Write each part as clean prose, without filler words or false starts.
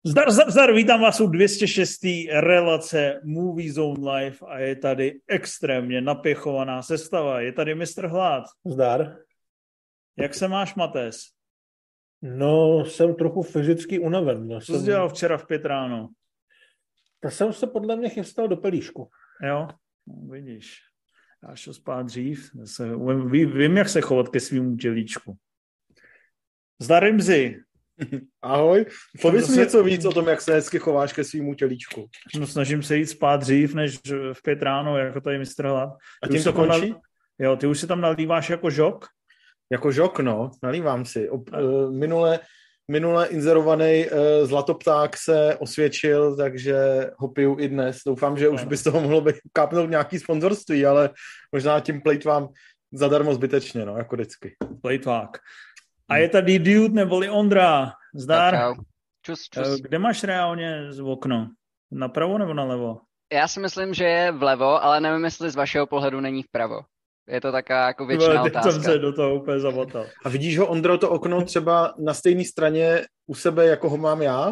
Zdar, vítám vás u 206. relace Movie Zone Live a je tady extrémně napěchovaná sestava. Je tady Mr. Hlad. Zdar. Jak se máš, Matés? No, jsem trochu fyzicky unaven. Co jsi dělal včera v 5 ráno? Tak jsem se podle mě chystal do pelíšku. Jo, no, vidíš. Já šel spát dřív. Vím, jak se chovat ke svým tělíčku. Zdar, Rimzi. Ahoj. Pověz mi něco víc o tom, jak se hezky chováš ke svýmu tělíčku. No, snažím se jít spát dřív, než v 5 ráno, jako tady Mr. Hlad. A tím to končí? Jo, ty už si tam nalíváš jako žok? Jako žok, no. Nalívám si. Minule inzerovaný zlatopták se osvědčil, takže ho piju i dnes. Doufám, že už by z toho mohlo kápnout nějaký sponzorství, ale možná tím plejtvám zadarmo zbytečně, no, jako vždycky. Plejtvák. A je tady Dude neboli Ondra. Zdar. Čus. Kde máš reálně z okno? Napravo nebo nalevo? Já si myslím, že je vlevo, ale nevím, jestli z vašeho pohledu není vpravo. Je to taková jako věčná otázka. Jsem se do toho úplně zamotal. A vidíš ho, Ondro, to okno třeba na stejné straně u sebe, jako ho mám já?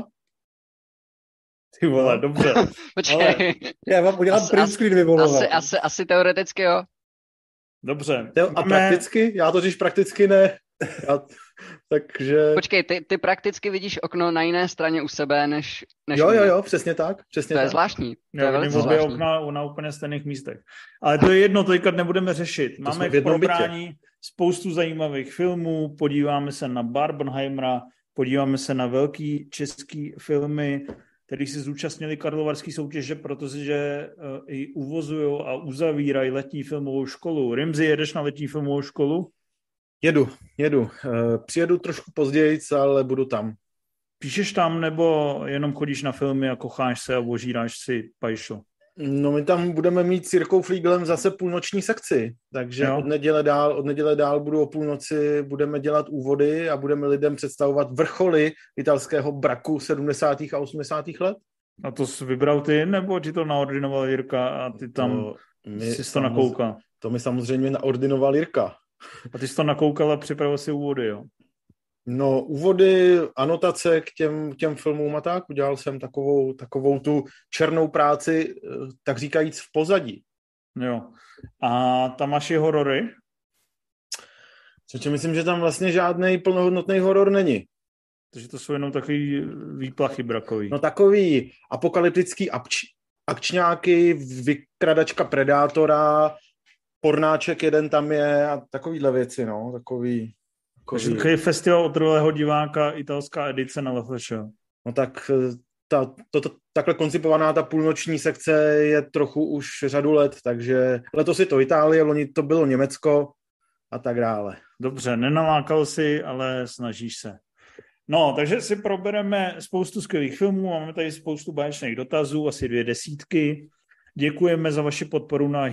Ty vole, dobře. Počkej. Ale já vám udělám print screen vyvolovat. Asi teoreticky jo. Dobře. A prakticky? Já totiž prakticky ne. Takže... Počkej, ty prakticky vidíš okno na jiné straně u sebe, než Jo, přesně tak. To je zvláštní. To je velice zvláštní. zvláštní. Na úplně stejných místech. Ale to je jedno, to teďka nebudeme řešit. Máme k probrání spoustu zajímavých filmů, podíváme se na Barbenheimera, podíváme se na velký český filmy, který si zúčastnili Karlovarské soutěže, protože i uvozují a uzavírají letní filmovou školu. Rimzi, jedeš na letní filmovou školu? Jedu. Přijedu trošku později, ale budu tam. Píšeš tam, nebo jenom chodíš na filmy a kocháš se a ožíráš si pajšo? No, my tam budeme mít s Jirkou Flíglem zase půlnoční sekci, takže jo. od neděle dál budu o půlnoci, budeme dělat úvody a budeme lidem představovat vrcholy italského braku 70. a 80. let. A to jsi vybral ty, nebo ti to naordinoval Jirka a ty tam jsi to nakoukal? To mi samozřejmě naordinoval Jirka. A ty jsi to nakoukal a připravil si úvody, jo? No, úvody, anotace k těm filmům a tak. Udělal jsem takovou tu černou práci, tak říkajíc v pozadí. Jo. A tam máš i horory? Což myslím, že tam vlastně žádný plnohodnotný horor není. Takže to jsou jenom takový výplachy brakový. No, takový apokalyptický akčňáky, vykradačka Predátora, pornáček jeden tam je a takovýhle věci, no, takový festival otrvalého diváka, italská edice na LFŠ. No tak takhle koncipovaná ta půlnoční sekce je trochu už řadu let, takže letos je to Itálie, loni to bylo Německo a tak dále. Dobře, nenalákal si, ale snažíš se. No, takže si probereme spoustu skvělých filmů, máme tady spoustu báječných dotazů, asi 200. Děkujeme za vaši podporu na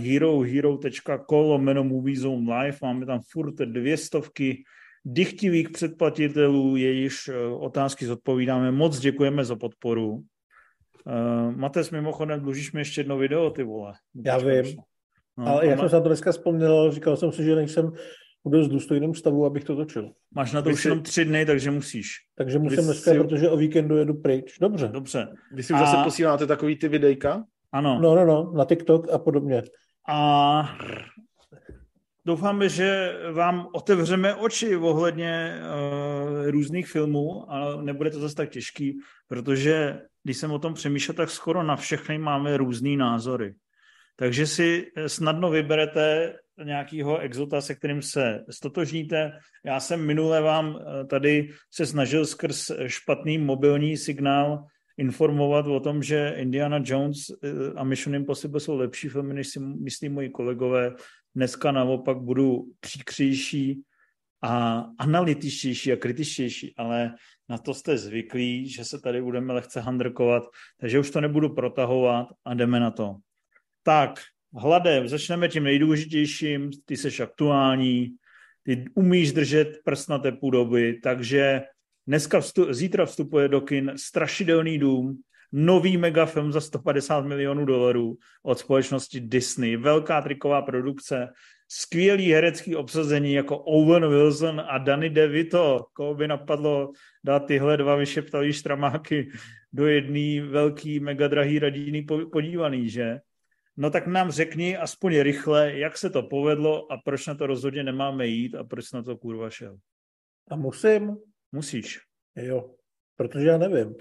hero.co/Movie Live. Máme tam furt 200 dychtivých předplatitelů, jejichž otázky zodpovídáme. Moc děkujeme za podporu. Mates, mimochodem, dlužíš mi ještě jedno video, ty vole. Já vím. No, ale jak jsem se na to dneska vzpomněl, říkal jsem si, že nejsem v dost důstojném stavu, abych to točil. Máš na to už jenom 3 dny, takže musíš. Takže musím dneska, protože o víkendu jedu pryč. Dobře. Vy si už zase posíláte takový ty videjka? Ano. No, na TikTok a podobně. A doufáme, že vám otevřeme oči ohledně různých filmů a nebude to zase tak těžký, protože když jsem o tom přemýšlel, tak skoro na všechny máme různý názory. Takže si snadno vyberete nějakého exota, se kterým se stotožníte. Já jsem minule vám tady se snažil skrz špatný mobilní signál informovat o tom, že Indiana Jones a Mission Impossible jsou lepší filmy, než si myslí moji kolegové. Dneska naopak budu příkřejší a analytičtější a kritičtější, ale na to jste zvyklí, že se tady budeme lehce handrkovat, takže už to nebudu protahovat a jdeme na to. Tak, Hlade, začneme tím nejdůležitějším, ty seš aktuální, ty umíš držet prst na tepu doby, takže zítra vstupuje do kin Strašidelný dům, nový megafilm za $150 milionů od společnosti Disney, velká triková produkce, skvělý herecký obsazení jako Owen Wilson a Danny DeVito. Koho by napadlo dát tyhle dva vyšeptalý štramáky do jedné velký megadrahý radíny podívaný, že? No tak nám řekni aspoň rychle, jak se to povedlo a proč na to rozhodně nemáme jít a proč na to kurva šel. A musím? Musíš. Jo, protože já nevím.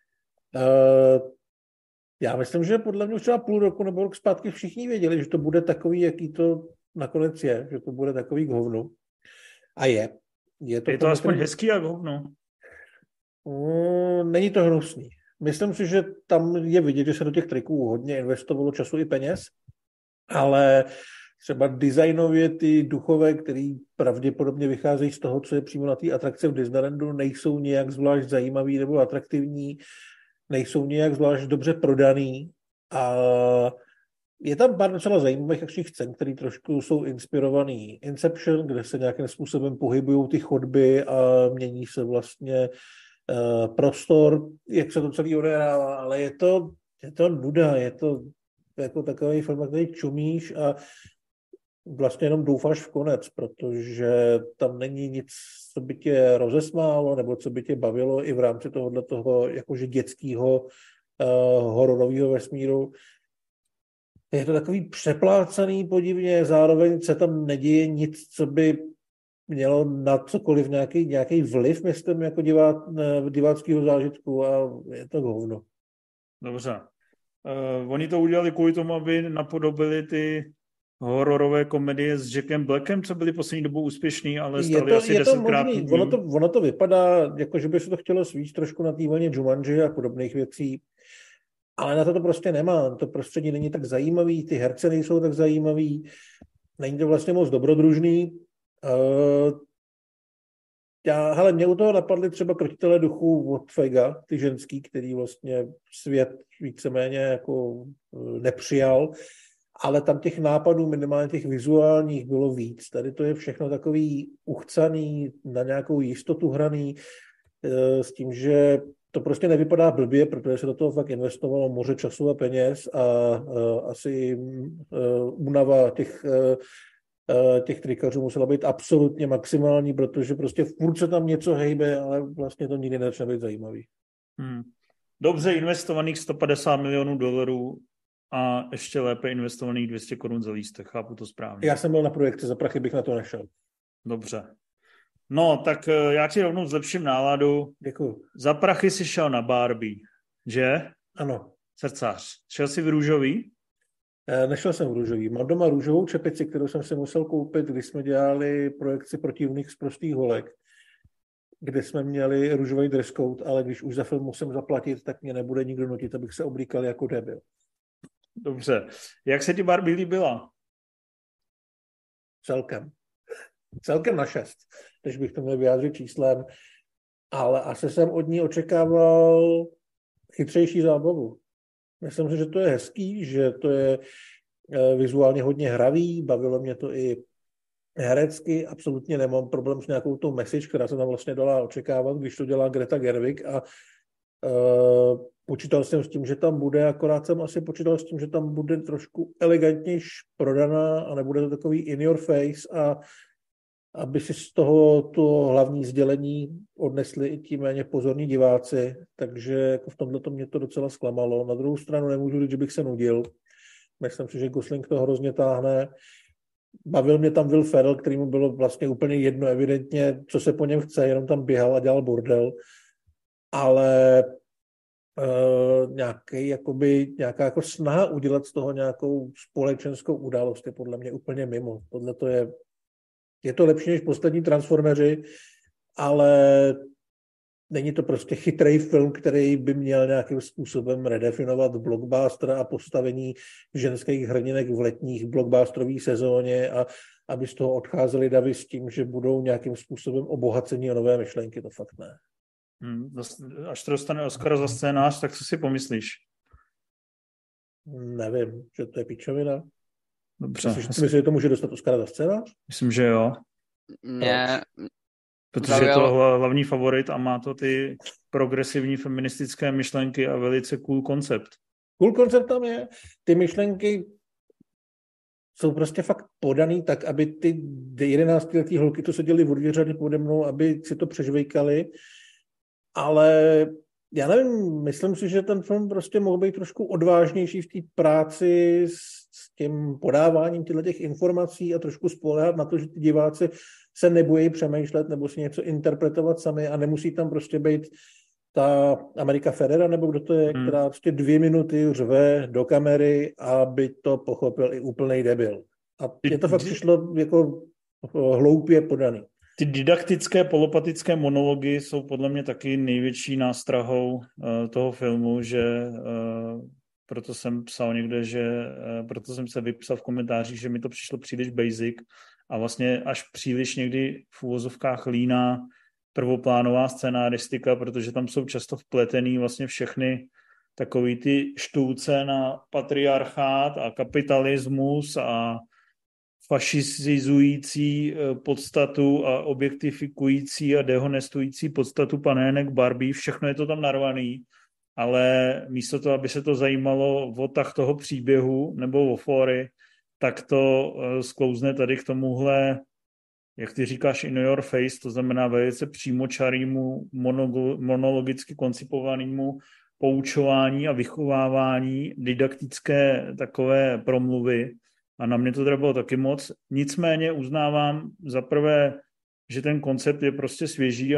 Já myslím, že podle mě už třeba půl roku nebo rok zpátky všichni věděli, že to bude takový, jaký to nakonec je, že to bude takový k hovnu. A je. Je to aspoň hezký jak hovno. Není to hnusný. Myslím si, že tam je vidět, že se do těch triků hodně investovalo času i peněz, ale třeba designově ty duchové, který pravděpodobně vycházejí z toho, co je přímo na té atrakci v Disneylandu, nejsou nějak zvlášť zajímavý nebo atraktivní, nejsou nějak zvlášť dobře prodaný a je tam pár docela zajímavých akčních scén, které trošku jsou inspirovaný Inception, kde se nějakým způsobem pohybují ty chodby a mění se vlastně prostor, jak se to celý odehrává, ale je to nuda, je to jako takový film, který čumíš a vlastně jenom doufáš v konec, protože tam není nic, co by tě rozesmálo, nebo co by tě bavilo i v rámci toho jakože dětského hororového vesmíru. Je to takový přeplácaný podivně, zároveň se tam neděje nic, co by mělo na cokoliv nějaký vliv, myslím, jako diváckého zážitku a je to hovno. Dobře. Oni to udělali kvůli tomu, aby napodobili ty hororové komedie s Jackem Blackem, co byly poslední dobou úspěšný, ale stály asi 10krát. Ono to vypadá, jako že by se to chtělo svíct trošku na té vlně Jumanji a podobných věcí, ale na to prostě nemá. To prostředí není tak zajímavý, ty herce nejsou tak zajímavý, není to vlastně moc dobrodružný. Mě u toho napadly třeba Krotitelé duchů od Feiga, ty ženský, který vlastně svět víceméně jako nepřijal, ale tam těch nápadů, minimálně těch vizuálních, bylo víc. Tady to je všechno takový uchcaný, na nějakou jistotu hraný, s tím, že to prostě nevypadá blbě, protože se do toho fakt investovalo moře času a peněz a asi únava těch trikařů musela být absolutně maximální, protože prostě furt se tam něco hejbe, ale vlastně to nikdy nezačne být zajímavý. Dobře investovaných $150 milionů a ještě lépe investovaných 200 korun za lístek. Chápu to správně. Já jsem byl na projekci, za prachy bych na to nešel. Dobře. No, tak já ti rovnou zlepším náladu. Děkuju. Za prachy si šel na Barbie, že? Ano. Srdcař. Šel jsi v růžový? Nešel jsem v růžový. Mám doma růžovou čepici, kterou jsem si musel koupit, když jsme dělali projekci Protivných z prostých holek, kde jsme měli růžový dress code, ale když už za film musím zaplatit, tak mě nebude nikdo nutit, abych se oblíkal jako debil. Dobře. Jak se ti Barbie líbila? Celkem na 6, když bych to měl vyjádřit číslem, ale asi jsem od ní očekával chytřejší zábavu. Myslím si, že to je hezký, že to je vizuálně hodně hravý, bavilo mě to i herecky, absolutně nemám problém s nějakou tou message, která se tam vlastně dala očekávat, když to dělá Greta Gerwig a počítal jsem s tím, že tam bude, akorát jsem asi počítal s tím, že tam bude trošku elegantnější prodaná a nebude to takový in your face a aby si z toho to hlavní sdělení odnesli i ti méně pozorní diváci, takže jako v tomhle to mě to docela zklamalo. Na druhou stranu nemůžu říct, že bych se nudil. Myslím si, že Gosling to hrozně táhne. Bavil mě tam Will Ferrell, kterýmu bylo vlastně úplně jedno evidentně, co se po něm chce, jenom tam běhal a dělal bordel. Ale nějaká jako snaha udělat z toho nějakou společenskou událost je podle mě úplně mimo. Tohle to je to lepší než poslední Transformeři, ale není to prostě chytrý film, který by měl nějakým způsobem redefinovat blockbuster a postavení ženských hrdinek v letních blockbusterové sezóně a aby z toho odcházeli davy s tím, že budou nějakým způsobem obohacení o nové myšlenky, to fakt ne. Až to dostane Oscara za scénář, tak co si pomyslíš? Nevím, že to je pičovina. Dobře. Myslíš, že to může dostat Oscara za scénář? Myslím, že jo. Protože je to hlavní favorit a má to ty progresivní feministické myšlenky a velice cool koncept. Cool koncept tam je. Ty myšlenky jsou prostě fakt podaný tak, aby ty 11letý holky, to seděly od dvěřady pode mnou, aby si to přežvejkali, ale Já nevím, myslím si, že ten film prostě mohl být trošku odvážnější v té práci s tím podáváním těch informací a trošku spoléhat na to, že ty diváci se nebojí přemýšlet nebo si něco interpretovat sami a nemusí tam prostě být ta Amerika Ferrera, nebo kdo to je, která prostě 2 minuty řve do kamery, aby to pochopil i úplnej debil. A je to fakt přišlo jako hloupě podaný. Ty didaktické polopatické monology jsou podle mě taky největší nástrahou toho filmu, že proto jsem psal někde, proto jsem se vypsal v komentářích, že mi to přišlo příliš basic a vlastně až příliš někdy v úvozovkách líná prvoplánová scénáristika, protože tam jsou často vpletený vlastně všechny takový ty štůlce na patriarchát a kapitalismus a fašizující podstatu a objektifikující a dehonestující podstatu panének Barbie, všechno je to tam narvaný, ale místo toho, aby se to zajímalo o tah toho příběhu nebo o fóry, tak to sklouzne tady k tomuhle, jak ty říkáš, in your face, to znamená velice přímočarýmu, monologicky koncipovanému poučování a vychovávání, didaktické takové promluvy. A na mě to teda bylo taky moc. Nicméně uznávám za prvé, že ten koncept je prostě svěží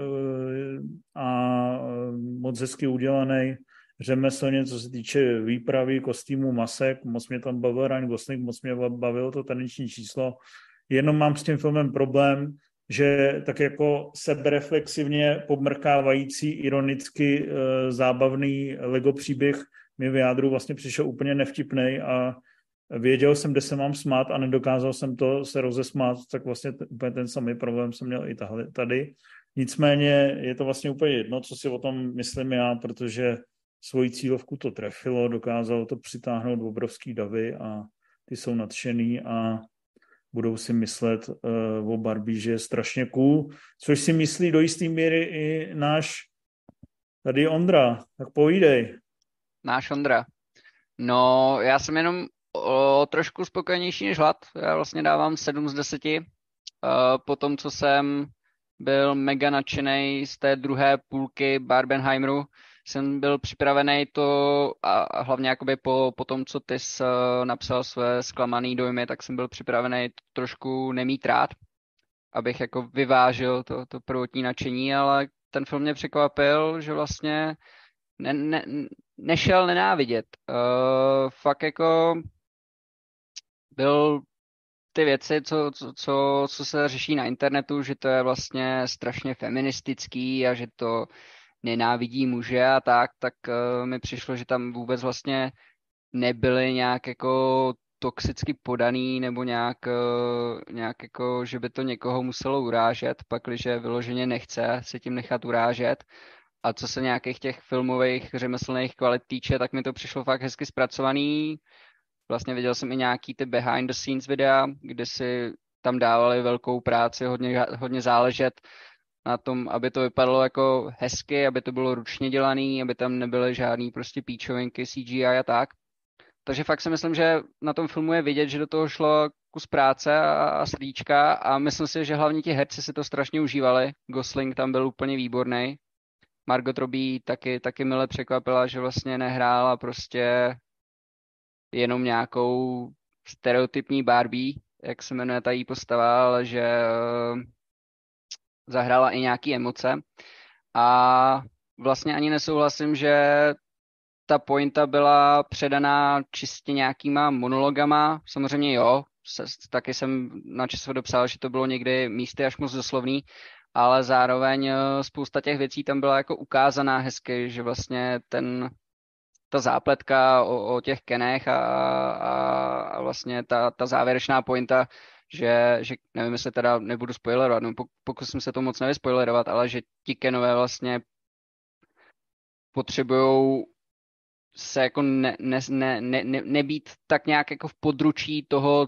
a moc hezky udělaný řemeslně, co se týče výpravy, kostýmu, masek. Moc mě tam bavil Ryan Gosling, moc mě bavilo to taneční číslo. Jenom mám s tím filmem problém, že tak jako sebereflexivně pomrkávající, ironicky zábavný Lego příběh mi v jádru vlastně přišel úplně nevtipnej a věděl jsem, kde se mám smát a nedokázal jsem to se rozesmát, tak vlastně úplně ten samý problém jsem měl i tady. Nicméně je to vlastně úplně jedno, co si o tom myslím já, protože svoji cílovku to trefilo, dokázalo to přitáhnout obrovský davy a ty jsou nadšený a budou si myslet o Barbie, že je strašně cool, což si myslí do jistý míry i náš tady Ondra. Tak povídej. Náš Ondra. No, já jsem jenom trošku spokojenější než Hlad. Já vlastně dávám 7 z 10. Po tom, co jsem byl mega nadšenej z té druhé půlky Barbenheimeru, jsem byl připravený to a hlavně jakoby po tom, co ty jsi napsal své zklamaný dojmy, tak jsem byl připravený trošku nemít rád, abych jako vyvážil to prvotní nadšení, ale ten film mě překvapil, že vlastně nešel nenávidět. Fakt jako byl ty věci, co se řeší na internetu, že to je vlastně strašně feministický a že to nenávidí muže a tak mi přišlo, že tam vůbec vlastně nebyly nějak jako toxicky podaný nebo nějak jako, že by to někoho muselo urážet, pakliže vyloženě nechce se tím nechat urážet. A co se nějakých těch filmových řemeslných kvalit týče, tak mi to přišlo fakt hezky zpracovaný. Vlastně viděl jsem i nějaký ty behind the scenes videa, kde si tam dávali velkou práci, hodně záležet na tom, aby to vypadalo jako hezky, aby to bylo ručně dělaný, aby tam nebyly žádný prostě píčovinky, CGI a tak. Takže fakt si myslím, že na tom filmu je vidět, že do toho šlo kus práce a srdíčka a myslím si, že hlavně ti herci si to strašně užívali. Gosling tam byl úplně výborný. Margot Robbie taky mile překvapila, že vlastně nehrála prostě jenom nějakou stereotypní Barbie, jak se jmenuje ta její postava, ale že zahrála i nějaký emoce. A vlastně ani nesouhlasím, že ta pointa byla předaná čistě nějakýma monologama. Samozřejmě jo, taky jsem na časově dopsal, že to bylo někdy místy až moc doslovný, ale zároveň spousta těch věcí tam byla jako ukázaná hezky, že vlastně ta zápletka o těch kenech a vlastně ta závěrečná pointa, že nevím, jestli teda nebudu spoilerovat, no pokusím se to moc nevyspoilerovat, ale že ti kenové vlastně potřebujou se jako nebýt tak nějak jako v područí toho,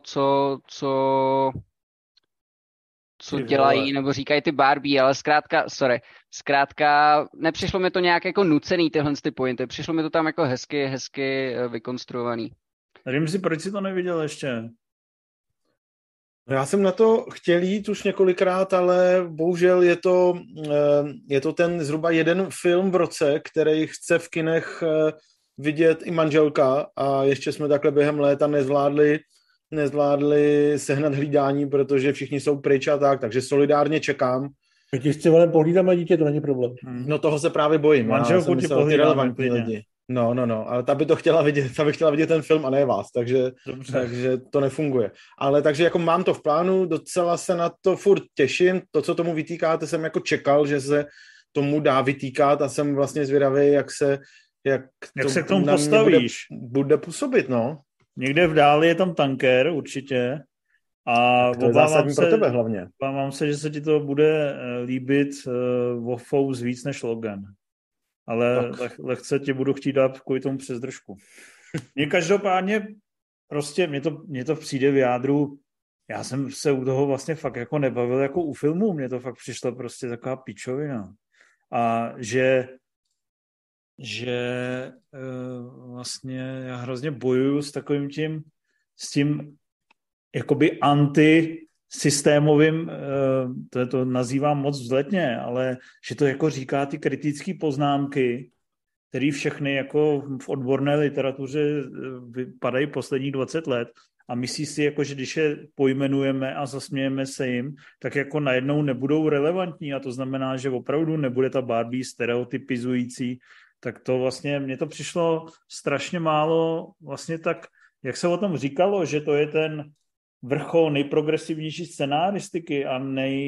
co dělají, nebo říkají ty Barbie, ale zkrátka nepřišlo mi to nějak jako nucený tyhle ty pointy, přišlo mi to tam jako hezky vykonstruovaný. Nevím si, proč si to neviděl ještě? Já jsem na to chtěl jít už několikrát, ale bohužel je to ten zhruba jeden film v roce, který chce v kinech vidět i manželka a ještě jsme takhle během léta nezvládli sehnat hlídání, protože všichni jsou pryč a tak, takže solidárně čekám. My ti s civilem pohlídáme dítě, to není problém. No toho se právě bojím. Manželku ti ty relevantní klidně. lidi. No, ale ta by to chtěla vidět, ta by chtěla vidět ten film a ne vás, takže to nefunguje. Ale takže jako mám to v plánu, docela se na to furt těším, to, co tomu vytýkáte, jsem jako čekal, že se tomu dá vytýkat a jsem vlastně zvědavý, jak se k tomu postavíš. Bude působit, no. Někde v dáli je tam tanker, určitě. A to je zásadní pro tebe hlavně. Obávám se, že se ti to bude líbit Wolfous víc než Logan. Ale lehce tě budu chtít dát kvůli tomu přes držku. Mně každopádně prostě, mně to přijde v jádru, já jsem se u toho vlastně fakt jako nebavil jako u filmu, mně to fakt přišlo prostě taková pičovina. A že vlastně já hrozně bojuju s takovým s tím jakoby antisystémovým, to nazývám moc vzletně, ale že to jako říká ty kritické poznámky, které všechny jako v odborné literatuře vypadají posledních 20 let a myslí si, jako, že když je pojmenujeme a zasmějeme se jim, tak jako najednou nebudou relevantní a to znamená, že opravdu nebude ta Barbie stereotypizující, tak to vlastně, mně to přišlo strašně málo vlastně tak, jak se o tom říkalo, že to je ten vrchol nejprogresivnější scenáristiky a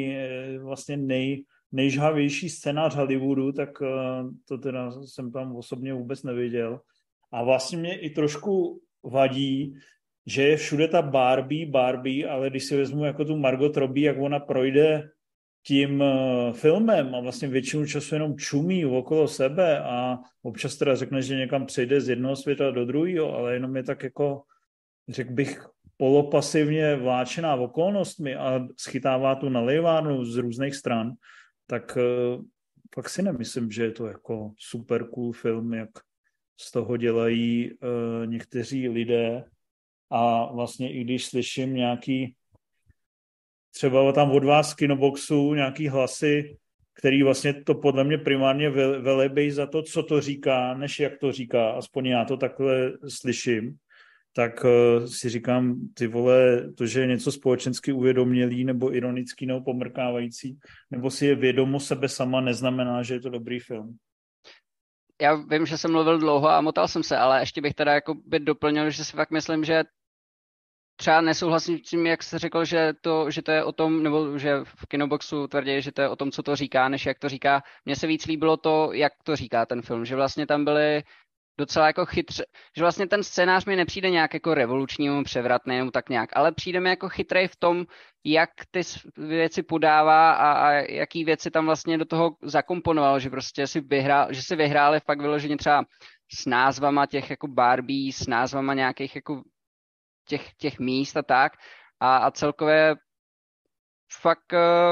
nejžhavější scénář Hollywoodu, tak to teda jsem tam osobně vůbec neviděl. A vlastně mě i trošku vadí, že je všude ta Barbie, ale když si vezmu jako tu Margot Robbie, jak ona projde tím filmem a vlastně většinu času jenom čumí okolo sebe a občas teda řekne, že někam přejde z jednoho světa do druhého, ale jenom je tak jako, řekl bych, polopasivně vláčená okolnostmi a schytává tu nalévárnu z různých stran, tak pak si nemyslím, že je to jako super cool film, jak z toho dělají někteří lidé. A vlastně i když slyším nějaký, třeba tam od vás z Kinoboxu, nějaký hlasy, který vlastně to podle mě primárně velebej za to, co to říká, než jak to říká, aspoň já to takhle slyším, tak si říkám, ty vole, to, že je něco společensky uvědomělý, nebo ironický, nebo pomrkávající, nebo si je vědomo sebe sama, neznamená, že je to dobrý film. Já vím, že jsem mluvil dlouho a motal jsem se, ale ještě bych teda jako by doplnil, že si fakt myslím, že třeba nesouhlasím s tím, jak jsi řekl, že to je o tom, nebo že v Kinoboxu tvrdí, že to je o tom, co to říká, než jak to říká. Mně se víc líbilo to, jak to říká ten film, že vlastně tam byly docela jako chytře, že vlastně ten scénář mi nepřijde nějak jako revolučnímu, převratnému, tak nějak, ale přijde mi jako chytrej v tom, jak ty věci podává a jaký věci tam vlastně do toho zakomponoval, že prostě si vyhráli fakt vyloženě třeba s názvama těch jako Barbie, s názvama nějakých jako těch míst a tak a celkově fakt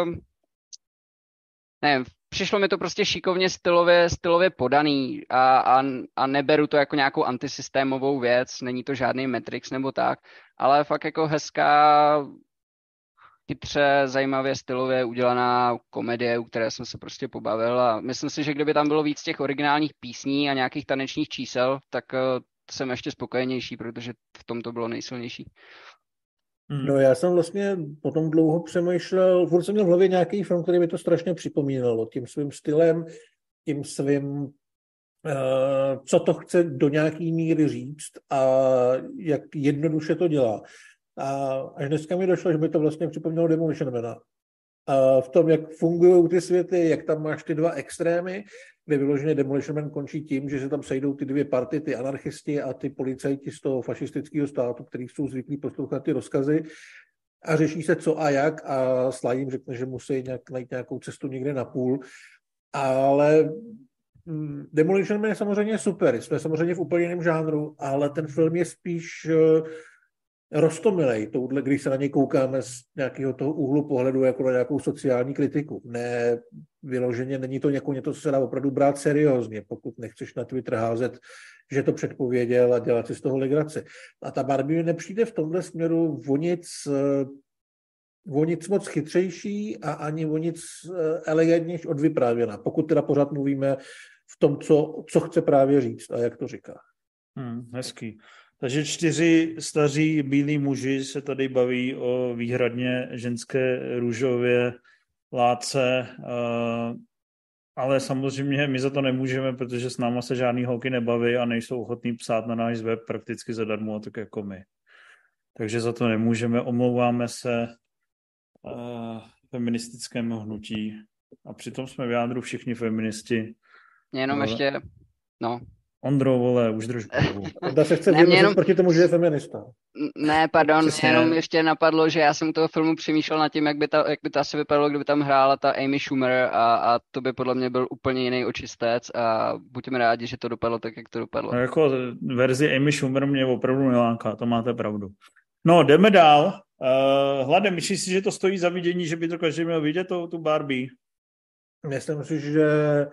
nevím, přišlo mi to prostě šikovně stylově podaný a neberu to jako nějakou antisystémovou věc, není to žádný Matrix nebo tak, ale fakt jako hezká, chytře, zajímavě stylově udělaná komedie, u které jsem se prostě pobavil a myslím si, že kdyby tam bylo víc těch originálních písní a nějakých tanečních čísel, tak jsem ještě spokojenější, protože v tom to bylo nejsilnější. No já jsem vlastně potom dlouho přemýšlel, furt jsem měl v hlavě nějaký film, který mi to strašně připomínalo, tím svým stylem, tím svým, co to chce do nějaký míry říct a jak jednoduše to dělá. A až dneska mi došlo, že mi to vlastně připomínalo Demolition Mana. A v tom, jak fungují ty světy, jak tam máš ty dva extrémy, kde vyloženě Demolition Man končí tím, že se tam sejdou ty dvě party, ty anarchisti a ty policajti z toho fašistického státu, kteří jsou zvyklí poslouchat ty rozkazy a řeší se co a jak a Sly jim řekne, že musí najít nějakou cestu někde na půl. Ale Demolition Man je samozřejmě super, jsme samozřejmě v úplně jiném žánru, ale ten film je spíš roztomilej, touhle, když se na něj koukáme z nějakého toho úhlu pohledu jako na nějakou sociální kritiku. Ne, vyloženě není to něco, co se dá opravdu brát seriózně, pokud nechceš na Twitter házet, že to předpověděl a dělat si z toho legraci. A ta Barbie nepřijde v tomhle směru o nic o nic moc chytřejší a ani o nic elegantnější odvyprávěná, pokud teda pořád mluvíme v tom, co chce právě říct a jak to říká. Hezký. Takže 4 staří bílí muži se tady baví o výhradně ženské růžově látce, ale samozřejmě my za to nemůžeme, protože s náma se žádný holky nebaví a nejsou ochotní psát na náš web prakticky zadarmo, tak jako my. Takže za to nemůžeme, omlouváme se feministickému hnutí a přitom jsme v jádru všichni feministi. Jenom ještě, Ondro, vole, už drž hlavu. Onda se chce vyjádřit proti tomu, že je feminista. Ne, pardon, jenom ještě napadlo, že já jsem u toho filmu přemýšlel nad tím, jak by to asi vypadalo, kdyby tam hrála ta Amy Schumer a to by podle mě byl úplně jiný očistec a buďme rádi, že to dopadlo tak, jak to dopadlo. No jako verzi Amy Schumer mě opravdu neláká, to máte pravdu. No, jdeme dál. Hlade, myslíš si, že to stojí za vidění, že by to každý měl vidět, tu Barbie? Myslím si, že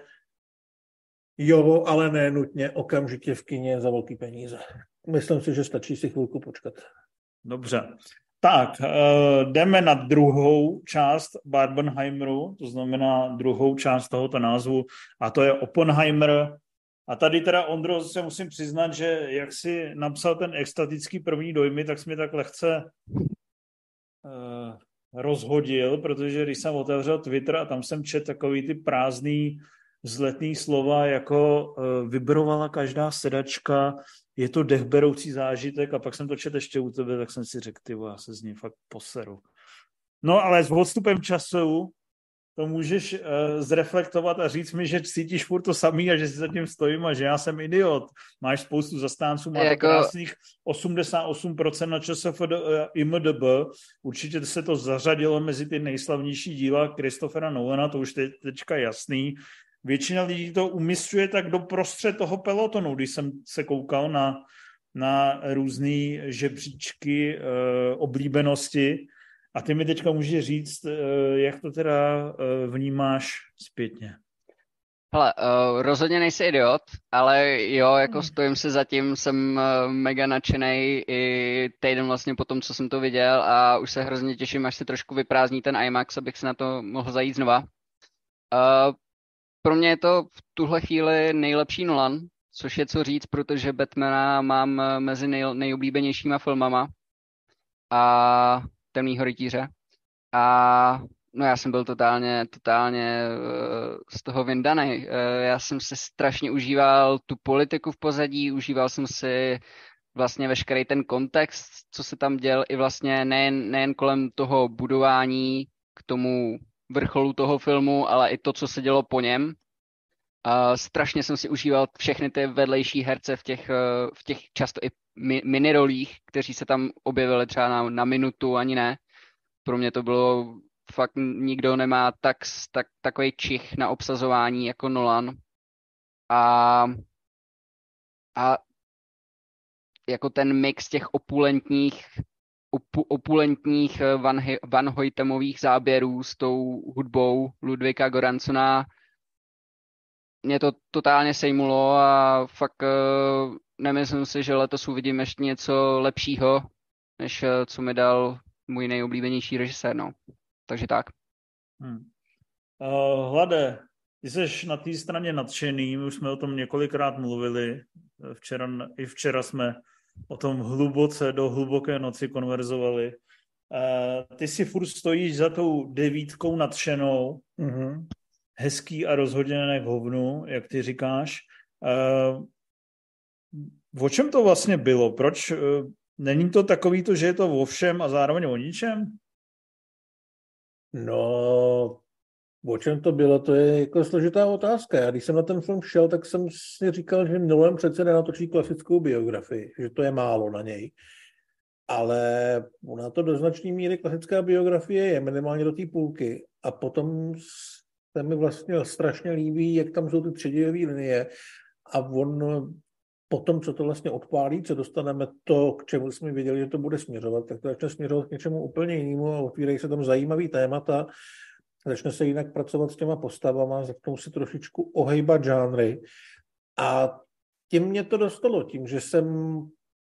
jo, ale ne nutně okamžitě v kině za velký peníze. Myslím si, že stačí si chvilku počkat. Dobře. Tak, jdeme na druhou část Barbenheimeru, to znamená druhou část tohoto názvu, a to je Oppenheimer. A tady teda, Ondro, se musím přiznat, že jak si napsal ten extatický první dojmy, tak jsi mi tak lehce rozhodil, protože když jsem otevřel Twitter a tam jsem četl takový ty prázdný vzletný slova, jako vibrovala každá sedačka, je to dechberoucí zážitek a pak jsem to četl ještě u tebe, tak jsem si řekl, ty já se z ní fakt poseru. No ale s odstupem času to můžeš zreflektovat a říct mi, že cítíš furt to samý a že si za tím stojím a že já jsem idiot. Máš spoustu zastánců, má to krásných 88% na ČSFD IMDb. Určitě se to zařadilo mezi ty nejslavnější díla Christophera Nolana, to už teďka jasný. Většina lidí to umísťuje tak doprostřed toho pelotonu, když jsem se koukal na různý žebříčky oblíbenosti. A ty mi teďka můžeš říct, jak to teda vnímáš zpětně. Hele, rozhodně nejsi idiot, ale jo, jako stojím se zatím, jsem mega nadšenej i týden vlastně po tom, co jsem to viděl a už se hrozně těším, až se trošku vyprázdní ten IMAX, abych se na to mohl zajít znova. Pro mě je to v tuhle chvíli nejlepší Nolan, což je co říct, protože Batmana mám mezi nejoblíbenějšíma filmama a Temnýho rytíře. A no já jsem byl totálně z toho vyndanej. Já jsem si strašně užíval tu politiku v pozadí, užíval jsem si vlastně veškerý ten kontext, co se tam děl, i vlastně nejen kolem toho budování k tomu vrcholu toho filmu, ale i to, co se dělo po něm. Strašně jsem si užíval všechny ty vedlejší herce v těch často i minirolích, kteří se tam objevili třeba na minutu, ani ne. Pro mě to bylo fakt, nikdo nemá takový čich na obsazování jako Nolan. A jako ten mix těch opulentních Van Hoytemových záběrů s tou hudbou Ludwika Göranssona mě to totálně sejmulo a fakt nemyslím si, že letos uvidím ještě něco lepšího, než co mi dal můj nejoblíbenější režisér, no. Takže tak. Hlade, ty jsi na té straně nadšený, my už jsme o tom několikrát mluvili, včera jsme o tom hluboce do hluboké noci konverzovali. Ty si furt stojíš za tou 9 nadšenou, hezký a rozhoděné k hovnu, jak ty říkáš. O čem to vlastně bylo? Proč? Není to takový to, že je to o všem a zároveň o ničem? No, o čem to bylo, to je jako složitá otázka. Já když jsem na ten film šel, tak jsem si říkal, že Nolan přece nenatočí klasickou biografii, že to je málo na něj. Ale ona to do značné míry klasická biografie je, minimálně do té půlky. A potom se mi vlastně strašně líbí, jak tam jsou ty tředivé linie a on potom, co to vlastně odpálí, co dostaneme to, k čemu jsme věděli, že to bude směřovat, tak to začne směřovat k něčemu úplně jinému a otvírají se tam zajímavý témata, začne se jinak pracovat s těma postavama, začnou si trošičku ohejbat žánry a tím mě to dostalo, tím, že jsem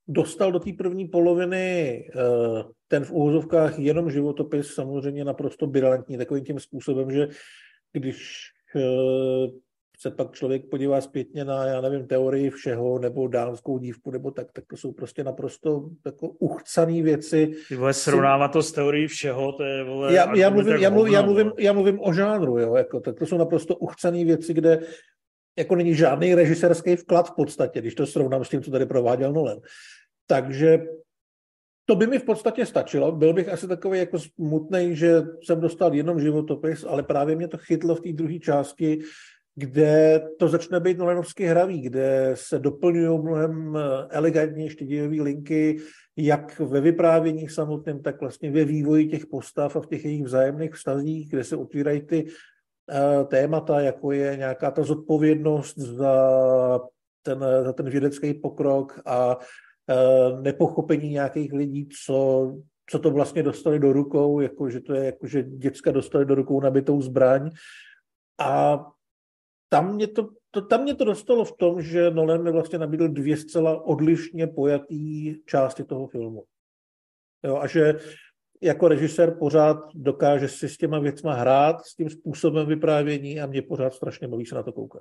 dostal do té první poloviny ten v úvozovkách jenom životopis samozřejmě naprosto brilantní, takovým tím způsobem, že když se pak člověk podívá zpětně na, já nevím, teorii všeho, nebo dánskou dívku, nebo tak to jsou prostě naprosto jako uchcaný věci. Ty vole, srovnávat to s teorií všeho, to je, vole, já mluvím o žánru, jo, jako, tak to jsou naprosto uchcaný věci, kde jako není žádný režisérský vklad v podstatě, když to srovnám s tím, co tady prováděl Nolan. Takže to by mi v podstatě stačilo. Byl bych asi takový jako smutnej, že jsem dostal jenom životopis, ale právě mě to chytlo v té druhé části, kde to začne být nolanovsky hravý, kde se doplňují mnohem elegantnější dějové linky, jak ve vyprávění samotném, tak vlastně ve vývoji těch postav a v těch jejich vzájemných vztazích, kde se otvírají ty témata, jako je nějaká ta zodpovědnost za ten vědecký pokrok a nepochopení nějakých lidí, co to vlastně dostali do rukou, že to je jako, že děcka dostali do rukou nabitou zbraň. A tam mě to dostalo v tom, že Nolan mi vlastně nabídl dvě zcela odlišně pojatý části toho filmu. Jo, a že jako režisér pořád dokáže si s těma věcma hrát, s tím způsobem vyprávění a mě pořád strašně baví se na to koukat.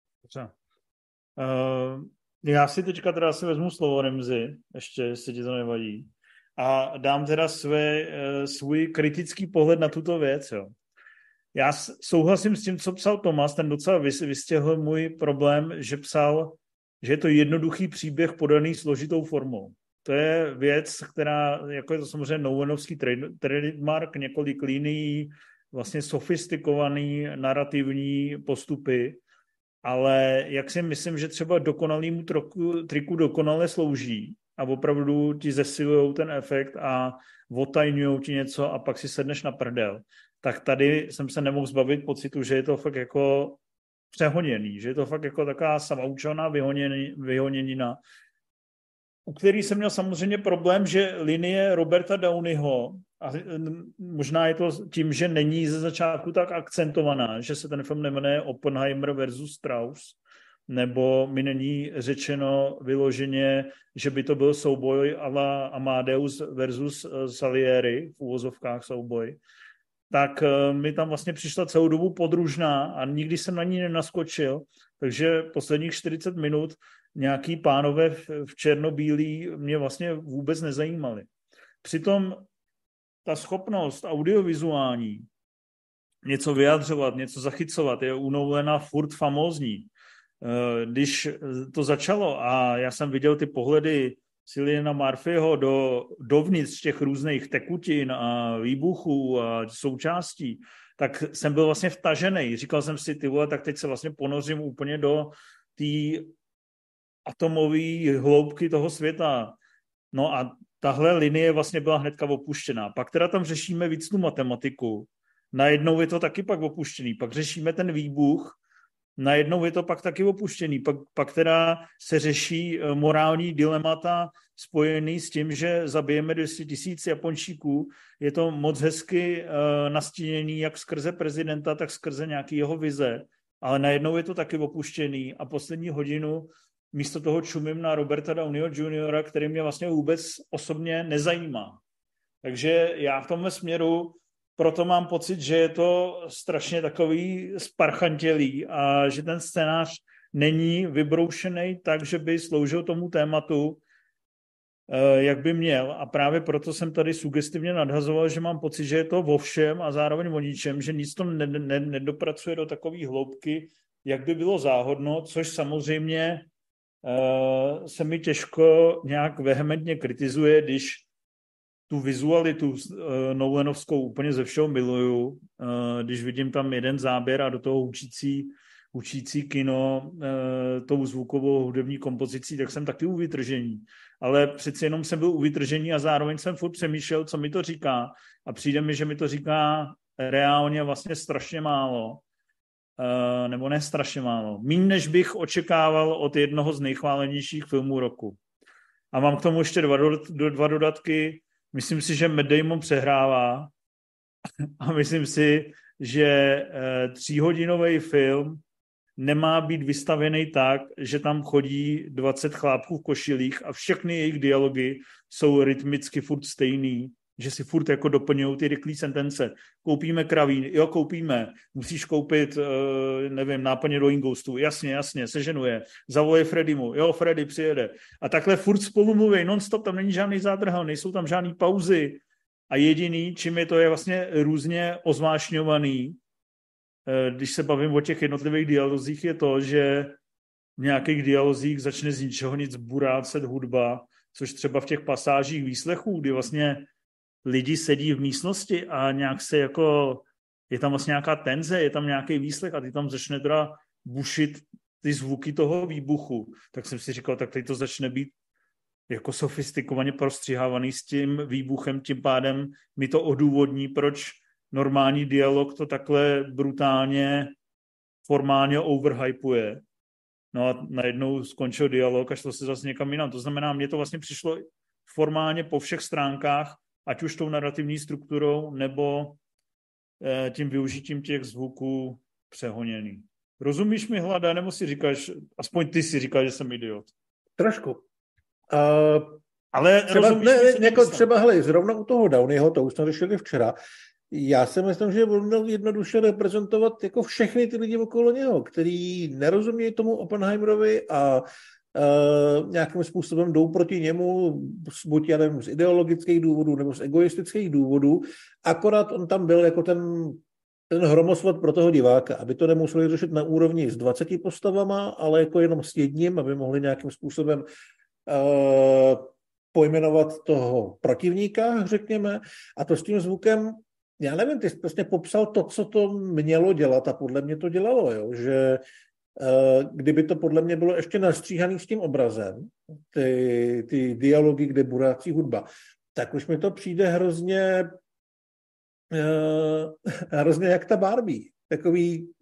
Já si teďka teda si vezmu slovo Remzi, ještě, jestli ti to nevadí, a dám teda svůj kritický pohled na tuto věc. Jo. Já souhlasím s tím, co psal Tomas, ten docela vystihl můj problém, že psal, že je to jednoduchý příběh podaný složitou formou. To je věc, která, jako je to samozřejmě Nolanovský trademark, několik linií, vlastně sofistikovaný narrativní postupy, ale jak si myslím, že třeba dokonalýmu triku dokonale slouží a opravdu ti zesilujou ten efekt a otajňujou ti něco a pak si sedneš na prdel, tak tady jsem se nemohl zbavit pocitu, že je to fakt jako přehoněný, že je to fakt jako taková samoučelná vyhoněnina, u který jsem měl samozřejmě problém, že linie Roberta Downeyho, a možná je to tím, že není ze začátku tak akcentovaná, že se ten film jmenuje Oppenheimer versus Strauss, nebo mi není řečeno vyloženě, že by to byl souboj a la Amadeus versus Salieri, v úvozovkách souboj, tak mi tam vlastně přišla celou dobu podružná a nikdy jsem na ní nenaskočil, takže posledních 40 minut nějaký pánové v černobílý mě vlastně vůbec nezajímali. Přitom ta schopnost audiovizuální něco vyjadřovat, něco zachycovat je u Nolana furt famózní. Když to začalo a já jsem viděl ty pohledy Cilliana Murphyho dovnitř těch různých tekutin a výbuchů a součástí, tak jsem byl vlastně vtažený. Říkal jsem si, ty vole, tak teď se vlastně ponořím úplně do té atomové hloubky toho světa. No a tahle linie vlastně byla hnedka opuštěná. Pak teda tam řešíme víc tu matematiku. Najednou je to taky pak opuštěný. Pak řešíme ten výbuch. Najednou je to pak taky opuštěný. Pak teda se řeší morální dilemata spojený s tím, že zabijeme 200 000 Japončíků. Je to moc hezky nastíněný jak skrze prezidenta, tak skrze nějaký jeho vize. Ale najednou je to taky opuštěný a poslední hodinu místo toho čumím na Roberta Downeyho Jr., který mě vlastně vůbec osobně nezajímá. Takže já v tomhle směru proto mám pocit, že je to strašně takový sparchantělý a že ten scénář není vybroušený tak, že by sloužil tomu tématu, jak by měl. A právě proto jsem tady sugestivně nadhazoval, že mám pocit, že je to o všem a zároveň o ničem, že nic to nedopracuje do takové hloubky, jak by bylo záhodno, což samozřejmě se mi těžko nějak vehementně kritizuje, když tu vizualitu Nolanovskou úplně ze všeho miluju, když vidím tam jeden záběr a do toho učící kino tou zvukovou hudební kompozicí, tak jsem taky u vytržení. Ale přeci jenom jsem byl u vytržení a zároveň jsem furt přemýšlel, co mi to říká. A přijde mi, že mi to říká reálně vlastně strašně málo. Nebo ne strašně málo. Míň, než bych očekával od jednoho z nejchválenějších filmů roku. A mám k tomu ještě dva dodatky. Myslím si, že Matt Damon přehrává a myslím si, že 3hodinový film nemá být vystavený tak, že tam chodí 20 chlápků v košilích a všechny jejich dialogy jsou rytmicky furt stejný, že si furt jako doplňují ty rychlé sentence. Koupíme kravín, jo, koupíme. Musíš koupit, nevím, náplně do Ingoustu. Jasně, seženuje. Zavolej Freddymu. Jo, Freddy přijede. A takhle furt spolu mluví, non-stop, tam není žádný zádrhel, nejsou tam žádný pauzy. A jediný, čím je to je vlastně různě ozvášňovaný, když se bavím o těch jednotlivých dialozích, je to, že v nějakých dialozích začne z ničeho nic burácet hudba, což třeba v těch pasážích výslechů, kdy vlastně lidi sedí v místnosti a nějak se jako, je tam vlastně nějaká tenze, je tam nějaký výslech a ty tam začne teda bušit ty zvuky toho výbuchu. Tak jsem si říkal, tak teď to začne být jako sofistikovaně prostřihávaný s tím výbuchem, tím pádem mi to odůvodní, proč normální dialog to takhle brutálně formálně overhypuje. No a najednou skončil dialog a šlo se zase někam jinam. To znamená, mně to vlastně přišlo formálně po všech stránkách, ať už tou narrativní strukturou, nebo tím využitím těch zvuků přehoněný. Rozumíš mi, Hlada, nebo si říkáš, aspoň ty si říkáš, že jsem idiot? Trošku. Ale třeba, rozumíš mi, jako třeba, hele, zrovna u toho Downeyho, to už jsme řešili včera, já si myslím, že on měl jednoduše reprezentovat jako všechny ty lidi okolo něho, který nerozumí tomu Oppenheimerovi a nějakým způsobem jdou proti němu, buď já nevím, z ideologických důvodů nebo z egoistických důvodů, akorát on tam byl jako ten hromosvod pro toho diváka, aby to nemuseli řešit na úrovni s 20 postavama, ale jako jenom s jedním, aby mohli nějakým způsobem pojmenovat toho protivníka, řekněme, a to s tím zvukem, já nevím, ty jsi prostě popsal to, co to mělo dělat a podle mě to dělalo, jo? Že kdyby to podle mě bylo ještě nastříhaný s tím obrazem, ty dialogy, kde burácí hudba, tak už mi to přijde hrozně jak ta Barbie. Takový,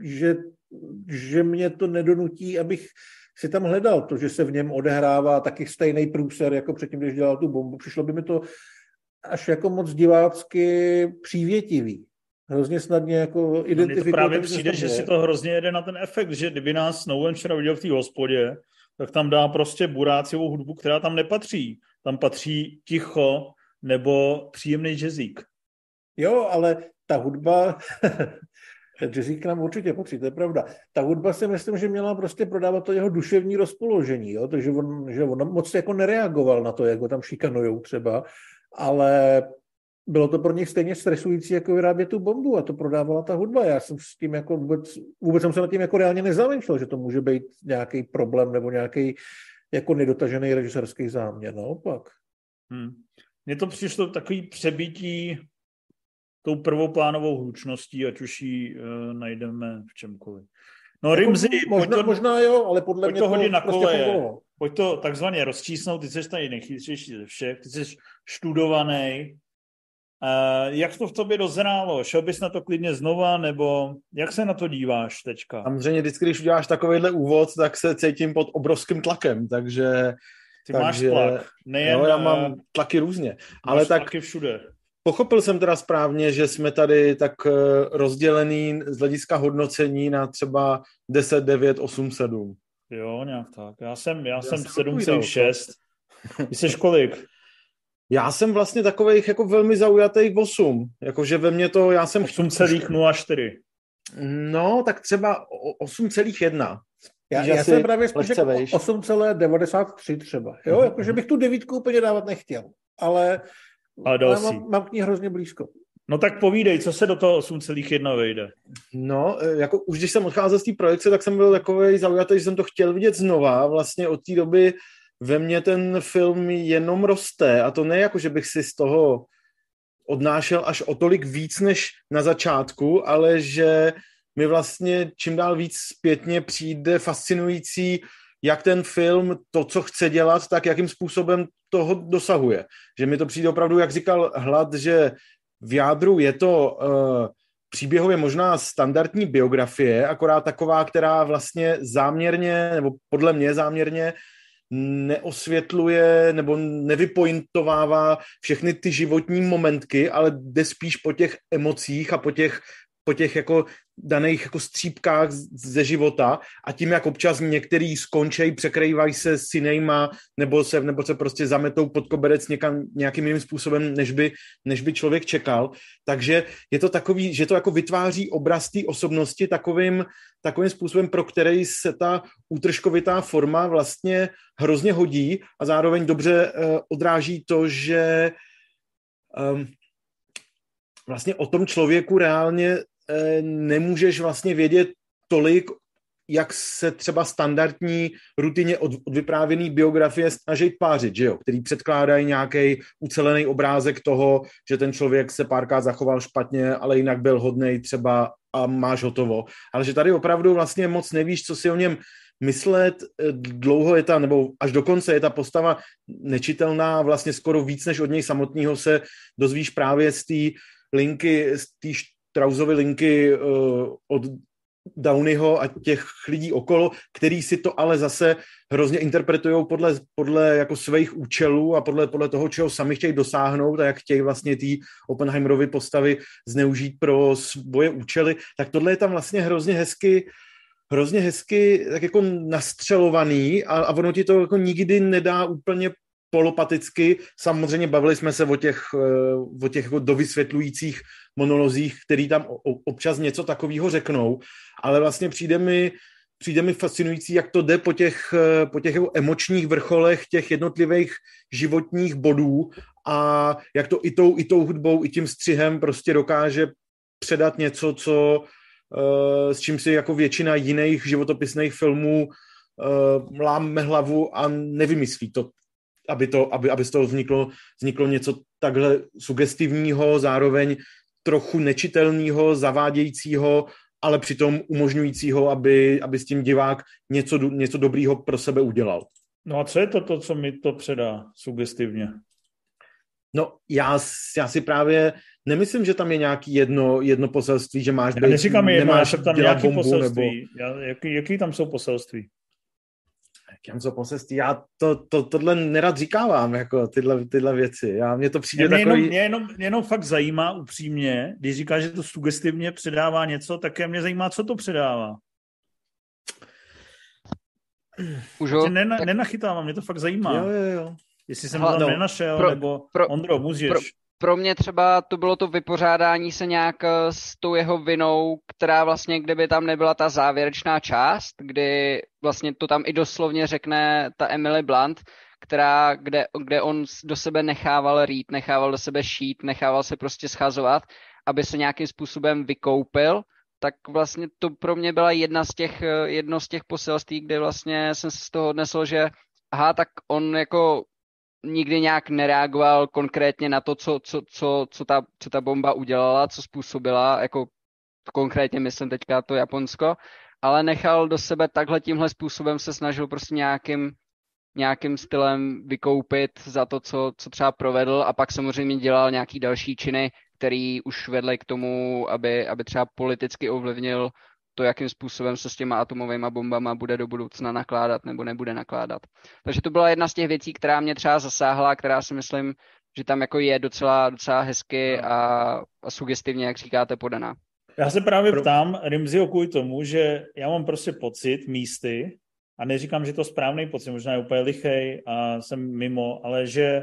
že mě to nedonutí, abych si tam hledal to, že se v něm odehrává taky stejný průser, jako předtím, když dělal tu bombu. Přišlo by mi to až jako moc divácky přívětivý. Hrozně snadně jako identifikovat. Mně to právě přijde, že si to hrozně jede na ten efekt, že kdyby nás Snowden včera viděl v té hospodě, tak tam dá prostě burácivou hudbu, která tam nepatří. Tam patří ticho nebo příjemný jazzík. Jo, ale ta hudba, jazzík nám určitě patří, to je pravda. Ta hudba si myslím, že měla prostě prodávat to jeho duševní rozpoložení, jo? Takže on moc jako nereagoval na to, jak ho tam šikanujou třeba, ale bylo to pro něj stejně stresující, jako vyrábět tu bombu a to prodávala ta hudba. Já jsem s tím jako vůbec jsem se nad tím jako reálně nezamýšlel, že to může být nějaký problém nebo nějaký jako nedotažený režisérský záměr, naopak. Mně to přišlo takový přebití tou prvoplánovou hlučností, ať už ji najdeme v čemkoliv. No Rimzi, možná jo, ale podle mě to hodit na prostě koleje. fungovalo. Pojď to takzvaně rozčísnout, ty jsi tady nejchytřejší ze všech, ty jsi študovaný. Jak to v tobě dozrálo? Šel bys na to klidně znova, nebo jak se na to díváš teďka? Samozřejmě vždycky, když uděláš takovýhle úvod, tak se cítím pod obrovským tlakem, takže... Ty máš tlak. Nejen, jo, já mám tlaky různě. Ale tak tlaky všude. Pochopil jsem teda správně, že jsme tady tak rozdělený z hlediska hodnocení na třeba 10, 9, 8, 7. Jo, nějak tak. Já jsem 7,6. Ty jsi kolik? Já jsem vlastně takových jako velmi zaujatých 8. Jakože ve mně to, já jsem... 8,04. No, tak třeba 8,1. Já jsem právě spíš jako 8,93 třeba. Jo, jakože bych tu 9 úplně dávat nechtěl. Ale mám k ní hrozně blízko. No tak povídej, co se do toho 8,1 vejde? No, jako už když jsem odcházel z té projekce, tak jsem byl takovej zaujatý, že jsem to chtěl vidět znova. Vlastně od té doby ve mně ten film jenom roste. A to ne jako, že bych si z toho odnášel až o tolik víc než na začátku, ale že mi vlastně čím dál víc zpětně přijde fascinující, jak ten film to, co chce dělat, tak jakým způsobem toho dosahuje. Že mi to přijde opravdu, jak říkal Hlad, že v jádru je to příběhově možná standardní biografie, akorát taková, která vlastně záměrně, nebo podle mě záměrně neosvětluje nebo nevypointovává všechny ty životní momentky, ale jde spíš po těch emocích a po těch po těch jako daných jako střípkách ze života a tím, jak občas některý skončí, překrývají se s jinýma, nebo se prostě zametou pod koberec někam, nějakým jiným způsobem, než by člověk čekal. Takže je to takový, že to jako vytváří obraz té osobnosti takovým způsobem, pro který se ta útržkovitá forma vlastně hrozně hodí a zároveň dobře odráží to, že vlastně o tom člověku reálně nemůžeš vlastně vědět tolik, jak se třeba standardní rutině od vyprávěný biografie snaží tvářit, že jo? Který předkládají nějaký ucelený obrázek toho, že ten člověk se párkrát zachoval špatně, ale jinak byl hodnej třeba a máš hotovo. Ale že tady opravdu vlastně moc nevíš, co si o něm myslet, dlouho je ta, nebo až do konce je ta postava nečitelná, vlastně skoro víc než od něj samotného se dozvíš právě z té linky, z té Straussovy linky od Downeyho a těch lidí okolo, který si to ale zase hrozně interpretujou podle jako svých účelů a podle toho, čeho sami chtějí dosáhnout a jak chtějí vlastně ty Oppenheimerovy postavy zneužít pro svoje účely, tak tohle je tam vlastně hrozně hezky tak jako nastřelovaný a ono ti to jako nikdy nedá úplně polopaticky. Samozřejmě bavili jsme se o těch jako dovysvětlujících monolozích, který tam občas něco takového řeknou, ale vlastně přijde mi fascinující, jak to jde po těch jako emočních vrcholech těch jednotlivých životních bodů a jak to i tou hudbou, i tím střihem prostě dokáže předat něco, s čím si jako většina jiných životopisných filmů láme hlavu a nevymyslí to, aby z toho vzniklo něco takhle sugestivního, zároveň trochu nečitelného, zavádějícího, ale přitom umožňujícího, aby s tím divák něco dobrýho pro sebe udělal. No a co je to, co mi to předá sugestivně? No, já si právě nemyslím, že tam je nějaký jedno poselství, že máš... Já neříkám jedno, já jsem tam nějaký bombu, poselství. Jaký tam jsou poselství? Jaký jsou poselství? Já tohle nerad říkávám, jako tyhle věci. Mně to přijde takový... Mě jenom fakt zajímá upřímně, když říkáš, že to sugestivně předává něco, tak mě zajímá, co to předává. Nenachytávám, mě to fakt zajímá. Jo. Jestli jsem to tam nenašel, nebo Ondro, můžeš. Pro mě třeba to bylo to vypořádání se nějak s tou jeho vinou, která vlastně, kdyby tam nebyla ta závěrečná část, kdy vlastně to tam i doslovně řekne ta Emily Blunt, kde on do sebe nechával rýt, nechával do sebe šít, nechával se prostě schazovat, aby se nějakým způsobem vykoupil, tak vlastně to pro mě byla jedno z těch poselství, kde vlastně jsem se z toho odnesl, že tak on jako nikdy nějak nereagoval konkrétně na to, co ta bomba udělala, co způsobila, jako konkrétně myslím teďka to Japonsko, ale nechal do sebe takhle tímhle způsobem se snažil prostě nějakým stylem vykoupit za to, co třeba provedl a pak samozřejmě dělal nějaký další činy, který už vedly k tomu, aby třeba politicky ovlivnil to, jakým způsobem se s těma atomovými bombama bude do budoucna nakládat nebo nebude nakládat. Takže to byla jedna z těch věcí, která mě třeba zasáhla, která si myslím, že tam jako je docela hezky a sugestivně, jak říkáte, podaná. Já se právě ptám Rimziho kvůli tomu, že já mám prostě pocit místy, a neříkám, že to správný pocit, možná je úplně lichej a jsem mimo, ale že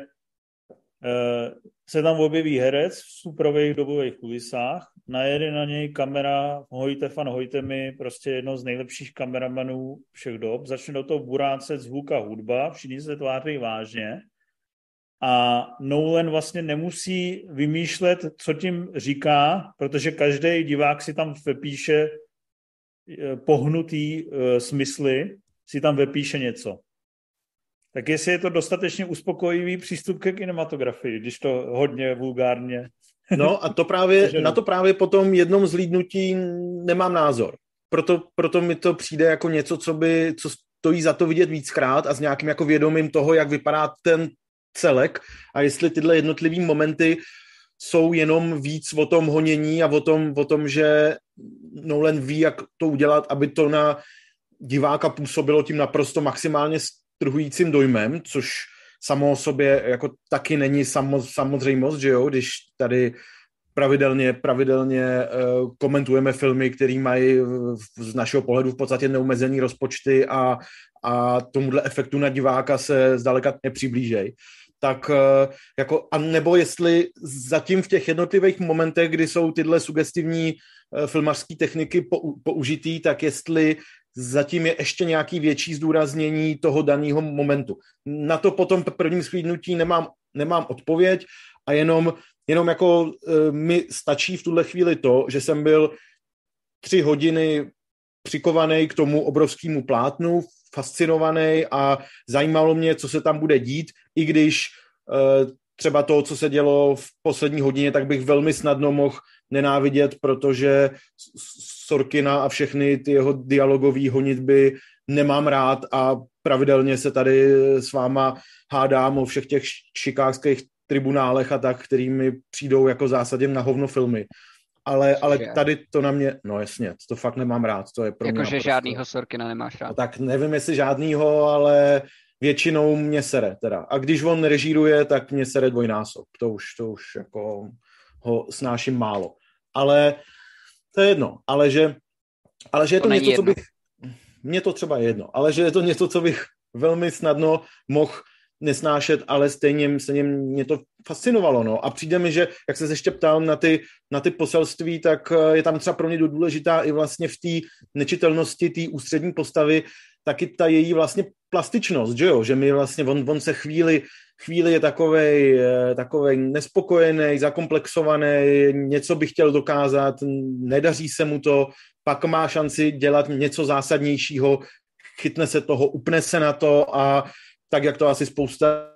se tam objeví herec v suprových dobových kulisách, najede na něj kamera Hojte van Hojtemi, prostě jedno z nejlepších kameramanů všech dob, začne do toho burácet zvuk a hudba, všichni se tváří vážně a Nolan vlastně nemusí vymýšlet, co tím říká, protože každý divák si tam vepíše pohnutý smysly, si tam vepíše něco. Tak jestli je to dostatečně uspokojivý přístup ke kinematografii, když to hodně vulgárně... No a na to právě po tom jednom zhlídnutí nemám názor. Proto mi to přijde jako něco, co stojí za to vidět víckrát a s nějakým jako vědomím toho, jak vypadá ten celek a jestli tyhle jednotlivý momenty jsou jenom víc o tom honění a o tom, že Nolan ví, jak to udělat, aby to na diváka působilo tím naprosto maximálně strhujícím dojmem, což samo o sobě jako taky není samozřejmost, že jo, když tady pravidelně komentujeme filmy, které mají z našeho pohledu v podstatě neomezený rozpočty a tomuhle efektu na diváka se zdaleka nepřiblížej. Tak jako, a nebo jestli zatím v těch jednotlivých momentech, kdy jsou tyhle sugestivní filmařské techniky použitý, tak jestli zatím je ještě nějaký větší zdůraznění toho daného momentu. Na to potom prvním shlídnutí nemám odpověď a jenom jako mi stačí v tuhle chvíli to, že jsem byl 3 hodiny přikovaný k tomu obrovskému plátnu, fascinovaný a zajímalo mě, co se tam bude dít, i když třeba to, co se dělo v poslední hodině, tak bych velmi snadno mohl nenávidět, protože Sorkina a všechny ty jeho dialogové honitby nemám rád a pravidelně se tady s váma hádám o všech těch chicagských tribunálech a tak, který mi přijdou jako zásadně na hovno filmy. Ale tady to na mě, no jasně, to fakt nemám rád. To je pro mě jakože žádnýho Sorkina nemáš rád. No, tak nevím, jestli žádnýho, ale většinou mě sere teda. A když on režíruje, tak mě sere dvojnásob. To už jako ho snáším málo. Ale to je jedno. Ale že je to něco, co bych... Mně to třeba je jedno. Ale že je to něco, co bych velmi snadno mohl nesnášet, ale stejně mě to fascinovalo. No. A přijde mi, že, jak se ještě ptal na ty poselství, tak je tam třeba pro mě důležitá i vlastně v té nečitelnosti té ústřední postavy taky ta její vlastně plastičnost, že jo? Že mi vlastně on se chvíli je takovej nespokojený, zakomplexovaný, něco by chtěl dokázat, nedaří se mu to, pak má šanci dělat něco zásadnějšího, chytne se toho, upne se na to a tak, jak to asi spousta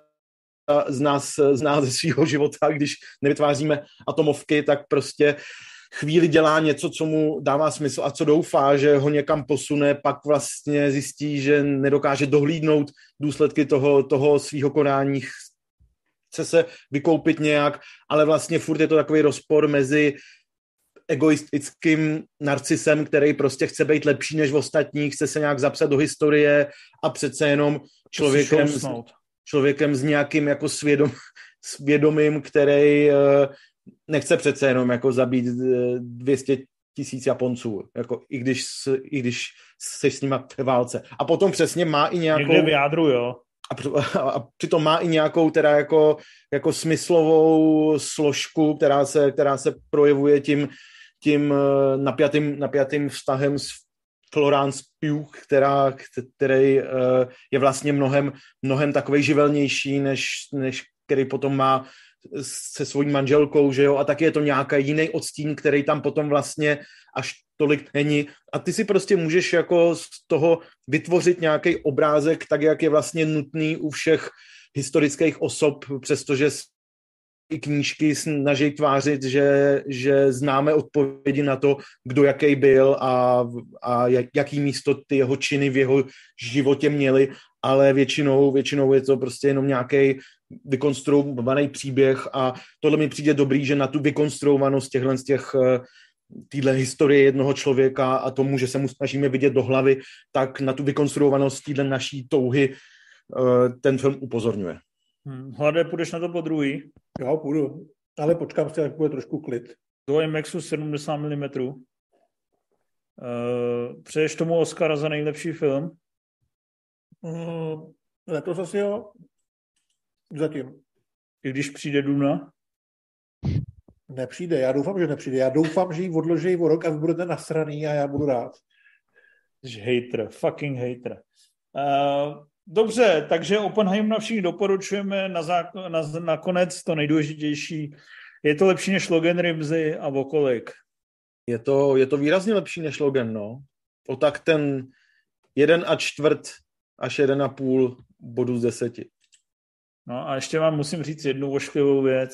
z nás zná ze svého života, když nevytváříme atomovky, tak prostě chvíli dělá něco, co mu dává smysl a co doufá, že ho někam posune, pak vlastně zjistí, že nedokáže dohlídnout důsledky toho svého konání, chce se vykoupit nějak, ale vlastně furt je to takový rozpor mezi egoistickým narcisem, který prostě chce být lepší než ostatní, chce se nějak zapsat do historie a přece jenom člověkem s nějakým jako svědomím, který nechce přece jenom jako zabít 200 000 Japonců, jako i když jsi s nima v válce. A potom přesně má i nějakou... Někde v jádru, jo. A přitom má i nějakou teda jako smyslovou složku, která se projevuje tím napjatým vztahem s Florence Pugh, který je vlastně mnohem takovej živelnější, než který potom má se svojí manželkou, že jo, a taky je to nějaký jiný odstín, který tam potom vlastně až tolik není. A ty si prostě můžeš jako z toho vytvořit nějaký obrázek, tak jak je vlastně nutný u všech historických osob, přestože i knížky snaží tvářit, že známe odpovědi na to, kdo jaký byl a jaký místo ty jeho činy v jeho životě měly, ale většinou je to prostě jenom nějaký vykonstruovaný příběh a tohle mi přijde dobrý, že na tu vykonstruovanost téhle historie jednoho člověka a tomu, že se mu snažíme vidět do hlavy, tak na tu vykonstruovanost téhle naší touhy ten film upozorňuje. Hlade, půjdeš na to po druhý? Jo, půjdu, ale počkám si, jak bude trošku klid. Do IMAXu 70 mm. Přeješ tomu Oscara za nejlepší film? Letos asi jo. Zatím. I když přijde Duna? Nepřijde, já doufám, že nepřijde. Já doufám, že ji odloží o rok a vy budete nasraný a já budu rád. Jsi hater, fucking hater. Dobře, takže Oppenheimer všichni doporučujeme nakonec to nejdůležitější. Je to lepší než Logan, Ramsey a o kolik? Je to výrazně lepší než Logan, no. O tak ten 1,25 až 1,5 bodu z 10. No a ještě vám musím říct jednu ošklivou věc.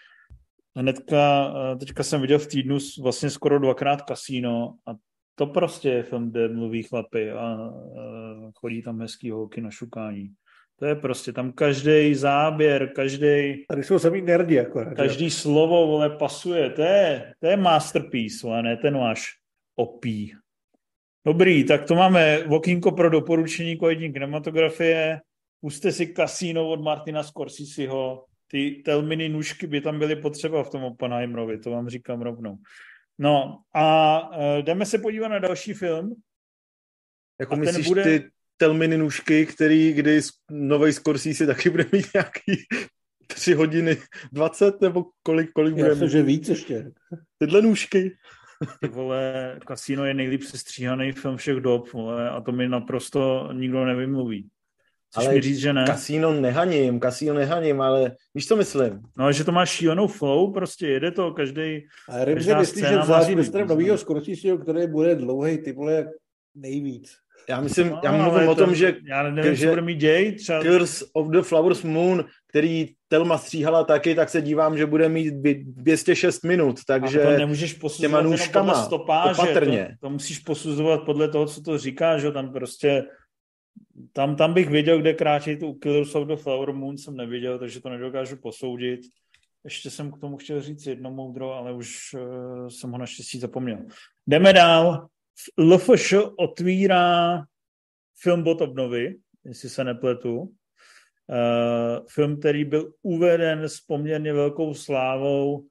Teďka jsem viděl v týdnu vlastně skoro 2x Casino a to prostě je film, kde mluví chlapi a chodí tam hezký holky na šukání. To je prostě tam každý záběr, tady jsou samý nerdi akorát. Každý slovo, vole, pasuje. To je masterpiece, ale ne ten váš opí. Dobrý, tak to máme okýnko pro doporučení kvalitní kinematografie. Pusťte si Casino od Martina Scorseseho. ty telminy nůžky by tam byly potřeba v tom Oppenheimerovi, to vám říkám rovnou. No a jdeme se podívat na další film. Jako myslíš ty telminy nůžky, kdy novej Scorsese taky bude mít nějaký 3 hodiny 20, nebo kolik bude mít? Já že víc ještě. Tyhle nůžky. Ty vole, Casino je nejlíp sestříhaný film všech dob, vole, a to mi naprosto nikdo nevymluví. Chceš mi říct, že ne? Casino nehaním, ale víš, co myslím? No, že to má šílenou flow, prostě jede to každý. A Remzi myslí, že v září dostaneme novýho Scorseseho, který bude dlouhej, ty vole, nejvíc. Já mluvím o tom, že já nevím, co bude mít děj. Třeba... Curse of the Flowers Moon, který Thelma stříhala taky, tak se dívám, že bude mít 206 minut, takže a to nemůžeš posuzovat těma nůžkama, podle stopáže, opatrně. To musíš posuzovat podle toho, co to říká, že tam prostě tam bych věděl, kde kráčí tu Killers of the Flower Moon, jsem neviděl, takže to nedokážu posoudit. Ještě jsem k tomu chtěl říct jedno moudro, ale už jsem ho naštěstí zapomněl. Jdeme dál. LFŠ otvírá film Bod obnovy, jestli se nepletu. Film, který byl uveden s poměrně velkou slávou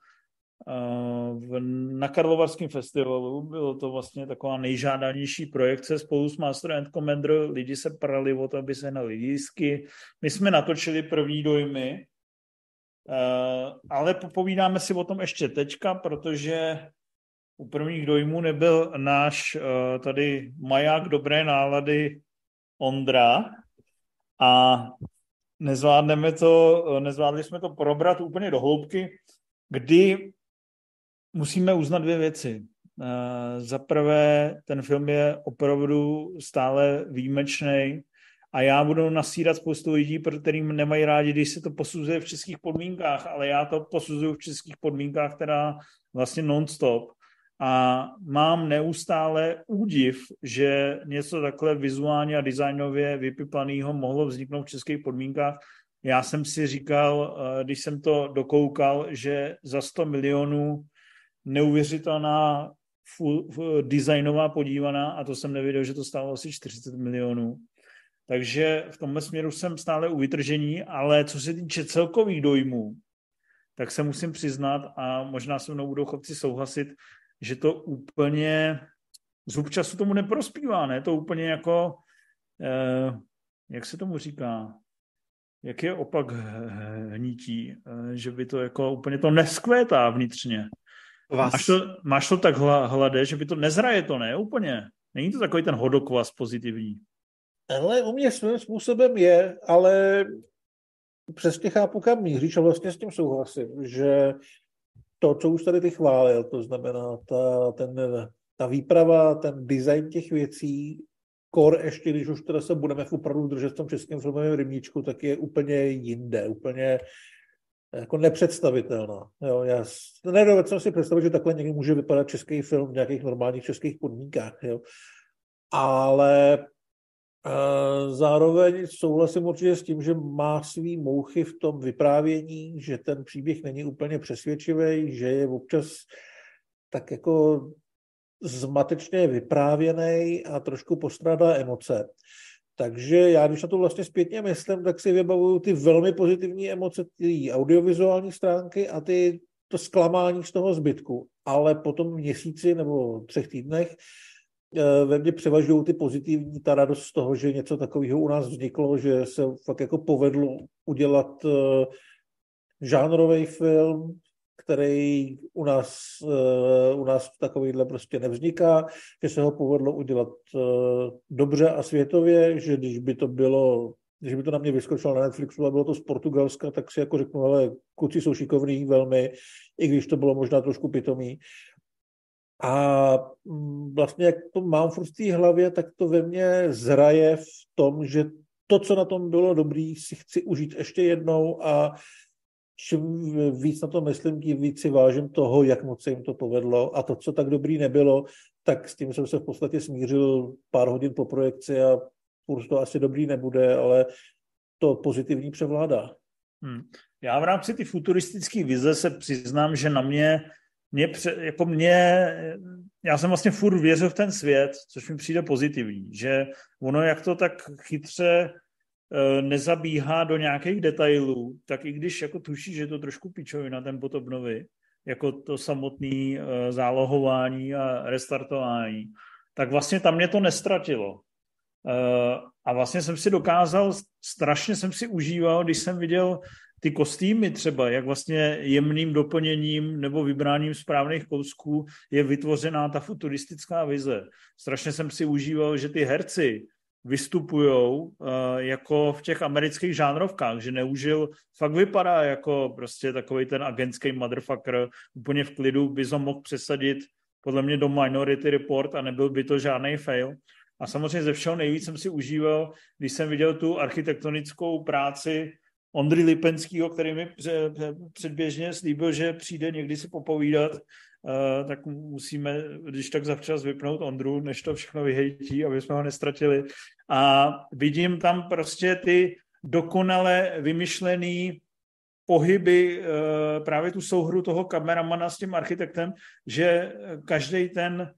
na Karlovarském festivalu. Bylo to vlastně taková nejžádanější projekce spolu s Master and Commander. Lidi se prali o to, aby se hnali lístky. My jsme natočili první dojmy, ale popovídáme si o tom ještě teďka, protože u prvních dojmů nebyl náš tady maják dobré nálady Ondra a nezvládli jsme to probrat úplně do hloubky, kdy musíme uznat 2 věci. Za prvé, ten film je opravdu stále výjimečný a já budu nasírat spoustu lidí, pro kterým nemají rádi, když se to posuzuje v českých podmínkách, ale já to posuzuju v českých podmínkách, teda vlastně non-stop. A mám neustále údiv, že něco takhle vizuálně a designově vypiplanýho mohlo vzniknout v českých podmínkách. Já jsem si říkal, když jsem to dokoukal, že za 100 milionů neuvěřitelná designová podívaná, a to jsem nevěděl, že to stálo asi 40 milionů. Takže v tomhle směru jsem stále u vytržení, ale co se týče celkových dojmů, tak se musím přiznat, a možná se mnou budou chlapci souhlasit, že to úplně zhub času tomu neprospívá, ne? To úplně jako, jak se tomu říká, jak je opak hnítí, že by to jako úplně to neskvétá vnitřně. Máš to tak hladé, že by to nezraje to, ne? Úplně. Není to takový ten hodokvas pozitivní. Ale u mě svým způsobem je, ale přesně chápu, kam míříš a vlastně s tím souhlasím, že to, co už tady ty chválil, to znamená ta výprava, ten design těch věcí, ještě když už teda se budeme opravdu držet v tom českém filmovém rybníčku, tak je úplně jinde, úplně jako nepředstavitelná. Jo, já nedovedl jsem si představit, že takhle někdy může vypadat český film v nějakých normálních českých podmínkách. Jo. Ale zároveň souhlasím určitě s tím, že má svý mouchy v tom vyprávění, že ten příběh není úplně přesvědčivý, že je občas tak jako zmatečně vyprávěný a trošku postrádá emoce. Takže já, když na to vlastně zpětně myslím, tak si vybavuju ty velmi pozitivní emoce, ty audiovizuální stránky a to zklamání z toho zbytku. Ale po tom měsíci nebo 3 týdnech ve mně převažují ty pozitivní, ta radost z toho, že něco takového u nás vzniklo, že se fakt jako povedlo udělat žánrový film, který u nás takovýhle prostě nevzniká, že se ho povedlo udělat dobře a světově, že když by to na mě vyskočilo na Netflixu a bylo to z Portugalska, tak si jako řeknu, ale kluci jsou šikovní velmi, i když to bylo možná trošku pitomý. A vlastně jak to mám furt v té hlavě, tak to ve mně zraje v tom, že to, co na tom bylo dobrý, si chci užít ještě jednou a čím víc na to myslím, tím víc si vážím toho, jak moc se jim to povedlo a to, co tak dobrý nebylo, tak s tím jsem se v podstatě smířil pár hodin po projekci a furt to asi dobrý nebude, ale to pozitivní převládá. Já v rámci ty futuristické vize se přiznám, že na já jsem vlastně furt věřil v ten svět, což mi přijde pozitivní, že ono jak to tak chytře nezabíhá do nějakých detailů, tak i když jako tuší, že je to trošku pičovina, ten bod obnovy, jako to samotné zálohování a restartování, tak vlastně tam mě to nestratilo. A vlastně jsem si dokázal, strašně jsem si užíval, když jsem viděl ty kostýmy třeba, jak vlastně jemným doplněním nebo vybráním správných kousků je vytvořená ta futuristická vize. Strašně jsem si užíval, že ty herci vystupujou jako v těch amerických žánrovkách, že Neužil fakt vypadá jako prostě takovej ten agentský motherfucker, úplně v klidu by to mohl přesadit podle mě do Minority Report a nebyl by to žádný fail. A samozřejmě ze všeho nejvíc jsem si užíval, když jsem viděl tu architektonickou práci Ondry Lipenského, který mi předběžně slíbil, že přijde někdy si popovídat, tak musíme, když tak zavčas vypnout Ondru, než to všechno vyhejtí, aby jsme ho nestratili. A vidím tam prostě ty dokonale vymyšlený pohyby, právě tu souhru toho kameramana s tím architektem, že každý ten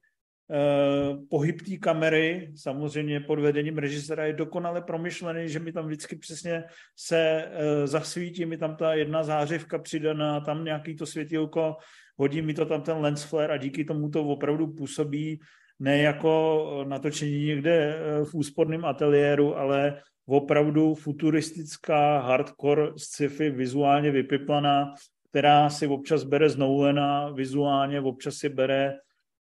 pohyb té kamery, samozřejmě pod vedením režiséra, je dokonale promyšlený, že mi tam vždycky přesně se zasvítí, mi tam ta jedna zářivka přidaná, tam nějaký to světilko, hodí mi to tam ten lens flare a díky tomu to opravdu působí ne jako natočení někde v úsporném ateliéru, ale opravdu futuristická hardcore sci-fi vizuálně vypiplaná, která si občas bere z Nolana vizuálně, občas si bere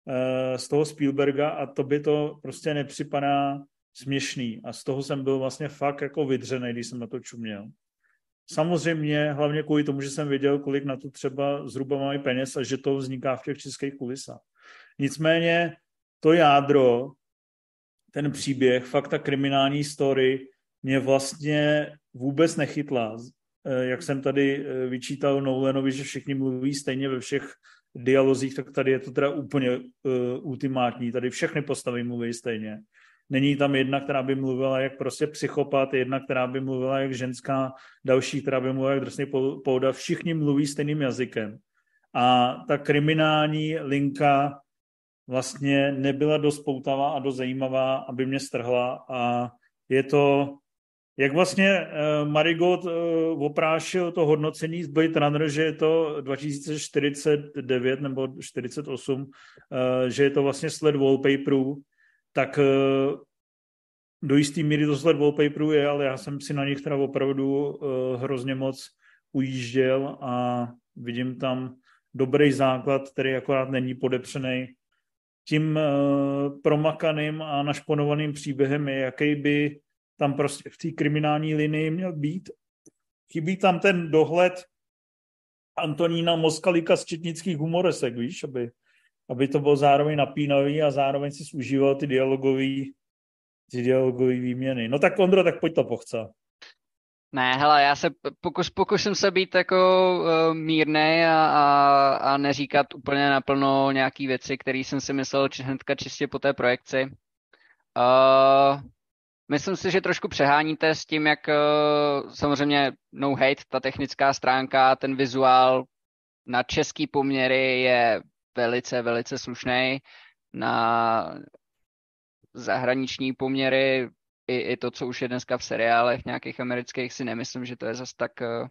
z toho Spielberga a to by to prostě nepřipadá směšný. A z toho jsem byl vlastně fakt jako vydřenej, když jsem na to čuměl. Samozřejmě, hlavně kvůli tomu, že jsem věděl, kolik na to třeba zhruba mají peněz a že to vzniká v těch českých kulisách. Nicméně to jádro, ten příběh, fakt ta kriminální story mě vlastně vůbec nechytla. Jak jsem tady vyčítal Nolanovi, že všichni mluví stejně ve všech dialozích, tak tady je to teda úplně ultimátní. Tady všechny postavy mluví stejně. Není tam jedna, která by mluvila jak prostě psychopat, jedna, která by mluvila jak ženská, další, která by mluvila jak drsný pouda. Všichni mluví stejným jazykem. A ta kriminální linka vlastně nebyla dost poutavá a dost zajímavá, aby mě strhla. A je to, jak vlastně Marigold oprášil to hodnocení z Blade Runner, že je to 2049 nebo 48, že je to vlastně sled wallpaperů, tak do jistý míry to sled wallpaperů je, ale já jsem si na nich teda opravdu hrozně moc ujížděl a vidím tam dobrý základ, který akorát není podepřený tím promakaným a našponovaným příběhem, jaký by tam prostě v té kriminální linii měl být. Chybí tam ten dohled Antonína Moskalika z četnických humoresek, víš, aby to bylo zároveň napínavý a zároveň si užíval ty dialogový výměny. No tak Ondro, tak pojď to pochca. Ne, hele, já se pokusím se být jako mírnej a neříkat úplně naplno nějaký věci, které jsem si myslel hnedka čistě po té projekci. Myslím si, že trošku přeháníte s tím, jak samozřejmě no hate, ta technická stránka, ten vizuál na český poměry je velice, velice slušný. Na zahraniční poměry i to, co už je dneska v seriálech nějakých amerických, si nemyslím, že to je zas tak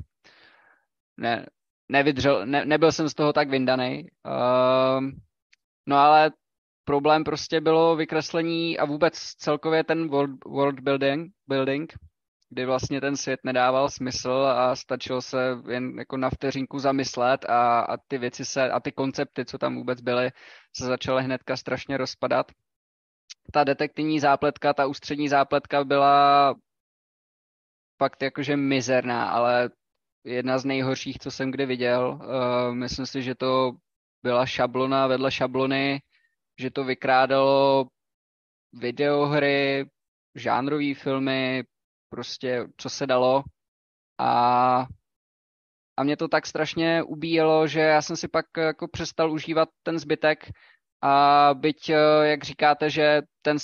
nebyl jsem z toho tak vyndanej. No ale problém prostě bylo vykreslení a vůbec celkově ten world building, kdy vlastně ten svět nedával smysl a stačilo se jen jako na vteřinku zamyslet a ty věci a ty koncepty, co tam vůbec byly, se začaly hnedka strašně rozpadat. Ta detektivní zápletka, ta ústřední zápletka byla fakt jakože mizerná, ale jedna z nejhorších, co jsem kdy viděl. Myslím si, že to byla šablona vedle šablony, že to vykrádalo videohry, žánrové filmy, prostě co se dalo. A mě to tak strašně ubíjelo, že já jsem si pak jako přestal užívat ten zbytek. A byť, jak říkáte, že ten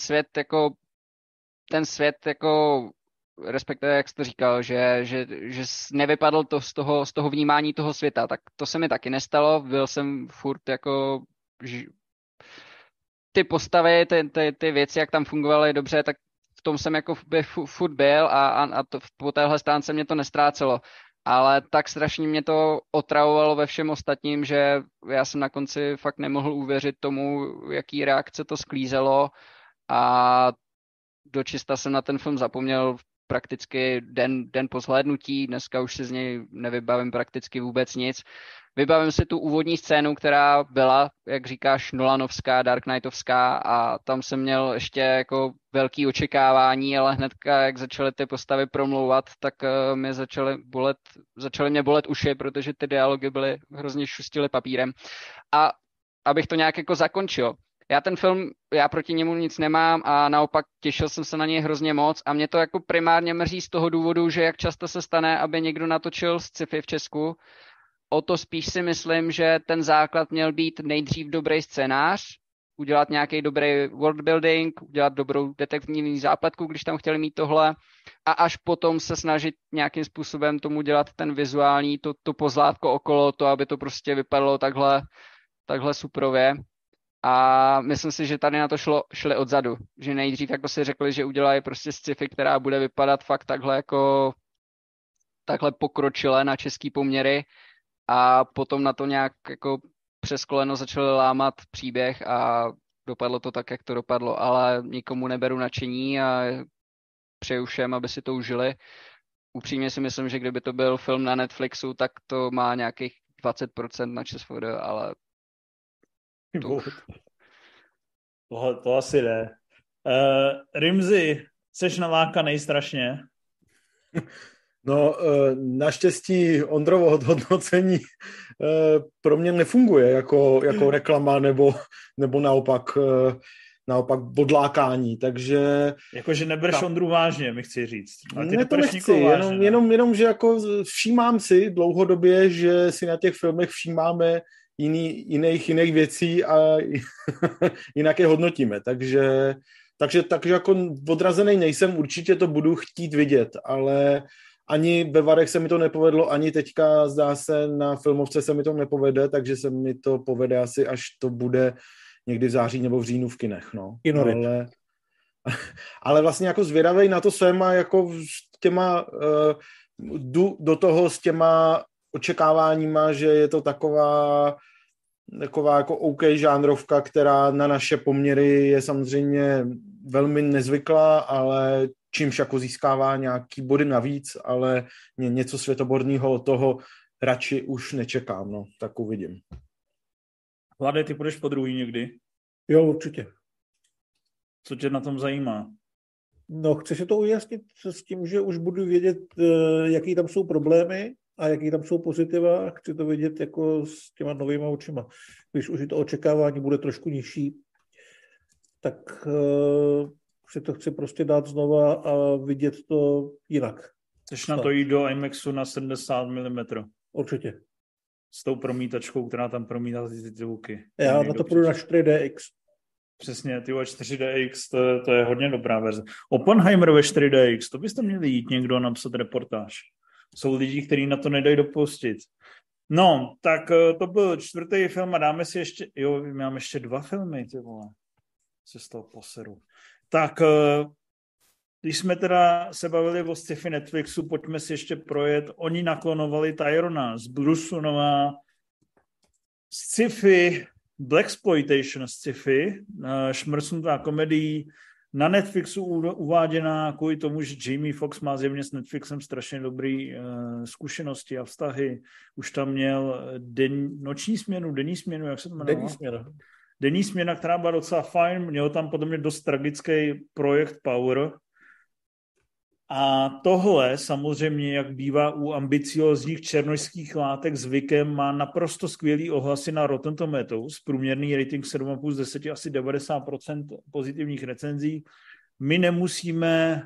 svět jako respektive, jak jsi to říkal, že nevypadl to z toho vnímání toho světa, tak to se mi taky nestalo. Byl jsem furt jako ty postavy, ty věci, jak tam fungovaly dobře, tak v tom jsem jako furt byl a to, po téhle stránce mě to nestrácelo. Ale tak strašně mě to otravovalo ve všem ostatním, že já jsem na konci fakt nemohl uvěřit tomu, jaký reakce to sklízelo a dočista jsem na ten film zapomněl prakticky den po zhlédnutí. Dneska už si z něj nevybavím prakticky vůbec nic. Vybavím si tu úvodní scénu, která byla, jak říkáš, Nolanovská, Dark Knightovská a tam jsem měl ještě jako velký očekávání, ale hnedka, jak začaly ty postavy promlouvat, tak mě začaly mě bolet uši, protože ty dialogy byly hrozně šustily papírem. A abych to nějak jako zakončil, já proti němu nic nemám a naopak těšil jsem se na něj hrozně moc a mě to jako primárně mrzí z toho důvodu, že jak často se stane, aby někdo natočil sci-fi v Česku, o to spíš si myslím, že ten základ měl být nejdřív dobrý scénář, udělat nějaký dobrý worldbuilding, udělat dobrou detektivní zápletku, když tam chtěli mít tohle a až potom se snažit nějakým způsobem tomu dělat ten vizuální, to pozlátko okolo, to, aby to prostě vypadalo takhle suprově. A myslím si, že tady na to šli odzadu, že nejdřív jako si řekli, že udělají prostě sci-fi, která bude vypadat fakt takhle pokročile na český poměry a potom na to nějak jako přes koleno začali lámat příběh a dopadlo to tak, jak to dopadlo, ale nikomu neberu nadšení a přeju všem, aby si to užili. Upřímně si myslím, že kdyby to byl film na Netflixu, tak to má nějakých 20% na ČSFD, ale to asi jde. Rimzi, seš nalákanej strašně? No, naštěstí Ondrovo hodnocení pro mě nefunguje jako reklama nebo naopak odlákání, takže... Jakože nebereš Ondru vážně, mi chci říct. Ale ty ne, to nechci, jenom, že jako všímám si dlouhodobě, že si na těch filmech všímáme jiných věcí a jinak je hodnotíme, takže jako odrazený nejsem, určitě to budu chtít vidět, ale ani ve Varech se mi to nepovedlo, ani teďka zdá se na filmovce se mi to nepovede, takže se mi to povede asi, až to bude někdy v září nebo v říjnu v kinech, no. Ale vlastně jako zvědavej na to jsem a jako s těma jdu do toho s těma očekáváníma, že je to taková jako OK žánrovka, která na naše poměry je samozřejmě velmi nezvyklá, ale čímž jako získává nějaký body navíc, ale něco světoborného od toho radši už nečekám, no, tak uvidím. Vlade, ty půjdeš po druhý někdy? Jo, určitě. Co tě na tom zajímá? No, chci si to ujasnit s tím, že už budu vědět, jaký tam jsou problémy a jaký tam jsou pozitiva. Chci to vidět jako s těma novýma očima. Když už to očekávání bude trošku nižší, tak si to chci prostě dát znova a vidět to jinak. Chceš na to jít do IMAXu na 70 mm? Určitě. S tou promítačkou, která tam promítá ty zvuky. Já na to půjdu na 4DX. Přesně, ty 4DX, to je hodně dobrá verze. Oppenheimer ve 4DX, to byste měli jít někdo a napsat reportáž. Jsou lidi, kteří na to nedají dopustit. No, tak to byl 4. film a dáme si ještě, mám ještě 2 filmy, ty vole. Se z toho poseru. Tak, když jsme teda se bavili o sci-fi Netflixu, pojďme si ještě projet. Oni naklonovali Tyrona z Brussonová sci-fi, blaxploitation sci-fi, šmrcnutá komedii, na Netflixu uváděná kvůli tomu, že Jamie Foxx má zjevně s Netflixem strašně dobrý zkušenosti a vztahy. Už tam měl denní směnu, jak se to jmenovalo? Denní směna, která byla docela fajn, měl tam podle mě dost tragický projekt Power. A tohle samozřejmě, jak bývá u ambiciózních černošských látek zvykem, má naprosto skvělý ohlasy na Rotten Tomatoes, průměrný rating 7,5 z 10, asi 90% pozitivních recenzí. My nemusíme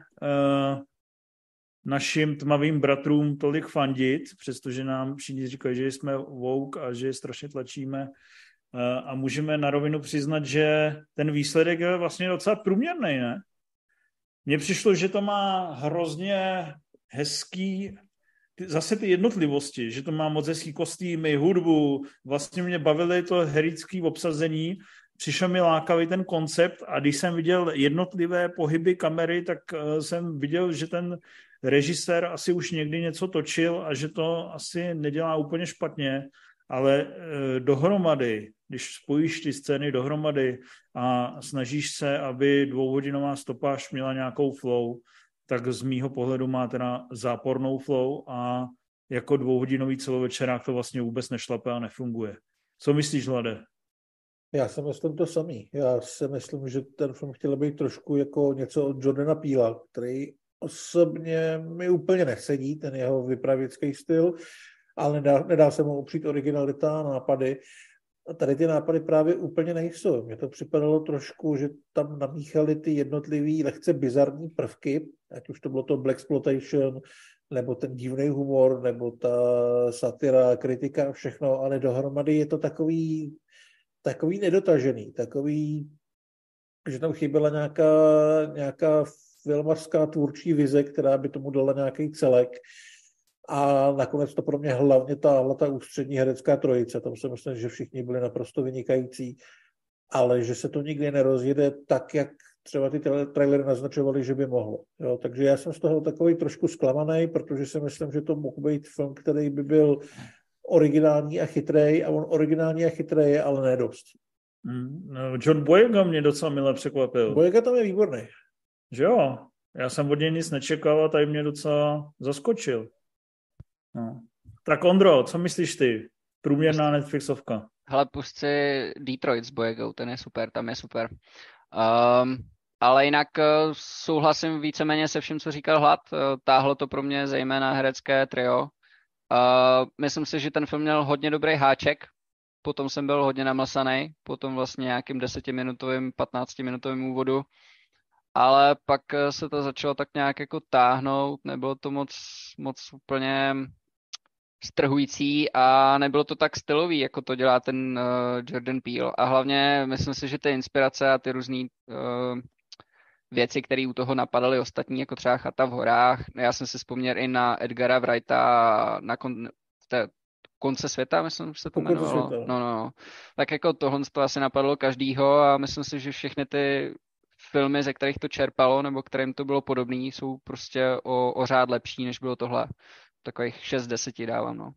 našim tmavým bratrům tolik fandit, přestože nám všichni říkají, že jsme woke a že je strašně tlačíme. A můžeme na rovinu přiznat, že ten výsledek je vlastně docela průměrný, ne? Mně přišlo, že to má hrozně hezký, zase ty jednotlivosti, že to má moc hezký kostýmy, hudbu, vlastně mě bavily to herecké obsazení, přišel mi lákavý ten koncept a když jsem viděl jednotlivé pohyby kamery, tak jsem viděl, že ten režisér asi už někdy něco točil a že to asi nedělá úplně špatně, ale dohromady, když spojíš ty scény dohromady a snažíš se, aby 2hodinová stopáž měla nějakou flow, tak z mýho pohledu má teda zápornou flow a jako 2hodinový celovečerák to vlastně vůbec nešlape a nefunguje. Co myslíš, Vlade? Já si myslím to samý. Já si myslím, že ten film chtěl být trošku jako něco od Jordana Peela, který osobně mi úplně nesedí, ten jeho vypravěcký styl, ale nedá se mu upřít originalita a nápady. A tady ty nápady právě úplně nejsou. Mně to připadalo trošku, že tam namíchali ty jednotlivý lehce bizarní prvky, ať už to bylo to blaxploitation, nebo ten divný humor, nebo ta satira, kritika a všechno, ale dohromady je to takový nedotažený, takový, že tam chyběla nějaká filmařská tvůrčí vize, která by tomu dala nějaký celek. A nakonec to pro mě hlavně táhla ta ústřední herecká trojice. Tam si myslím, že všichni byli naprosto vynikající, ale že se to nikdy nerozjede tak, jak třeba ty trailery naznačovaly, že by mohlo. Jo, takže já jsem z toho takový trošku zklamaný, protože si myslím, že to mohl být film, který by byl originální a chytrej, a on originální a chytrej je, ale ne dost. John Boyega mě docela mile překvapil. Boyega tam je výborný. Že jo? Já jsem od něj nic nečekal a tady mě docela zaskočil. No. Tak Ondro, co myslíš ty? Průměrná Netflixovka. Hele, pusť si Detroit s Boyegou, ten je super, tam je super. Ale jinak souhlasím víceméně se vším, co říkal Hlad. Táhlo to pro mě zejména herecké trio. Myslím si, že ten film měl hodně dobrý háček, potom jsem byl hodně namlsanej, potom vlastně nějakým 10-minutovým, 15-minutovým úvodu, ale pak se to začalo tak nějak jako táhnout, nebylo to moc úplně strhující a nebylo to tak stylový, jako to dělá ten Jordan Peele. A hlavně myslím si, že ty inspirace a ty různý věci, které u toho napadaly ostatní, jako třeba Chata v horách. Já jsem si vzpomněl i na Edgara Wrighta na konce světa, myslím, že se to jmenovalo. No. Tak jako tohle to asi napadlo každýho a myslím si, že všechny ty filmy, ze kterých to čerpalo, nebo kterým to bylo podobné, jsou prostě o řád lepší, než bylo tohle. Takových 6-10 dávám, no.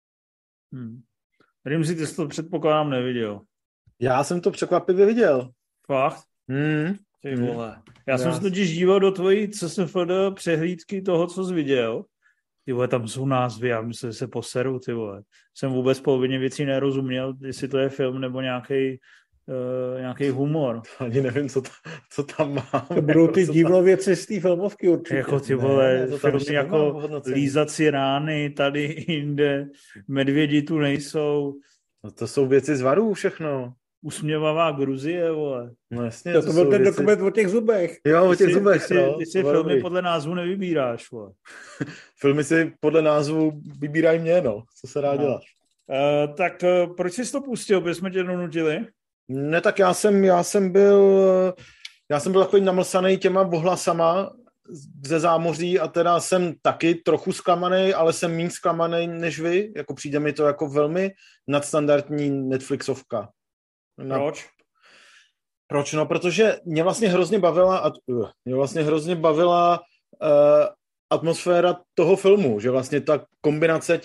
Rimzi, ty jsi to předpokládám neviděl. Já jsem to překvapivě viděl. Fakt? Ty vole. Já jsem se totiž díval do tvojí CSFD přehlídky toho, co jsi viděl. Ty vole, tam jsou názvy, já myslím, že se poseru, ty vole. Jsem vůbec polovině věcí nerozuměl, jestli to je film nebo nějaký humor. Ani nevím, co tam mám. To budou ty divnověci z té filmovky určitě. Jako ty vole, filmy jako Lízat si rány, tady jinde, Medvědi tu nejsou. No to jsou věci z varů všechno. Usměvavá Gruzie, vole. No jasně. To byl ten dokument o těch zubech. Jo, o těch zubech, Ty si filmy podle názvu nevybíráš, vole. Filmy si podle názvu vybírají mě, no. Co se dá dělat? Tak proč jsi to pustil? Protože jsme tě donutili? Ne, tak já jsem byl takový namlsaný těma ohlasama ze zámoří a teda jsem taky trochu zklamaný, ale jsem méně zklamaný než vy. Jako přijde mi to jako velmi nadstandardní Netflixovka. Proč? No, protože mě vlastně hrozně bavila atmosféra toho filmu, že vlastně ta kombinace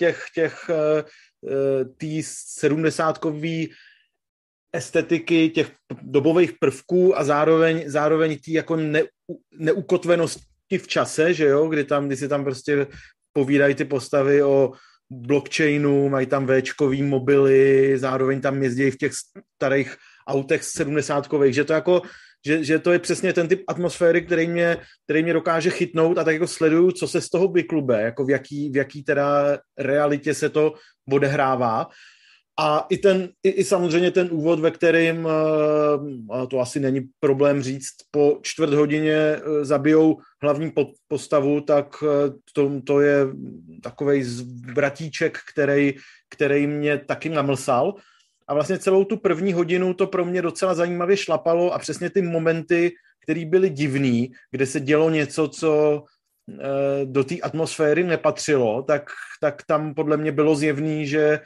tý 70kový estetiky, těch dobových prvků a zároveň tý jako neukotvenosti v čase, že jo, kdy si tam prostě povídají ty postavy o blockchainu, mají tam véčkový mobily, zároveň tam jezdí v těch starých autech 70kových, že to jako, že to je přesně ten typ atmosféry, který mě dokáže chytnout a tak jako sleduju, co se z toho vyklube, jako v jaký teda realitě se to odehrává. A i samozřejmě ten úvod, ve kterým, a to asi není problém říct, po 4 hodině zabijou hlavní postavu, tak to je takovej zvratíček, který mě taky namlsal. A vlastně celou tu první hodinu to pro mě docela zajímavě šlapalo a přesně ty momenty, které byly divný, kde se dělo něco, co do té atmosféry nepatřilo, tak tam podle mě bylo zjevný, že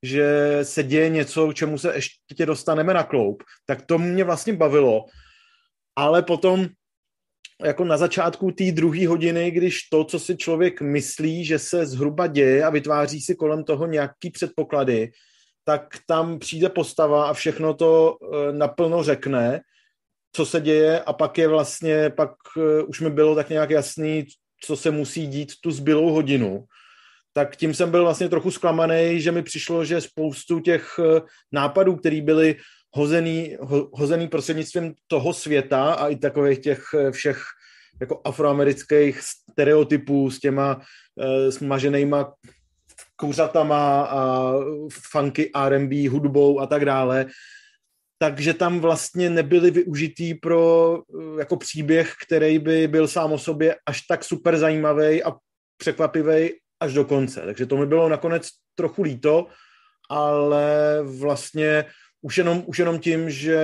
že se děje něco, k čemu se ještě dostaneme na kloup, tak to mě vlastně bavilo. Ale potom jako na začátku té druhé hodiny, když to, co si člověk myslí, že se zhruba děje a vytváří si kolem toho nějaký předpoklady, tak tam přijde postava a všechno to naplno řekne, co se děje a pak je vlastně, pak už mi bylo tak nějak jasný, co se musí dít tu zbylou hodinu. Tak tím jsem byl vlastně trochu zklamaný, že mi přišlo, že spoustu těch nápadů, které byly hozený prostřednictvím toho světa a i takových těch všech jako afroamerických stereotypů s těma smaženýma kuřatama a funky R&B hudbou a tak dále, takže tam vlastně nebyly využitý pro jako příběh, který by byl sám o sobě až tak super zajímavý a překvapivý až do konce. Takže to mi bylo nakonec trochu líto, ale vlastně už jenom tím, že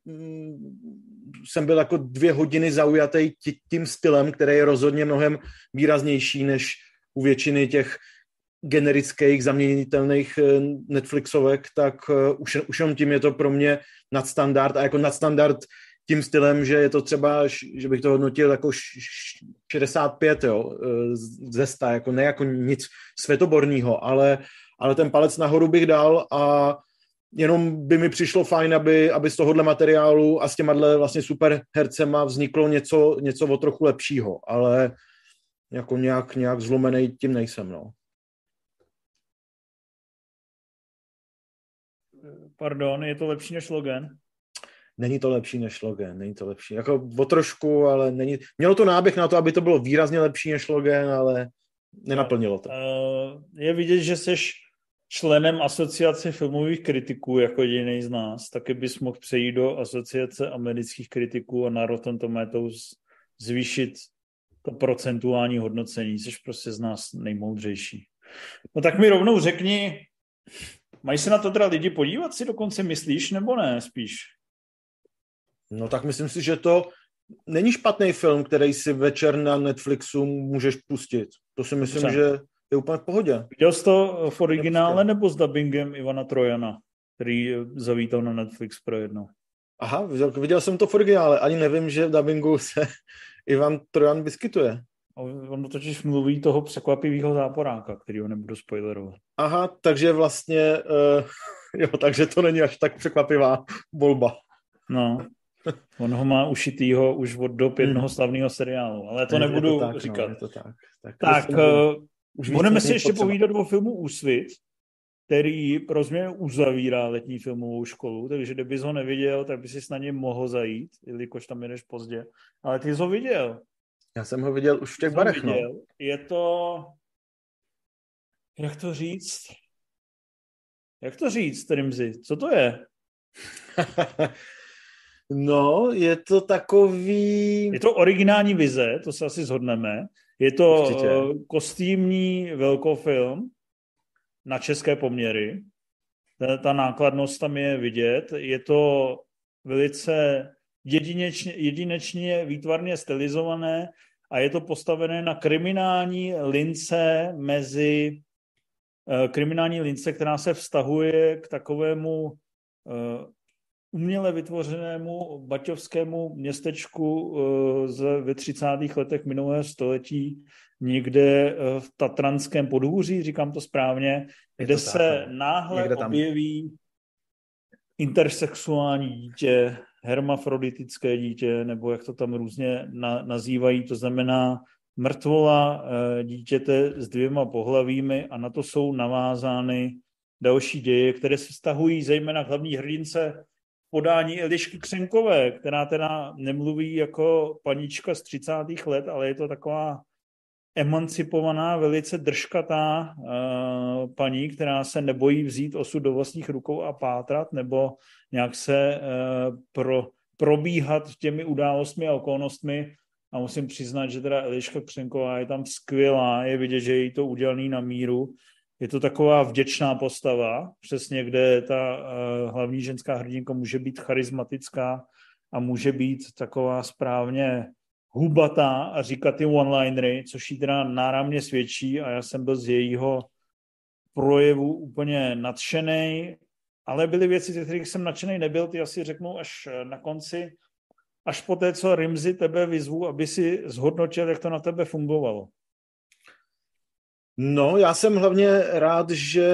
jsem byl jako 2 hodiny zaujatý tím stylem, který je rozhodně mnohem výraznější než u většiny těch generických, zaměnitelných Netflixovek, tak už jenom tím je to pro mě nadstandard a jako nadstandard tím stylem, že je to třeba, že bych to hodnotil jako 65, jo, ze 100, jako ne jako nic světoborného, ale ten palec nahoru bych dal a jenom by mi přišlo fajn, aby z tohohle materiálu a s těma vlastně super hercema vzniklo něco o trochu lepšího, ale jako nějak zlomenej tím nejsem, no. Pardon, je to lepší než Logan? Není to lepší než Logan, není to lepší. Jako o trošku, ale není... Mělo to náběh na to, aby to bylo výrazně lepší než Logan, ale nenaplnilo to. Je vidět, že seš členem asociace filmových kritiků jako jediný z nás, taky bys mohl přejít do asociace amerických kritiků a na Rotten Tomatoes zvýšit to procentuální hodnocení. Jsi prostě z nás nejmoudřejší. No tak mi rovnou řekni, mají se na to teda lidi podívat, si dokonce myslíš, nebo ne spíš? No tak myslím si, že to není špatný film, který si večer na Netflixu můžeš pustit. To si myslím, že je úplně v pohodě. Viděl jsi to v originále nebo s dubbingem Ivana Trojana, který zavítal na Netflix pro jednou? Aha, viděl jsem to v originále. Ani nevím, že v dubbingu se Ivan Trojan vyskytuje. On totiž mluví toho překvapivého záporáka, kterýho nebudu spoilerovat. Aha, takže vlastně, takže to není až tak překvapivá volba. No, on ho má ušitýho už od dob jednoho slavného seriálu, ale to nebudu tak, říkat. No, je to tak. Tak budeme si ještě povídat o filmu Úsvit, který pro změnu uzavírá letní filmovou školu, takže kdybys ho neviděl, tak bys si na něj mohl zajít, jelikož tam jedeš pozdě. Ale ty jsi ho viděl. Já jsem ho viděl už v těch barech, no. Je to... Jak to říct, Trimzy? Co to je? No, je to takový... Je to originální vize, to se asi shodneme. Je to kostýmní velkofilm na české poměry. Ta nákladnost tam je vidět. Je to velice jedinečně výtvarně stylizované a je to postavené na kriminální lince, která se vztahuje k takovému uměle vytvořenému baťovskému městečku ve 30. letech minulého století, někde v Tatranském podhůří, říkám to správně, kde se náhle objeví intersexuální dítě, hermafroditické dítě, nebo jak to tam různě nazývají, to znamená mrtvola dítěte s 2 pohlavími a na to jsou navázány další děje, které se vztahují zejména k hlavní hrdince podání Elišky Křenkové, která teda nemluví jako panička z 30. let, ale je to taková emancipovaná, velice držkatá paní, která se nebojí vzít osud do vlastních rukou a pátrat, nebo nějak se probíhat těmi událostmi a okolnostmi. A musím přiznat, že teda Eliška Křenková je tam skvělá, je vidět, že je jí to udělaný na míru. Je to taková vděčná postava, přesně kde ta hlavní ženská hrdinka může být charismatická a může být taková správně hubatá a říkat ty one-linery, což jí teda náramně svědčí a já jsem byl z jejího projevu úplně nadšený, ale byly věci, ze kterých jsem nadšený nebyl, ty asi řeknu až na konci, až po té, co Rimzi tebe vyzvu, aby si zhodnotil, jak to na tebe fungovalo. No, já jsem hlavně rád, že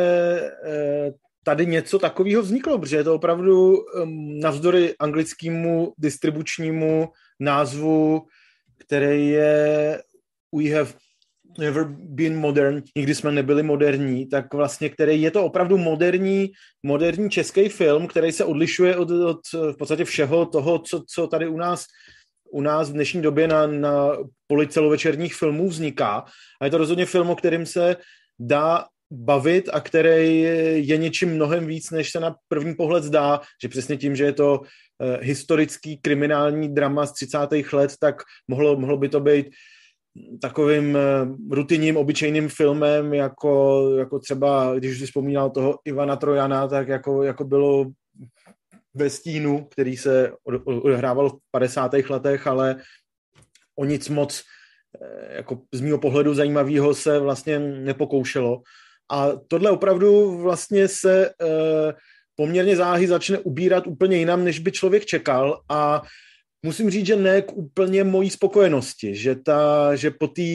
tady něco takového vzniklo, protože je to opravdu navzdory anglickému distribučnímu názvu, který je We have never been modern, nikdy jsme nebyli moderní, tak vlastně, který je to opravdu moderní český film, který se odlišuje od v podstatě všeho toho, co tady u nás v dnešní době na poli celovečerních filmů vzniká. A je to rozhodně film, o kterým se dá bavit a který je něčím mnohem víc, než se na první pohled zdá, že přesně tím, že je to historický kriminální drama z 30. let, tak mohlo by to být takovým rutinním, obyčejným filmem, jako třeba, když už si vzpomínal toho Ivana Trojana, tak jako bylo Ve stínu, který se odehrával v 50. letech, ale o nic moc jako z mýho pohledu zajímavého se vlastně nepokoušelo. A tohle opravdu vlastně se poměrně záhy začne ubírat úplně jinam, než by člověk čekal, a musím říct, že ne k úplně mojí spokojenosti, že po té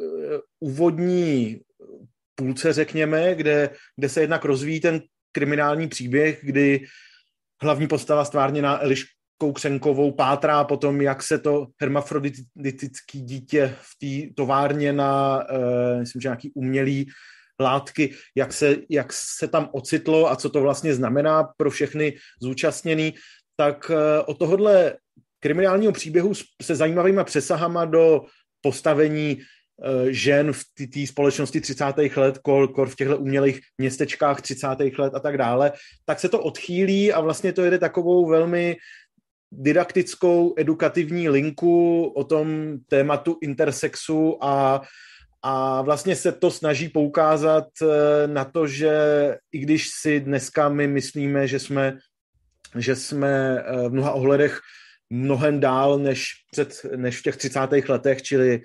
úvodní půlce, řekněme, kde se jednak rozvíjí ten kriminální příběh, kdy hlavní postava stvárněná Eliškou Křenkovou pátrá potom, jak se to hermafroditické dítě v té továrně na, myslím, že nějaký umělý látky, jak se tam ocitlo a co to vlastně znamená pro všechny zúčastněný, tak od tohohle kriminálního příběhu se zajímavýma přesahama do postavení žen v té společnosti 30. let, kor v těchto umělých městečkách 30. let a tak dále, tak se to odchýlí a vlastně to jede takovou velmi didaktickou, edukativní linku o tom tématu intersexu a vlastně se to snaží poukázat na to, že i když si dneska my myslíme, že jsme v mnoha ohledech mnohem dál než v těch 30. letech, čili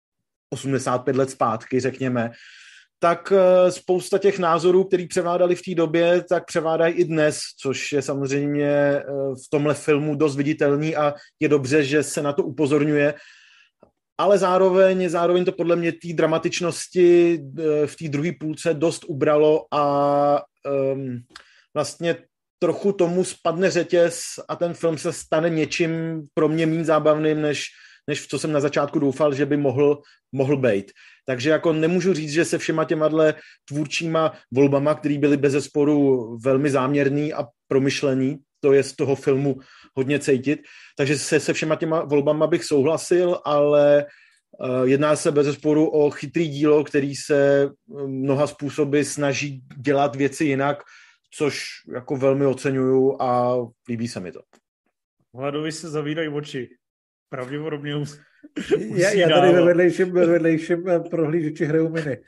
85 let zpátky, řekněme, tak spousta těch názorů, který převládaly v té době, tak převládají i dnes, což je samozřejmě v tomhle filmu dost viditelný a je dobře, že se na to upozorňuje, ale zároveň to podle mě té dramatičnosti v té druhé půlce dost ubralo a vlastně trochu tomu spadne řetěz a ten film se stane něčím pro mě méně zábavným, než v co jsem na začátku doufal, že by mohl být. Takže jako nemůžu říct, že se všema těma tvůrčíma volbama, které byly bezesporu velmi záměrný a promyšlený, to je z toho filmu hodně cítit, takže se všema těma volbama bych souhlasil, ale jedná se bezesporu o chytrý dílo, který se mnoha způsoby snaží dělat věci jinak, což jako velmi oceňuju a líbí se mi to. Vladovi se zavírají oči. Pravděpodobně já tady ve vedlejším prohlížeči hraju mini.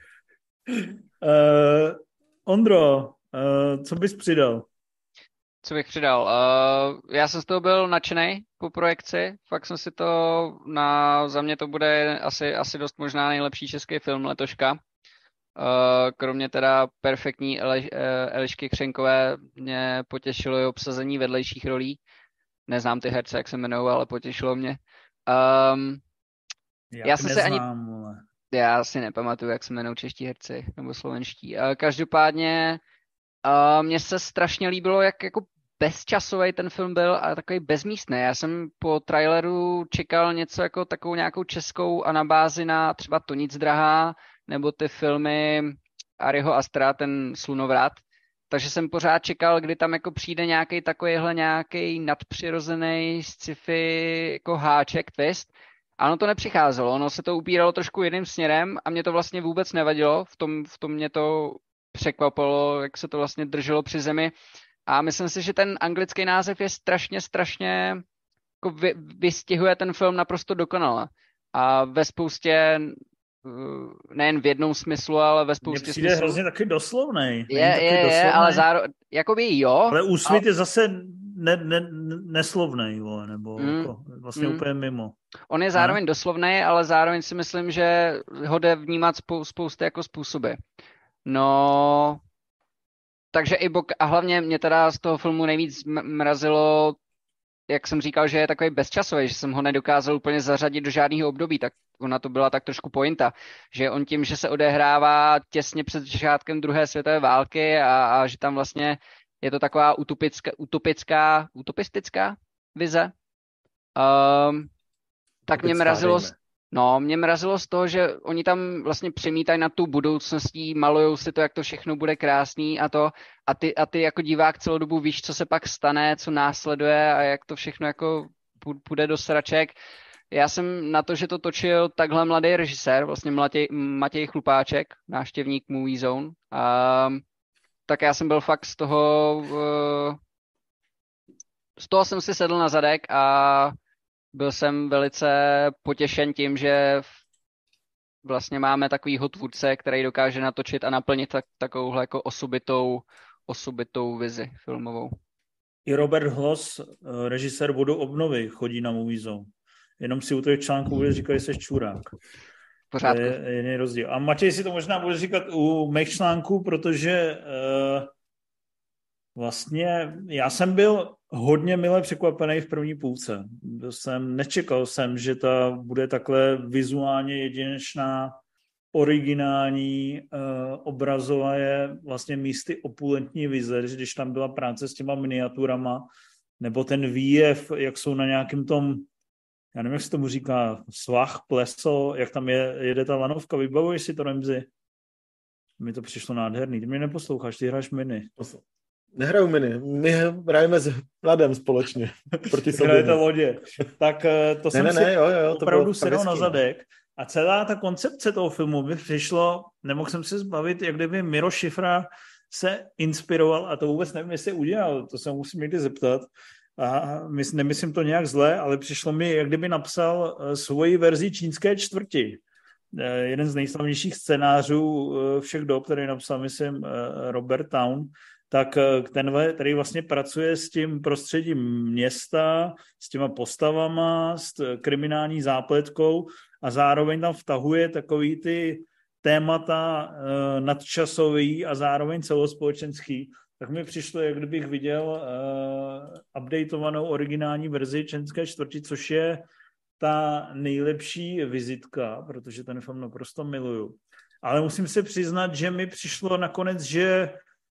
Ondro, co bys přidal? Co bych přidal? Já jsem z toho byl nadšenej po projekci. Fakt jsem si to, za mě to bude asi dost možná nejlepší český film letoška. Kromě teda perfektní Elišky Křenkové mě potěšilo i obsazení vedlejších rolí. Neznám ty herce, jak se jmenují, ale potěšilo mě. Já si nepamatuju, jak se jmenují čeští herci nebo slovenští. Každopádně mně se strašně líbilo, jak jako bezčasový ten film byl a takový bezmístný. Já jsem po traileru čekal něco jako takovou nějakou českou anabázi na třeba To nic drahá, nebo ty filmy Ariho Astra, ten Slunovrat. Takže jsem pořád čekal, kdy tam jako přijde nějaký nadpřirozený sci-fi jako háček, twist. A ono to nepřicházelo, ono se to upíralo trošku jiným směrem a mě to vlastně vůbec nevadilo. V tom mě to překvapilo, jak se to vlastně drželo při zemi. A myslím si, že ten anglický název je strašně jako vystihuje ten film naprosto dokonale. A ve spoustě, nejen v jednom smyslu, ale ve spoustě smyslů. Mně přijde hrozně taky doslovnej. Je, ale zároveň, jakoby jo. Ale Úsvit je zase neslovnej, nebo jako vlastně úplně mimo. On je zároveň doslovnej, ale zároveň si myslím, že ho jde vnímat spousty jako způsoby. No, takže a hlavně mě teda z toho filmu nejvíc mrazilo, jak jsem říkal, že je takový bezčasový, že jsem ho nedokázal úplně zařadit do žádného období, tak ona to byla tak trošku pointa, že on tím, že se odehrává těsně před začátkem druhé světové války a že tam vlastně je to taková utopistická vize, tak mě mrazilo z toho, že oni tam vlastně přemítají na tu budoucností, malujou si to, jak to všechno bude krásný a ty jako divák celou dobu víš, co se pak stane, co následuje a jak to všechno jako půjde do sraček. Já jsem na to, že to točil takhle mladý režisér, vlastně Matěj Chlupáček, návštěvník Movie Zone, tak já jsem byl fakt z toho jsem si sedl na zadek a byl jsem velice potěšen tím, že vlastně máme takovýho tvůrce, který dokáže natočit a naplnit takovouhle jako osobitou vizi filmovou. I Robert Hloss, režisér Vodu obnovy, chodí na Movie Zone. Jenom si u těch článků bude říkat, že jsi čurák. Pořádku. To je jiný rozdíl. A Matěj si to možná bude říkat u mých článků, protože vlastně já jsem byl hodně mile překvapený v první půlce. Nečekal jsem, že ta bude takhle vizuálně jedinečná, originální, obrazová je vlastně místy opulentní vize, když tam byla práce s těma miniaturama, nebo ten výjev, jak jsou na nějakém tom, já nevím, jak se tomu říká, svah, pleso, jak tam jede ta lanovka, vybavuješ si to, Remzi? Mi to přišlo nádherný. Ty mě neposloucháš, ty hráš mini. Nehraju mini, my hrajeme s Vladem společně. Proti sobě. Hrajete lodě. Tak to jsem si opravdu sedl na zadek a celá ta koncepce toho filmu mi přišlo, nemohl jsem se zbavit, jak kdyby Miro Šifra se inspiroval a to vůbec nevím, jestli udělal, to se musím někdy zeptat. A nemyslím to nějak zle, ale přišlo mi, jak kdyby napsal svoji verzi Čínské čtvrti. Jeden z nejslavnějších scénářů všech dob, který napsal, myslím, Robert Town, tak tenhle, který vlastně pracuje s tím prostředím města, s těma postavama, s kriminální zápletkou a zároveň tam vtahuje takový ty témata nadčasový a zároveň celospolečenský, tak mi přišlo, jak kdybych viděl updateovanou originální verzi Čínské čtvrti, což je ta nejlepší vizitka, protože ten film naprosto miluju. Ale musím se přiznat, že mi přišlo nakonec, že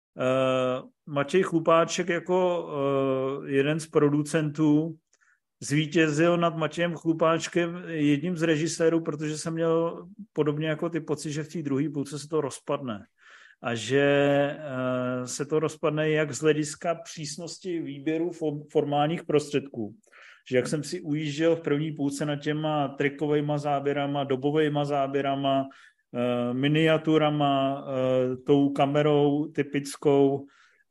Matěj Chlupáček jako jeden z producentů zvítězil nad Matějem Chlupáčkem, jedním z režisérů, protože jsem měl podobně jako ty pocit, že v té druhé půlce se to rozpadne. A že se to rozpadne jak z hlediska přísnosti výběru formálních prostředků. Že jak jsem si ujížděl v první půlce nad těma trikovejma záběrama, dobovejma záběrama, miniaturama, tou kamerou typickou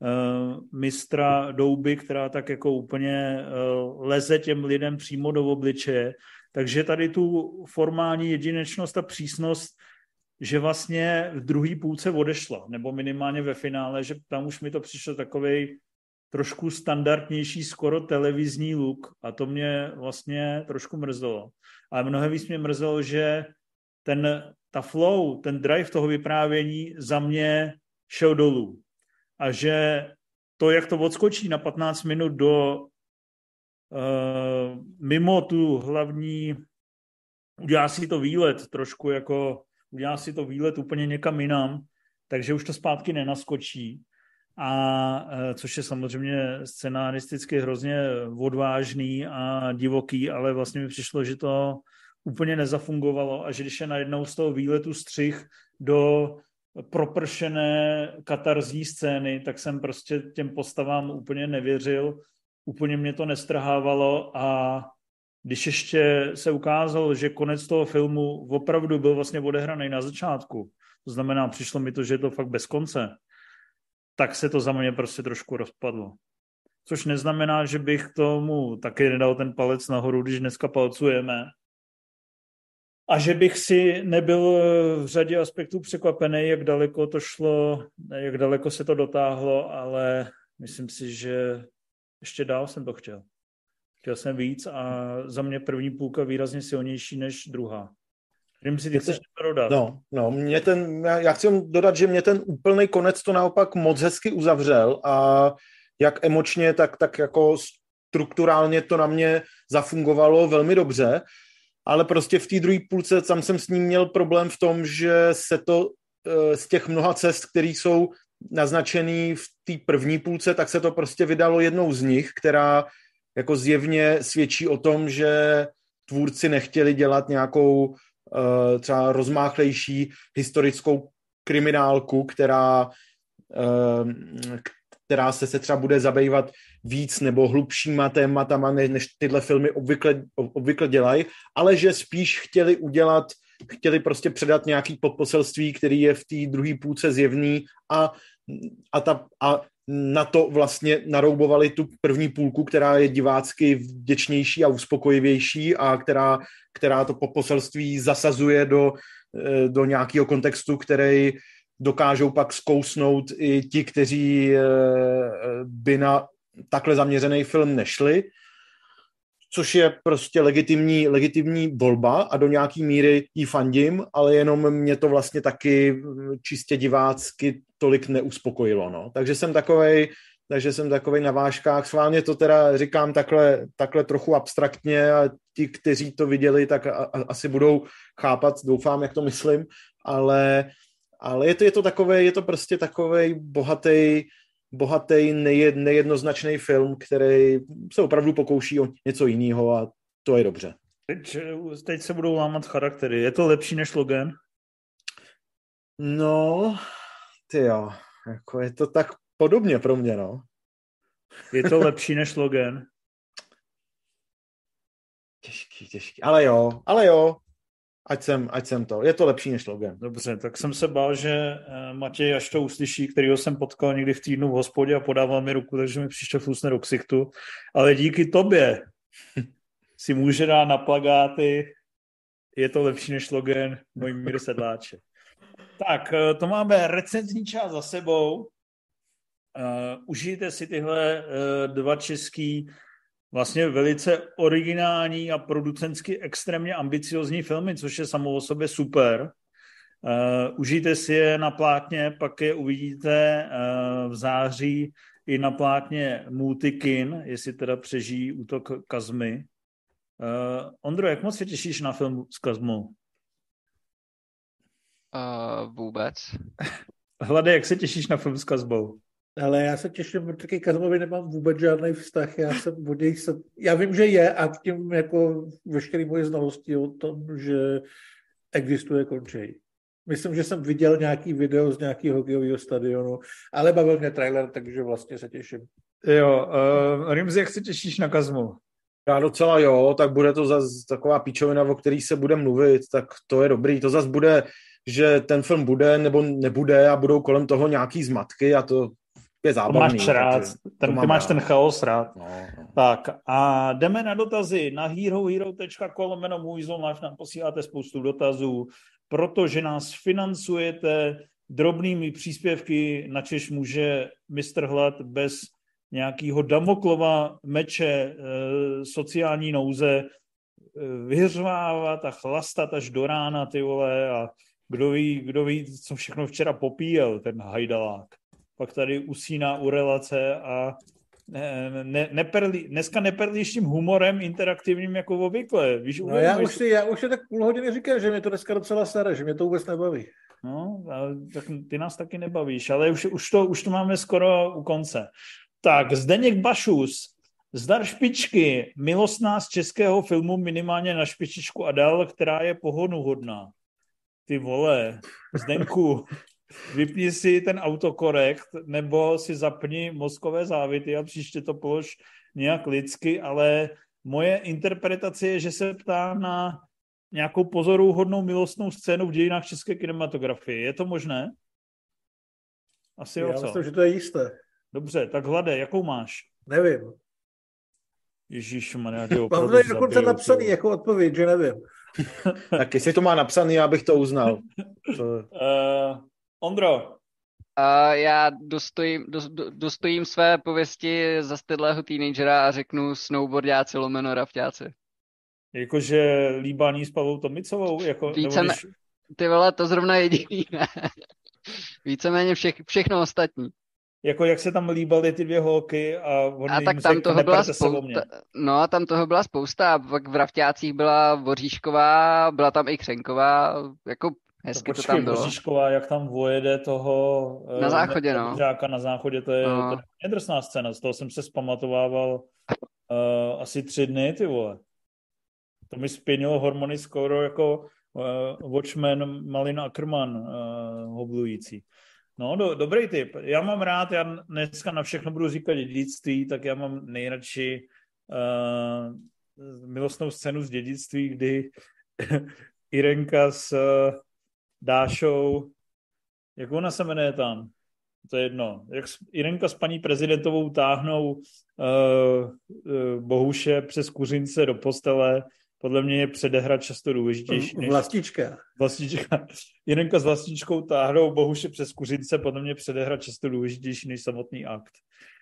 mistra Douby, která tak jako úplně leze těm lidem přímo do obličeje. Takže tady tu formální jedinečnost a přísnost, že vlastně v druhé půlce odešla, nebo minimálně ve finále, že tam už mi to přišlo takovej trošku standardnější, skoro televizní look a to mě vlastně trošku mrzelo. Ale mnohem víc mě mrzelo, že ta flow, ten drive toho vyprávění za mě šel dolů. A že to, jak to odskočí na 15 minut do mimo tu hlavní, udělá si to výlet trošku jako, udělá si to výlet úplně někam jinam, takže už to zpátky nenaskočí. A což je samozřejmě scenaristicky hrozně odvážný a divoký, ale vlastně mi přišlo, že to úplně nezafungovalo a že když je najednou z toho výletu střih do propršené katarzní scény, tak jsem prostě těm postavám úplně nevěřil, úplně mě to nestrhávalo a když ještě se ukázalo, že konec toho filmu opravdu byl vlastně odehraný na začátku, to znamená, přišlo mi to, že je to fakt bez konce, tak se to za mě prostě trošku rozpadlo. Což neznamená, že bych tomu taky nedal ten palec nahoru, když dneska palcujeme. A že bych si nebyl v řadě aspektů překvapený, jak daleko to šlo, jak daleko se to dotáhlo, ale myslím si, že ještě dál jsem to chtěl. Chtěl jsem víc a za mě první půlka výrazně silnější než druhá. Vím si, ty chceš dodat. Já chci jen dodat, že mě ten úplný konec to naopak moc hezky uzavřel a jak emočně, tak jako strukturálně to na mě zafungovalo velmi dobře, ale prostě v té druhé půlce tam jsem s ním měl problém v tom, že se to z těch mnoha cest, které jsou naznačený v té první půlce, tak se to prostě vydalo jednou z nich, která jako zjevně svědčí o tom, že tvůrci nechtěli dělat nějakou třeba rozmáchlejší historickou kriminálku, která se třeba bude zabývat víc nebo hlubšíma tématama, než tyhle filmy obvykle dělají, ale že spíš chtěli prostě předat nějaký podposelství, který je v té druhé půlce zjevný a na to vlastně naroubovali tu první půlku, která je divácky vděčnější a uspokojivější a která to poselství zasazuje do nějakého kontextu, který dokážou pak zkousnout i ti, kteří by na takhle zaměřený film nešli, což je prostě legitimní volba a do nějaký míry jí fandím, ale jenom mě to vlastně taky čistě divácky tolik neuspokojilo. No. Takže jsem takovej na vážkách. Schválně to teda říkám takhle trochu abstraktně a ti, kteří to viděli, tak asi budou chápat, doufám, jak to myslím, ale je to prostě takovej bohatý, nejednoznačný film, který se opravdu pokouší o něco jiného a to je dobře. Teď se budou lámat charaktery. Je to lepší než Logan? No, tyjo, jako je to tak podobně pro mě, no. Je to lepší než Logan? Těžký. Ale jo. Ať jsem to. Je to lepší než Logan. Dobře, tak jsem se bál, že Matěj, až to uslyší, kterýho jsem potkal někdy v týdnu v hospodě a podával mi ruku, takže mi příště flusne do ksichtu. Ale díky tobě si může dát na plagáty Je to lepší než Logan, můj Mír Sedláče. Tak, to máme recenzní část za sebou. Užijte si tyhle dva český vlastně velice originální a producentsky extrémně ambiciozní filmy, což je samo o sobě super. Užijte si je na plátně, pak je uvidíte v září i na plátně Multikin, jestli teda přežijí útok Kazmy. Ondro, jak moc se těšíš na film s Kazmou? Vůbec. Hlade, jak se těšíš na film s Kazmou? Ale já se těším, protože k Kazmovi nemám vůbec žádný vztah. Já vím, že je a tím jako veškeré moje znalosti o tom, že existuje, končí. Myslím, že jsem viděl nějaký video z nějakého hokejového stadionu, ale bavil mě trailer, takže vlastně se těším. Jo, Rimzi, jak se těšíš na Kazmu? Já docela jo, tak bude to zase taková píčovina, o který se bude mluvit, tak to je dobrý. To zase bude, že ten film bude nebo nebude a budou kolem toho nějaký zmatky a to je zábavný. To máš rád, ty máš ten chaos rád. No. Tak a jdeme na dotazy. Na herohero.com/MoviesOnLive nám posíláte spoustu dotazů, protože nás financujete drobnými příspěvky, načež může Mr. Hlad bez nějakého Damoklova meče sociální nouze vyhřvávat a chlastat až do rána, ty vole, a kdo ví, co všechno včera popíjel, ten hajdalák. Pak tady usíná u relace a dneska neperlíš tím humorem interaktivním jako obvykle. Víš, no já už je tak půl hodiny říkal, že mě to dneska docela staré, že mě to vůbec nebaví. No, tak ty nás taky nebavíš, ale už to máme skoro u konce. Tak, Zdeněk Bašus, zdar špičky, milostná z českého filmu minimálně na špičičku a dál, která je pohoduhodná. Ty vole, Zdenku, vypni si ten autokorekt, nebo si zapni mozkové závity a příště to polož nějak lidsky, ale moje interpretace je, že se ptá na nějakou pozoruhodnou milostnou scénu v dějinách české kinematografie. Je to možné? Asi Já o co? myslím, že to je jisté. Dobře, tak Hlade, jakou máš? Nevím. Ježišmarja, mám tady dokonce napsaný jako odpověď, že nevím. Tak jestli to má napsaný, já bych to uznal. Ondro. Já dostojím své pověsti za stydlého teenagera a řeknu snowboardáci / rafťáci. Jakože líbání s Pavlou Tomicovou? Jako, Ty vole, to zrovna jediný, ne? Víceméně všechno ostatní. Jako jak se tam líbaly ty dvě holky a on a tak tam toho byla spousta. No a tam toho byla spousta. A pak v Rafťácích byla Voříšková, byla tam i Křenková, jako hezky to tam bylo. Voříšková, jak tam vojede toho na záchodě, no. Na záchodě, to je drsná scéna. Z toho jsem se zpamatovával asi 3 dny, ty vole. To mi spěnilo hormony skoro jako Watchmen Malin Ackerman hoblující. No, dobrý tip. Já mám rád, já dneska na všechno budu říkat dědictví, tak já mám nejradši milostnou scénu z dědictví, kdy Irenka s Dášou, jak ona se jmenuje tam? To je jedno. Jak Irenka s paní prezidentovou táhnou Bohuše přes kuřince do postele, podle mě je předehra často důležitější. Vlastička. Jirenka s vlastičkou táhnou Bohuše přes kuřince, podle mě předehra často důležitější než samotný akt.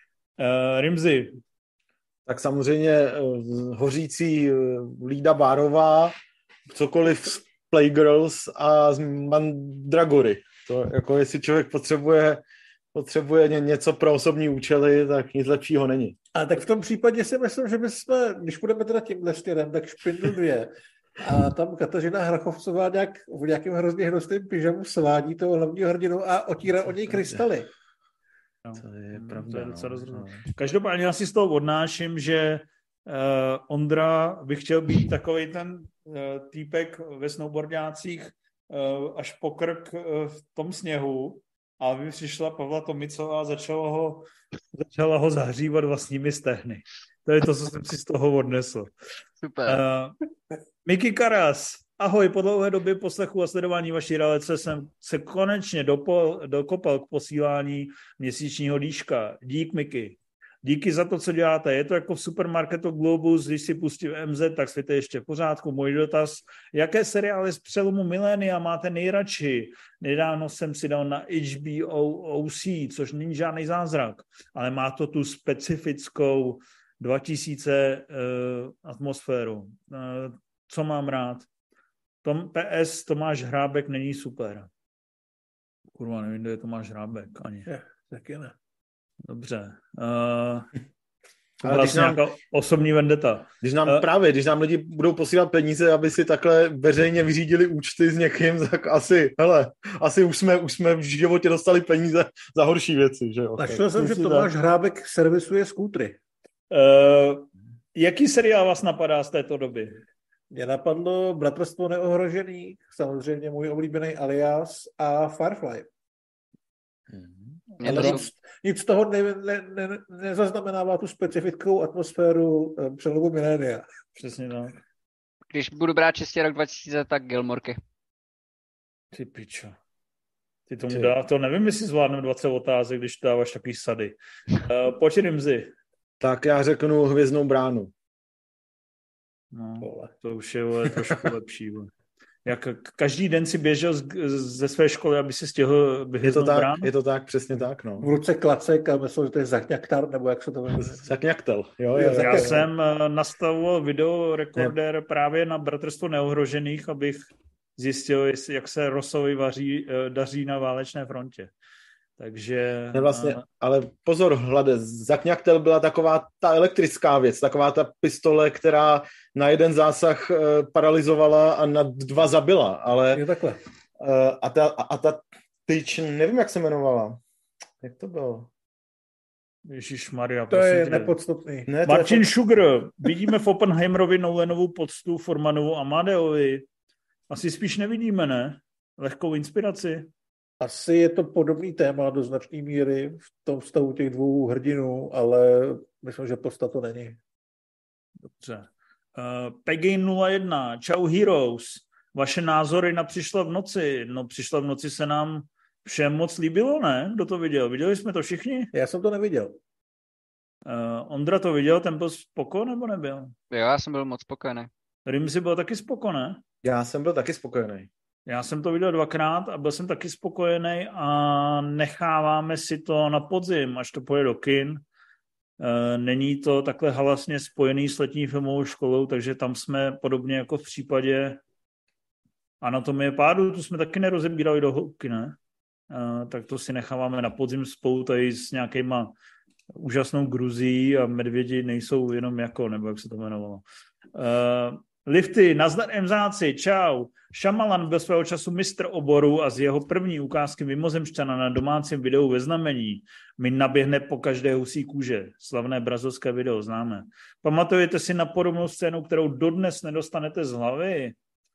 Rimzi. Tak samozřejmě hořící Lída Bárová, cokoliv z Playgirls a z Mandragory. To jako jestli člověk potřebuje něco pro osobní účely, tak nic lepšího není. A tak v tom případě si myslím, že bychom, když budeme teda tímhle stěrem, tak Špindl 2. A tam Kateřina Hrachovcová v nějakém hrozně hnusném pyžamu svádí toho hlavního hrdinu a otírá od něj krystaly. No, to je pravda. No. Každopádně já si z toho odnáším, že Ondra by chtěl být takovej ten týpek ve snowboardácích až po krk v tom sněhu, a by přišla Pavla Tomicová a začala ho zahřívat vlastními stehny. To je to, co jsem si z toho odnesl. Super. Miky Karas, ahoj, po dlouhé době poslechu a sledování vaší relace jsem se konečně dokopal k posílání měsíčního dýška. Dík, Miky. Díky za to, co děláte. Je to jako v supermarketu Globus, když si pustím MZ, tak svět je ještě v pořádku. Můj dotaz, jaké seriály z přelomu milénia máte nejradši? Nedávno jsem si dal na HBO OC, což není žádný zázrak, ale má to tu specifickou 2000 atmosféru. Co mám rád? PS Tomáš Hrábek není super. Kurva, nevím, kde je Tomáš Hrábek ani. Taky ne. Dobře. Vlastně nějaká osobní vendeta. Když nám lidi budou posílat peníze, aby si takhle veřejně vyřídili účty s někým, tak asi už jsme v životě dostali peníze za horší věci. Že jo? Našel jsem, že Tomáš Hrábek servisuje skútry. Jaký seriál vás napadá z této doby? Mě napadlo Bratrstvo neohrožených, samozřejmě můj oblíbený Alias a Firefly. Ale nic z toho nezaznamenává tu specifickou atmosféru přelomu milénia. Přesně tak. Když budu brát čistě rok 2000, tak Gilmorky. Ty pičo. Ty tomu dá, to nevím, jestli zvládnu 20 otázek, když dáváš takový sady. Pojď Rimzi. Tak já řeknu Hvězdnou bránu. No, to už je trošku lepší. Jak každý den si běžel ze své školy, aby si stihl Hvězdnou bránu? Je to tak, přesně tak. No. V ruce klacek a myslel, že to je Zakňaktar, nebo jak se to jmenuje? Zakňaktel. Já jsem nastavoval videorekorder právě na Bratrstvo neohrožených, abych zjistil, jak se Rossovi daří na válečné frontě. Takže... Vlastně, ale pozor, Hlade, Zakňaktel byla taková ta elektrická věc, taková ta pistole, která na jeden zásah paralyzovala a na 2 zabila, ale... Je takhle. A ta tyč, nevím, jak se jmenovala. Jak to bylo? Ježišmarja, to je nepodstatný. Martin Sugar, vidíme v Oppenheimerovi Nolanovou poctu Formanovu Amadeovi. Asi spíš nevidíme, ne? Lehkou inspiraci. Asi je to podobný téma do značné míry v tom vztahu těch 2 hrdinů, ale myslím, že podstata to není. Dobře. Peggy 01, Čau Heroes. Vaše názory na Přišla v noci. No, Přišla v noci se nám všem moc líbilo, ne? Kdo to viděl? Viděli jsme to všichni? Já jsem to neviděl. Ondra to viděl, ten byl spokojený nebo nebyl? Jo, já jsem byl moc spokojený. Rimzi byl taky spokojený? Já jsem byl taky spokojený. Já jsem to viděl 2krát a byl jsem taky spokojený a necháváme si to na podzim, až to pojede do kin. Není to takhle halasně spojený s letní filmovou školou, takže tam jsme podobně jako v případě Anatomie pádu, tu jsme taky nerozebírali do hloubky, ne? Tak to si necháváme na podzim spolu tady s nějakýma úžasnou Gruzií a medvědi nejsou jenom jako, nebo jak se to jmenovalo. Lifty, nazdar mzáci, čau. Shyamalan byl svého času mistr oboru a z jeho první ukázky mimozemšťana na domácím videu ve znamení mi naběhne po každé husí kůže. Slavné brazilské video známe. Pamatujete si na podobnou scénu, kterou dodnes nedostanete z hlavy?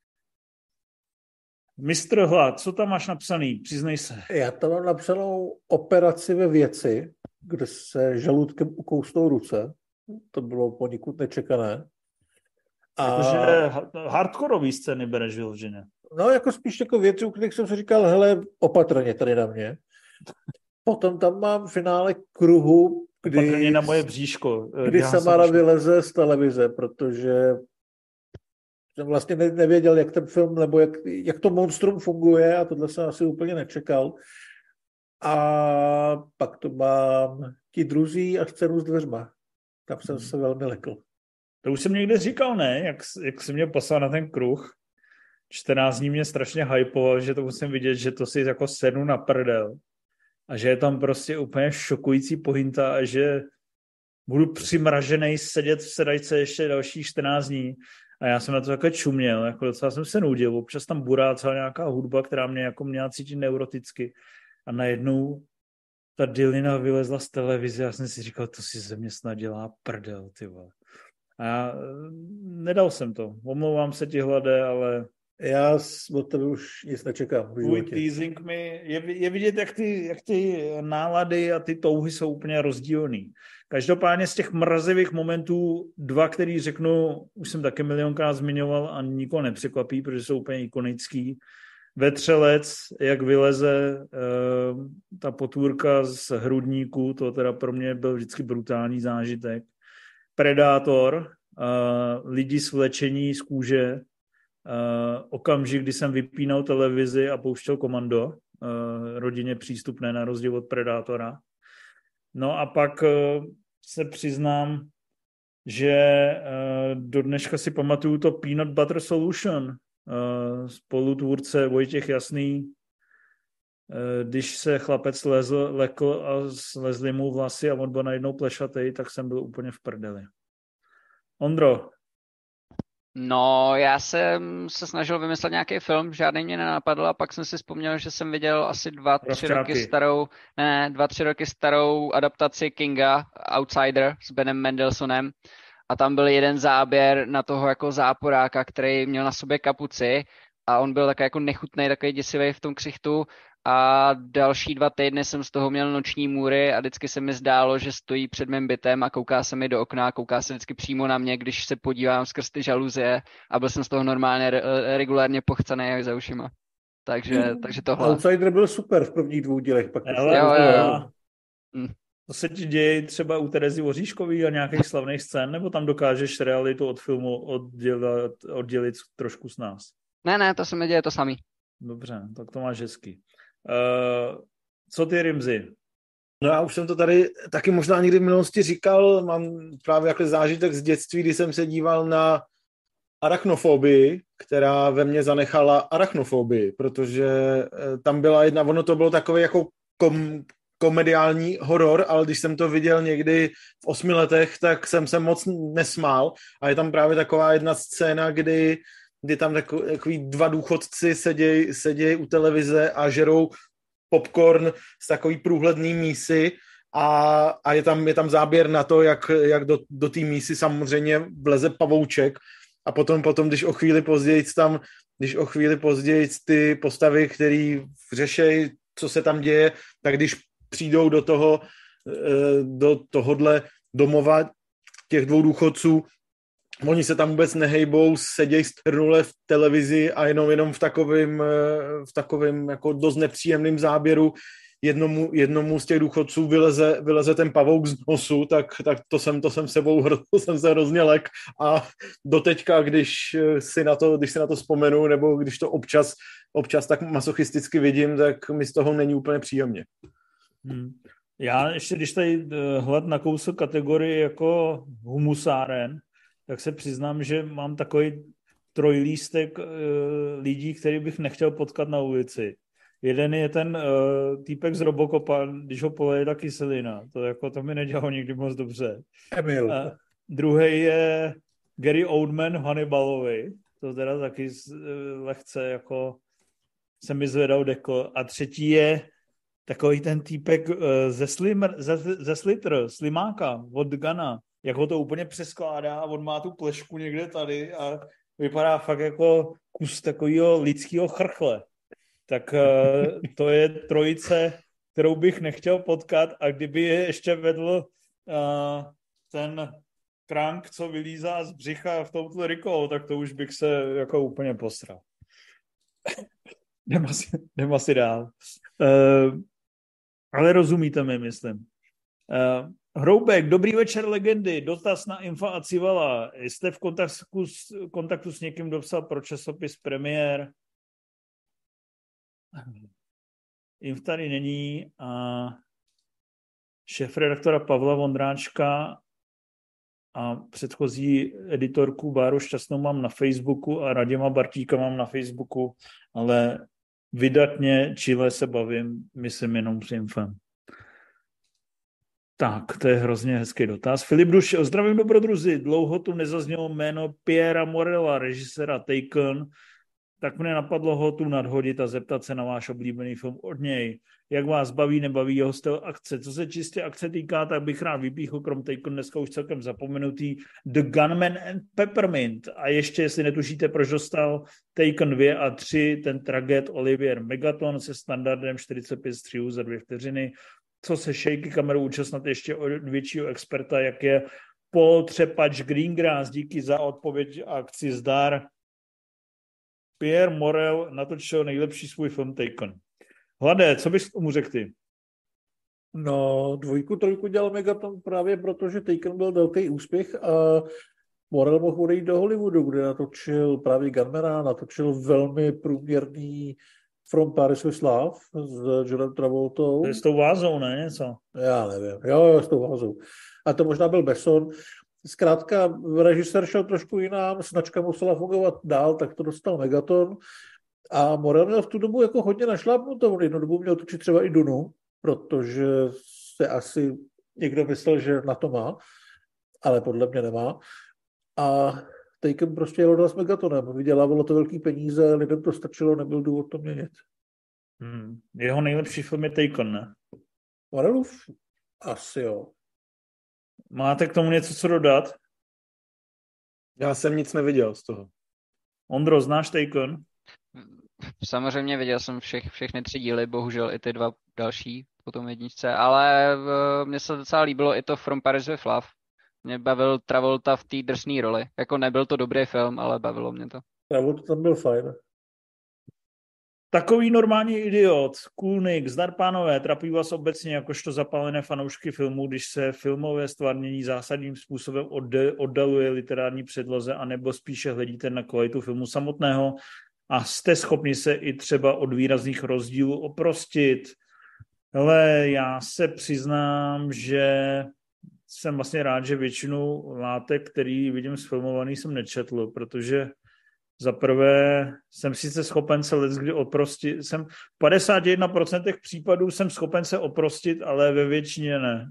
Mistr Hlad, co tam máš napsaný? Přiznej se. Já tam mám napsanou operaci ve věci, kde se žaludkem ukousnou ruce. To bylo poněkud nečekané. Jakože hardkorový scény bereš vyloženě. No, jako spíš jako věci, u kterých jsem si říkal, hele, opatrně tady na mě. Potom tam mám finále kruhu, opatrně na moje bříško. Kdy Samara vyleze z televize, protože jsem vlastně nevěděl, jak ten film, nebo jak to monstrum funguje a tohle jsem asi úplně nečekal. A pak to mám ti druzí a scénu s dveřma. Tam jsem se velmi lekl. To už jsem někde říkal, ne? Jak jsi mě poslal na ten kruh. 14 dní mě strašně hypoval, že to musím vidět, že to si jako sednu na prdel. A že je tam prostě úplně šokující pointa a že budu přimražený sedět v sedačce ještě dalších 14 dní. A já jsem na to takhle čuměl, jako docela jsem se nudil. Občas tam burá celá nějaká hudba, která mě jako měla cítit neuroticky. A najednou ta Dylina vylezla z televize a já jsem si říkal, to si ze mě snad dělá prdel, ty vole. A já nedal jsem to. Omlouvám se ti, Hlade, ale já od tebe už nic nečekám. Tvůj teasing mi je vidět, jak ty nálady a ty touhy jsou úplně rozdílný. Každopádně z těch mrazivých momentů 2, který řeknu, už jsem taky milionkrát zmiňoval a nikoho nepřekvapí, protože jsou úplně ikonický. Vetřelec, jak vyleze ta potvůrka z hrudníku, to teda pro mě byl vždycky brutální zážitek. Predátor, lidi s vlečení z kůže, okamžik, kdy jsem vypínal televizi a pouštěl Komando, rodině přístupné na rozdíl od Predátora. No a pak se přiznám, že do dneška si pamatuju to Peanut Butter Solution, spolutvůrce Vojtěch Jasný, když se chlapec lekl a slezli mu vlasy a on byl najednou plešatej, tak jsem byl úplně v prdeli. Ondro. No, já jsem se snažil vymyslet nějaký film, žádný mě nenapadl a pak jsem si vzpomněl, že jsem viděl asi 2-3 roky starou adaptaci Kinga, Outsider s Benem Mendelsohnem a tam byl jeden záběr na toho jako záporáka, který měl na sobě kapuci a on byl takový jako nechutnej, takový děsivý v tom ksichtu a další 2 týdny jsem z toho měl noční můry a vždycky se mi zdálo, že stojí před mým bytem a kouká se mi do okna, kouká se vždycky přímo na mě, když se podívám skrz ty žaluzie a byl jsem z toho normálně regulárně pochcený za ušima. Takže tohle. Outsider byl super v prvních 2 dílech. Pak jo. To se ti děje třeba u Terezy Voříškový a nějakých slavných scén, nebo tam dokážeš realitu od filmu oddělit trošku s nás? Ne, to se mi děje to samý. Dobře, tak to máš hezky. Co ty, Rimzi? No já už jsem to tady taky možná někdy v minulosti říkal, mám právě jako zážitek z dětství, kdy jsem se díval na arachnofobii, která ve mně zanechala arachnofobii, protože tam byla ono to bylo takový jako komediální horor, ale když jsem to viděl někdy v 8 letech, tak jsem se moc nesmál a je tam právě taková jedna scéna, kdy tam takový 2 důchodci sedějí u televize a žerou popcorn z takový průhledný mísy a je tam záběr na to, jak do té mísy samozřejmě vleze pavouček a potom, když o chvíli později ty postavy, který řešejí, co se tam děje, tak když přijdou do tohohle domova těch 2 důchodců, oni se tam vůbec nehejbou, sedějí strnule v televizi a jenom v takovém jako dost nepříjemným záběru jednomu z těch důchodců vyleze ten pavouk z nosu, tak to jsem se hrozně lek a doteďka, když si na to vzpomenu, nebo když to občas tak masochisticky vidím, tak mi z toho není úplně příjemně. Já ještě, když tady hlad nakousl kategorii jako humusáren, tak se přiznám, že mám takový trojlístek lidí, který bych nechtěl potkat na ulici. Jeden je ten týpek z Robocopa, když ho poleje ta kyselina. To mi nedělalo nikdy moc dobře. Emil. Druhý je Gary Oldman v Hannibalovi. To teda taky lehce jako se mi zvedal dekl. A třetí je takový ten týpek ze Slitr, Slimáka od Gana, jak ho to úplně přeskládá a on má tu plešku někde tady a vypadá fakt jako kus takového lidského chrchle. Tak to je trojice, kterou bych nechtěl potkat a kdyby je ještě vedl ten Krank, co vylízá z břicha v touto Rikou, tak to už bych se jako úplně posral. Jdem asi dál. Ale rozumíte mi, myslím. Hroubek, dobrý večer, legendy. Dotaz na Infa a Civala. Jste v kontaktu s někým, kdo psal pro časopis Premiér? Inf tady není a šéfredaktora Pavla Vondráčka a předchozí editorku Báru Šťastnou mám na Facebooku a Radima Bartíka mám na Facebooku, ale vydatně čile se bavím, myslím jenom s Infem. Tak, to je hrozně hezký dotaz. Filip Duš, zdravím dobrodruzi. Dlouho tu nezaznělo jméno Piera Morella, režiséra Taken, tak mne napadlo ho tu nadhodit a zeptat se na váš oblíbený film od něj. Jak vás baví, nebaví jeho styl akce? Co se čistě akce týká, tak bych rád vypíchl, krom Taken dneska už celkem zapomenutý The Gunman and Peppermint. A ještě, jestli netušíte, proč dostal Taken 2 a 3, ten traget Olivier Megaton se standardem 45 střílů za 2 vteřiny. Co se shaky kamerou účastnat ještě od většího experta, jak je Paul Třepač Greengrass. Díky za odpověď a akci zdar. Pierre Morel natočil nejlepší svůj film Taken. Hlade, co bys tomu řekl ty? No, 2, 3 dělal Megaton právě proto, že Taken byl velký úspěch a Morel mohl odejít do Hollywoodu, kde natočil právě Gunmana, natočil velmi průměrný From Paris with Love s Johnem Travoltou. To je s tou vázou, ne? Něco? Já nevím. Jo, s tou vázou. A to možná byl Besson. Zkrátka, režisér šel trošku jinam, značka musela fungovat dál, tak to dostal Megaton. A Morel měl v tu dobu jako hodně našlápnutou. On jednu dobu měl točit třeba i Dunu, protože se asi někdo myslel, že na to má, ale podle mě nemá. A Taken prostě jel s Megatonem. Vydělávalo to velký peníze, lidem to stačilo, nebyl důvod to měnit. Jeho nejlepší film je Taken, ne? Morelův? Asi jo. Máte k tomu něco, co dodat? Já jsem nic neviděl z toho. Ondro, znáš Taken? Samozřejmě viděl jsem všechny 3 díly, bohužel i ty 2 další po tom jedničce, ale mně se docela líbilo i to From Paris with Love. Mě bavil Travolta v té drsné roli. Jako nebyl to dobrý film, ale bavilo mě to. Travolta tam byl fajn. Takový normální idiot, Kulnik, zdar pánové, trapí vás obecně jakožto zapálené fanoušky filmů, když se filmové stvárnění zásadním způsobem oddaluje literární předloze, anebo spíše hledíte na kvalitu filmu samotného a jste schopni se i třeba od výrazných rozdílů oprostit. Ale já se přiznám, že jsem vlastně rád, že většinu látek, který vidím sfilmovaný, jsem nečetl, protože za prvé jsem sice schopen se leckdy oprostit, jsem v 51% případů jsem schopen se oprostit, ale ve většině ne.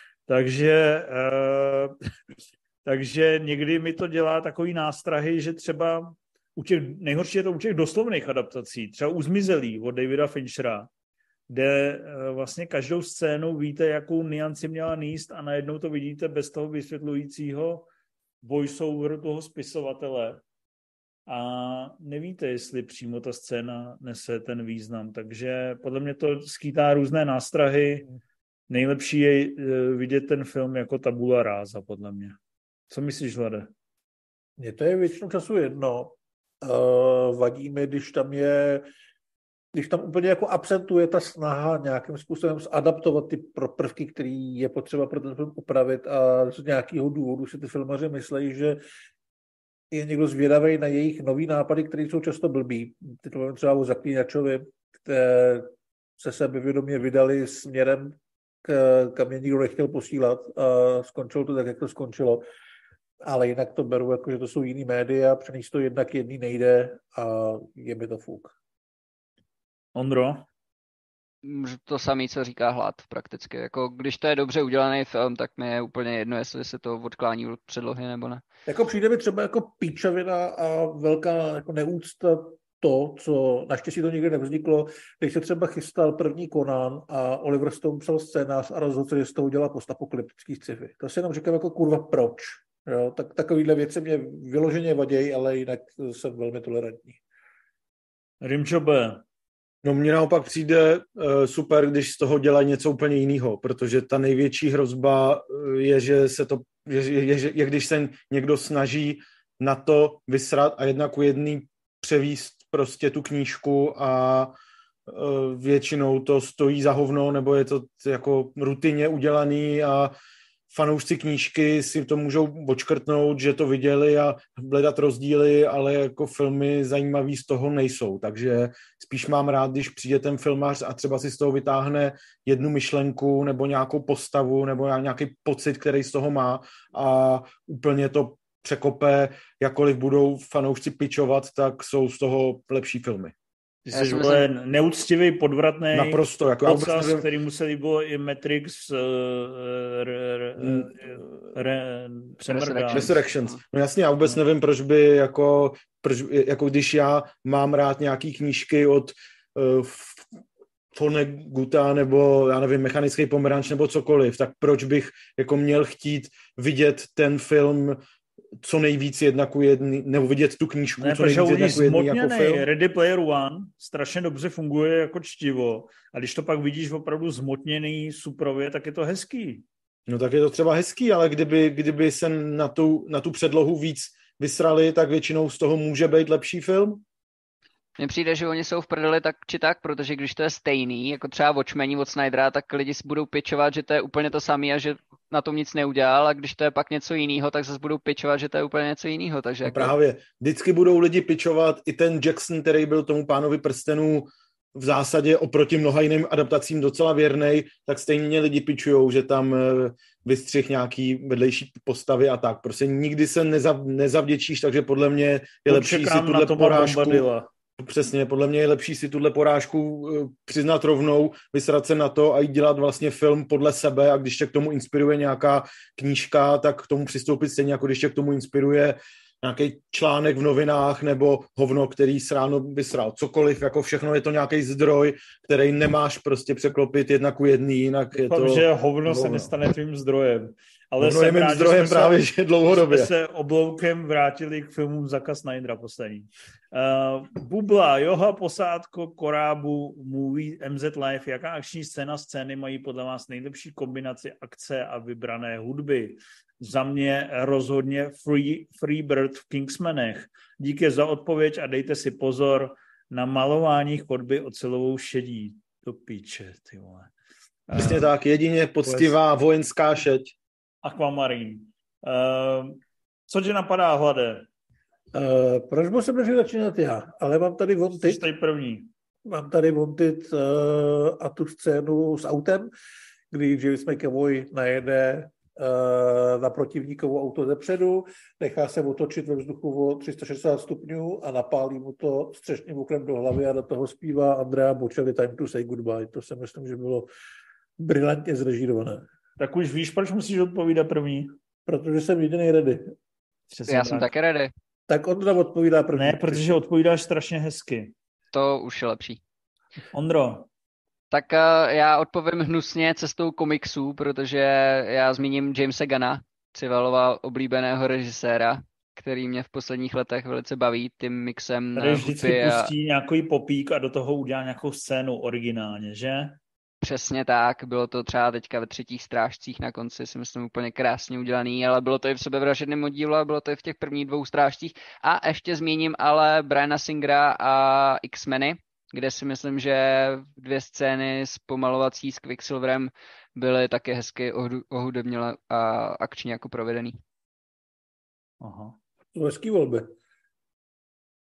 Takže někdy mi to dělá takový nástrahy, že třeba nejhorší je to u těch doslovných adaptací, třeba u Zmizelí od Davida Finchera, kde vlastně každou scénu víte, jakou nianci měla nést a najednou to vidíte bez toho vysvětlujícího voiceoveru toho spisovatele. A nevíte, jestli přímo ta scéna nese ten význam. Takže podle mě to skýtá různé nástrahy. Nejlepší je vidět ten film jako tabula ráza, podle mě. Co myslíš, Hlade? Mně to je většinou času jedno. Vadí mi, když tam úplně jako absentuje ta snaha nějakým způsobem zadaptovat ty prvky, které je potřeba pro ten film upravit a z nějakého důvodu si ty filmaři myslí, že je někdo zvědavý na jejich nový nápady, které jsou často blbý. Teď to třeba o Zaklínačovi, které se sebevědomě vydali směrem kam mě nikdo nechtěl posílat a skončilo to tak, jak to skončilo. Ale jinak to beru, jako, že to jsou jiný média, přenést to jednak jedný nejde a je mi to fuk. Ondro? To samé, co říká Hlad prakticky. Jako, když to je dobře udělaný film, tak mi je úplně jedno, jestli se to odklání od předlohy nebo ne. Jako přijde mi třeba jako píčovina a velká jako neúcta to, co naštěstí to nikdy nevzniklo, když se třeba chystal první Conan a Oliver Stone psal scénář a rozhodl se, že z toho dělá postapokalyptický sci-fi. To si jenom říkám jako kurva proč. Jo? Tak takovýhle věci mě vyloženě vadějí, ale jinak jsem velmi tolerantní. Rimčobe. No mně naopak přijde super, když z toho dělají něco úplně jiného, protože ta největší hrozba je, že se to, je když se někdo snaží na to vysrat a jedna ku jedný převíst prostě tu knížku a většinou to stojí za hovno, nebo je to jako rutině udělaný a fanoušci knížky si to můžou odškrtnout, že to viděli a hledat rozdíly, ale jako filmy zajímavý z toho nejsou. Takže spíš mám rád, když přijde ten filmař a třeba si z toho vytáhne jednu myšlenku nebo nějakou postavu nebo nějaký pocit, který z toho má a úplně to překope, jakkoliv budou fanoušci pičovat, tak jsou z toho lepší filmy. Ty jsi neúctivý, podvratný naprosto, jako podsaz, který mu se líbilo i Matrix Resurrections. No jasně, já vůbec nevím, proč by jako když já mám rád nějaký knížky od Foneguta nebo já nevím, Mechanický pomeranč nebo cokoliv, tak proč bych jako měl chtít vidět ten film co nejvíc jedna ku jedný, nebo vidět tu knížku, ne, co nejvíc jedna ku jedný jako film. Ready Player One strašně dobře funguje jako čtivo a když to pak vidíš opravdu zmotněný suprově, tak je to hezký. No tak je to třeba hezký, ale kdyby se na tu předlohu víc vysrali, tak většinou z toho může být lepší film. Mně přijde, že oni jsou v prdeli tak či tak, protože když to je stejný, jako třeba Watchmeni od Snydera, tak lidi budou pitchovat, že to je úplně to samé a že na tom nic neudělal, a když to je pak něco jiného, tak zase budou pitchovat, že to je úplně něco jiného. Takže jako... Právě. Vždycky budou lidi pitchovat i ten Jackson, který byl tomu Pánovi prstenů v zásadě oproti mnoha jiným adaptacím docela věrnej, tak stejně lidi pitchujou, že tam vystřih nějaký vedlejší postavy a tak. Prostě nikdy se nezavděčíš, takže podle mě je lepší si tuhle porážku... Přesně, podle mě je lepší si tuhle porážku přiznat rovnou, vysrat se na to a jít dělat vlastně film podle sebe a když tě k tomu inspiruje nějaká knížka, tak k tomu přistoupit stejně, jako když tě k tomu inspiruje nějaký článek v novinách nebo hovno, který ráno vysral. Cokoliv, jako všechno je to nějaký zdroj, který nemáš prostě překlopit jedna ku jedný, jinak je to... že hovno se nestane tvým zdrojem. Ale hovno je mým zdrojem právě, že dlouhodobě. Jsme se obloukem vrátili k filmům Zacka Snydera poslední. Bubla, Joha, posádko, Korábu, Movie, MZ Live. Jaká akční scény mají podle vás nejlepší kombinaci akce a vybrané hudby? Za mě rozhodně Free Bird v Kingsmanech. Díky za odpověď a dejte si pozor na malování chodby ocelovou šedí. Do píče, ty vole. Přesně tak, jedině poctivá vojenská šeď. Aquamarine. Co tě napadá, Hlade? Proč musím než začínat já? Ale mám tady Wanted. Jsi tady první. Mám tady Wanted a tu scénu s autem, kdy James McAvoy najede na protivníkovo auto zepředu, nechá se otočit ve vzduchu o 360 stupňů a napálí mu to střešním okem do hlavy a do toho zpívá Andrea Bocelli Time to Say Goodbye. To si myslím, že bylo brilantně zrežírované. Tak už víš, proč musíš odpovídat první? Protože jsem jediný ready. Já jsem taky ready. Tak Ondra odpovídá první. Ne, protože odpovídáš strašně hezky. To už je lepší. Ondro. Tak já odpovím hnusně cestou komiksů, protože já zmíním Jamesa Gunna, Civalova oblíbeného režiséra, který mě v posledních letech velice baví tím mixem. Tady vždycky pustí nějaký popík a do toho udělá nějakou scénu originálně, že? Přesně tak, bylo to třeba teďka ve Třetích strážcích na konci, si myslím úplně krásně udělaný, ale bylo to i v sebevražedném oddílu, bylo to i v těch prvních 2 strážcích. A ještě zmíním ale Briana Singera a X-meny, kde si myslím, že 2 scény zpomalovací s Quicksilverem byly taky hezky ohudebně a akčně jako provedený. Aha. Hezký volby.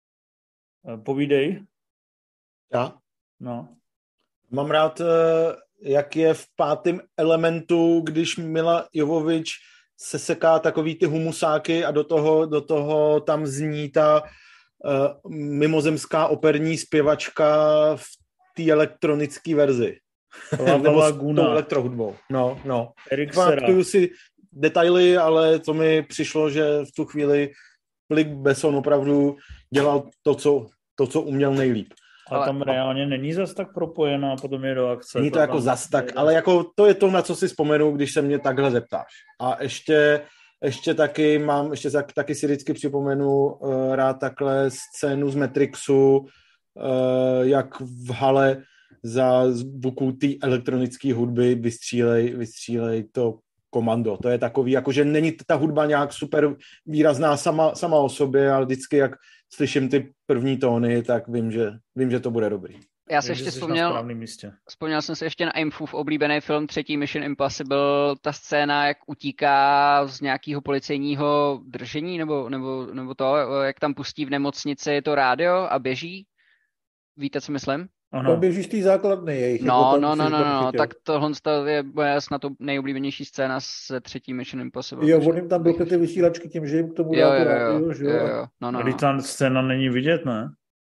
Povídej. Já? No. Mám rád jak je v 5. elementu, když Mila Jovovič seseká takový ty humusáky a do toho tam zní ta mimozemská operní zpěvačka v té elektronické verzi. Nebo s tou elektrohudbou. No. Pamatuju si detaily, ale to mi přišlo, že v tu chvíli Luc Besson opravdu dělal to, co uměl nejlíp. Ale tam reálně není zas tak propojená, potom je do akce. Není to jako zas tak, ale jako to je to, na co si vzpomenu, když se mě takhle zeptáš. A ještě taky si vždycky připomenu rád takhle scénu z Matrixu, jak v hale za zvuku té elektronické hudby vystřílej to komando. To je takový, jakože není ta hudba nějak super výrazná sama o sobě, ale vždycky, jak slyším ty první tóny, tak vím, že to bude dobrý. Já se ještě vzpomněl jsem se ještě na Imfův oblíbený film 3. Mission Impossible, ta scéna, jak utíká z nějakého policejního držení, nebo to, jak tam pustí v nemocnici to rádio a běží. Víte, co myslím? To běží z té základny jejich. No, tak tohle je snad to nejoblíbenější scéna se 3. Mission Impossible. Jo, on jim tam byl ty vysílačky tím, že jim k tomu dá to rádio, že jo? No. Když ta scéna není vidět, ne?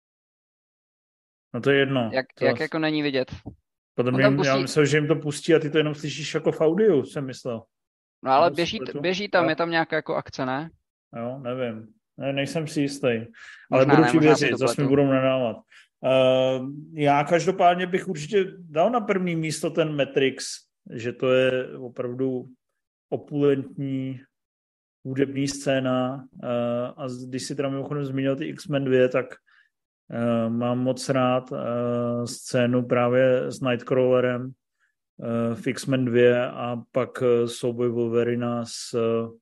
No to je jedno. Jak jako není vidět? Potom já myslel, že jim to pustí a ty to jenom slyšíš jako v audiu, jsem myslel. No ale běží tam, je tam nějaká jako akce, ne? Jo, nevím. Nejsem si jistý. Ale budu ti věřit, zase mi budou nadávat. Já každopádně bych určitě dal na první místo ten Matrix, že to je opravdu opulentní hudební scéna a když si teda mimochodem zmínil ty X-Men 2, tak mám moc rád scénu právě s Nightcrawlerem v X-Men 2 a pak souboj Wolverina s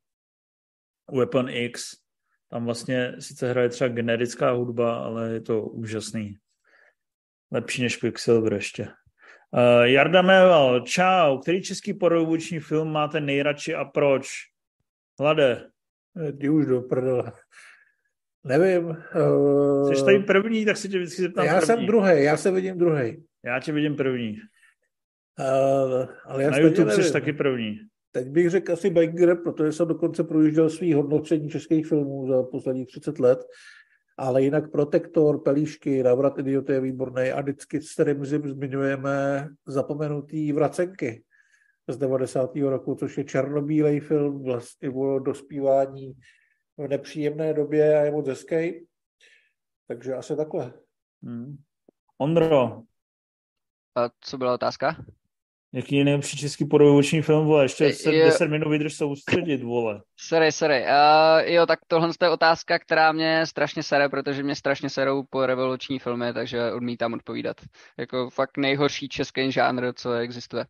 Weapon X. Tam vlastně sice hraje třeba generická hudba, ale je to úžasný. Lepší než Quicksilver ještě. Jarda Méval, čau. Který český podoboční film máte nejradši a proč? Hlade. Ty už do prdele. Nevím. Jsi tady první, tak si tě vždycky zeptám já první. Jsem druhý, já se vidím druhý. Já tě vidím první. Ale já na YouTube jsi taky první. Teď bych řekl asi banger, protože jsem dokonce projížděl svý hodnocení českých filmů za posledních 30 let. Ale jinak Protektor, Pelíšky, Návrat idioty je výborný a vždycky s kterým zmiňujeme Zapomenutý vracenky z 90. roku, což je černobílej film vlastně o dospívání v nepříjemné době a je moc hezký. Takže asi takhle. Ondro. A co byla otázka? Jaký je nejlepší český podoboční film, vole? Ještě 10 minut vydrž soustředit, vole. Sorry. Jo, tak tohle je otázka, která mě strašně sere, protože mě strašně serou po revoluční filmy, takže odmítám odpovídat. Jako fakt nejhorší český žánr, co existuje.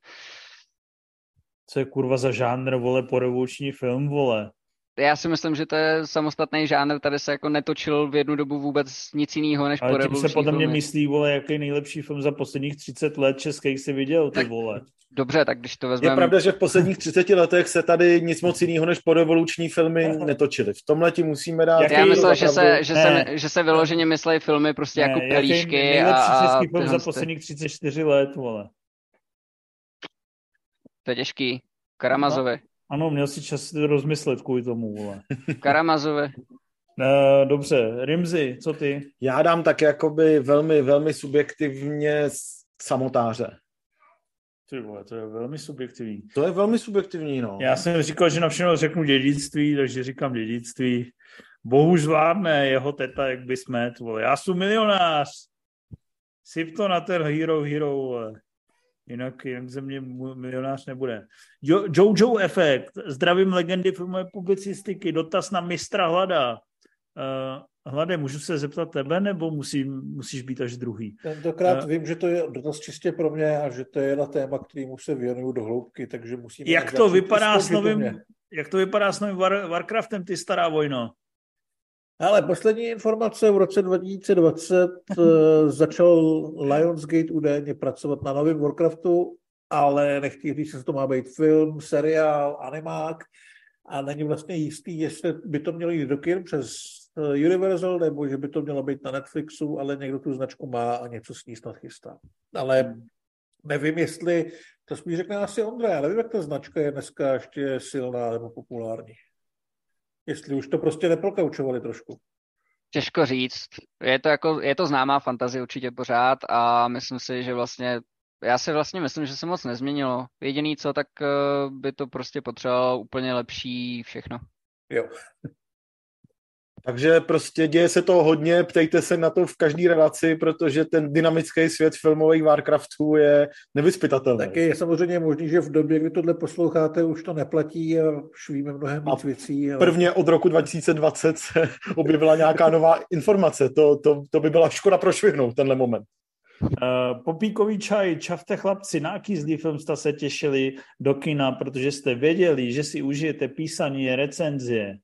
Co je kurva za žánr, vole, po revoluční film, vole? Já si myslím, že to je samostatný žánr, tady se jako netočil v jednu dobu vůbec nic jiného než po revoluční filmy. Ale tím se podle mě myslí, vole, jaký nejlepší film za posledních 30 let českých si viděl, ty vole. Dobře, tak když to vezmeme... Je pravda, že v posledních 30 letech se tady nic moc jiného než po revoluční filmy netočily. V tomhle ti musíme dát... Já myslel, že se vyloženě myslí filmy prostě jako Pelíšky a... Nejlepší český film za posledních 34 let, vole. To je těžký. Karamazovi. Ano, měl si čas rozmyslet kvůli tomu, vole. Karamazovi. Dobře, Rimzi, co ty? Já dám tak jakoby velmi, velmi subjektivně Samotáře. Ty vole, to je velmi subjektivní. To je velmi subjektivní, no. Já jsem říkal, že na všechno řeknu dědictví, takže říkám dědictví. Bohu zvládne jeho teta, jak by smet, vole. Já jsem milionář. Syp to na ten Hero, vole. Jinak ze mě milionář nebude. Jojo Efekt, zdravím legendy filmové publicistiky, dotaz na mistra Hlada. Hlade, můžu se zeptat tebe, nebo musíš být až druhý? Tentokrát vím, že to je dotaz čistě pro mě a že to je na téma, kterému se věnuju do hloubky, takže musím... Jak to vypadá s novým Warcraftem, ty stará vojno? Ale poslední informace, v roce 2020 začal Lionsgate údajně pracovat na novém Warcraftu, ale nechtějí říct, že to má být film, seriál, animák a není vlastně jistý, jestli by to mělo jít do kin přes Universal, nebo že by to mělo být na Netflixu, ale někdo tu značku má a něco s ní snad chystá. Ale Nevím, jestli, to spíš řekne asi Ondra, já nevím, jak ta značka je dneska ještě silná nebo populární. Jestli už to prostě neprokaučovali trošku. Těžko říct. Je to známá fantazie určitě pořád a myslím si, že já si vlastně myslím, že se moc nezměnilo. Jediný co, tak by to prostě potřebovalo úplně lepší všechno. Jo. Takže prostě děje se toho hodně, ptejte se na to v každé relaci, protože ten dynamický svět filmových Warcraftů je nevyzpytatelný. Taky je samozřejmě možný, že v době, kdy tohle posloucháte, už to neplatí a už víme mnohem víc věcí. Ale... Prvně od roku 2020 se objevila nějaká nová informace. To by byla škoda prošvihnout tenhle moment. Popíkový čaj, čavte chlapci, na jaký zlý film jste se těšili do kina, protože jste věděli, že si užijete písaní recenzie.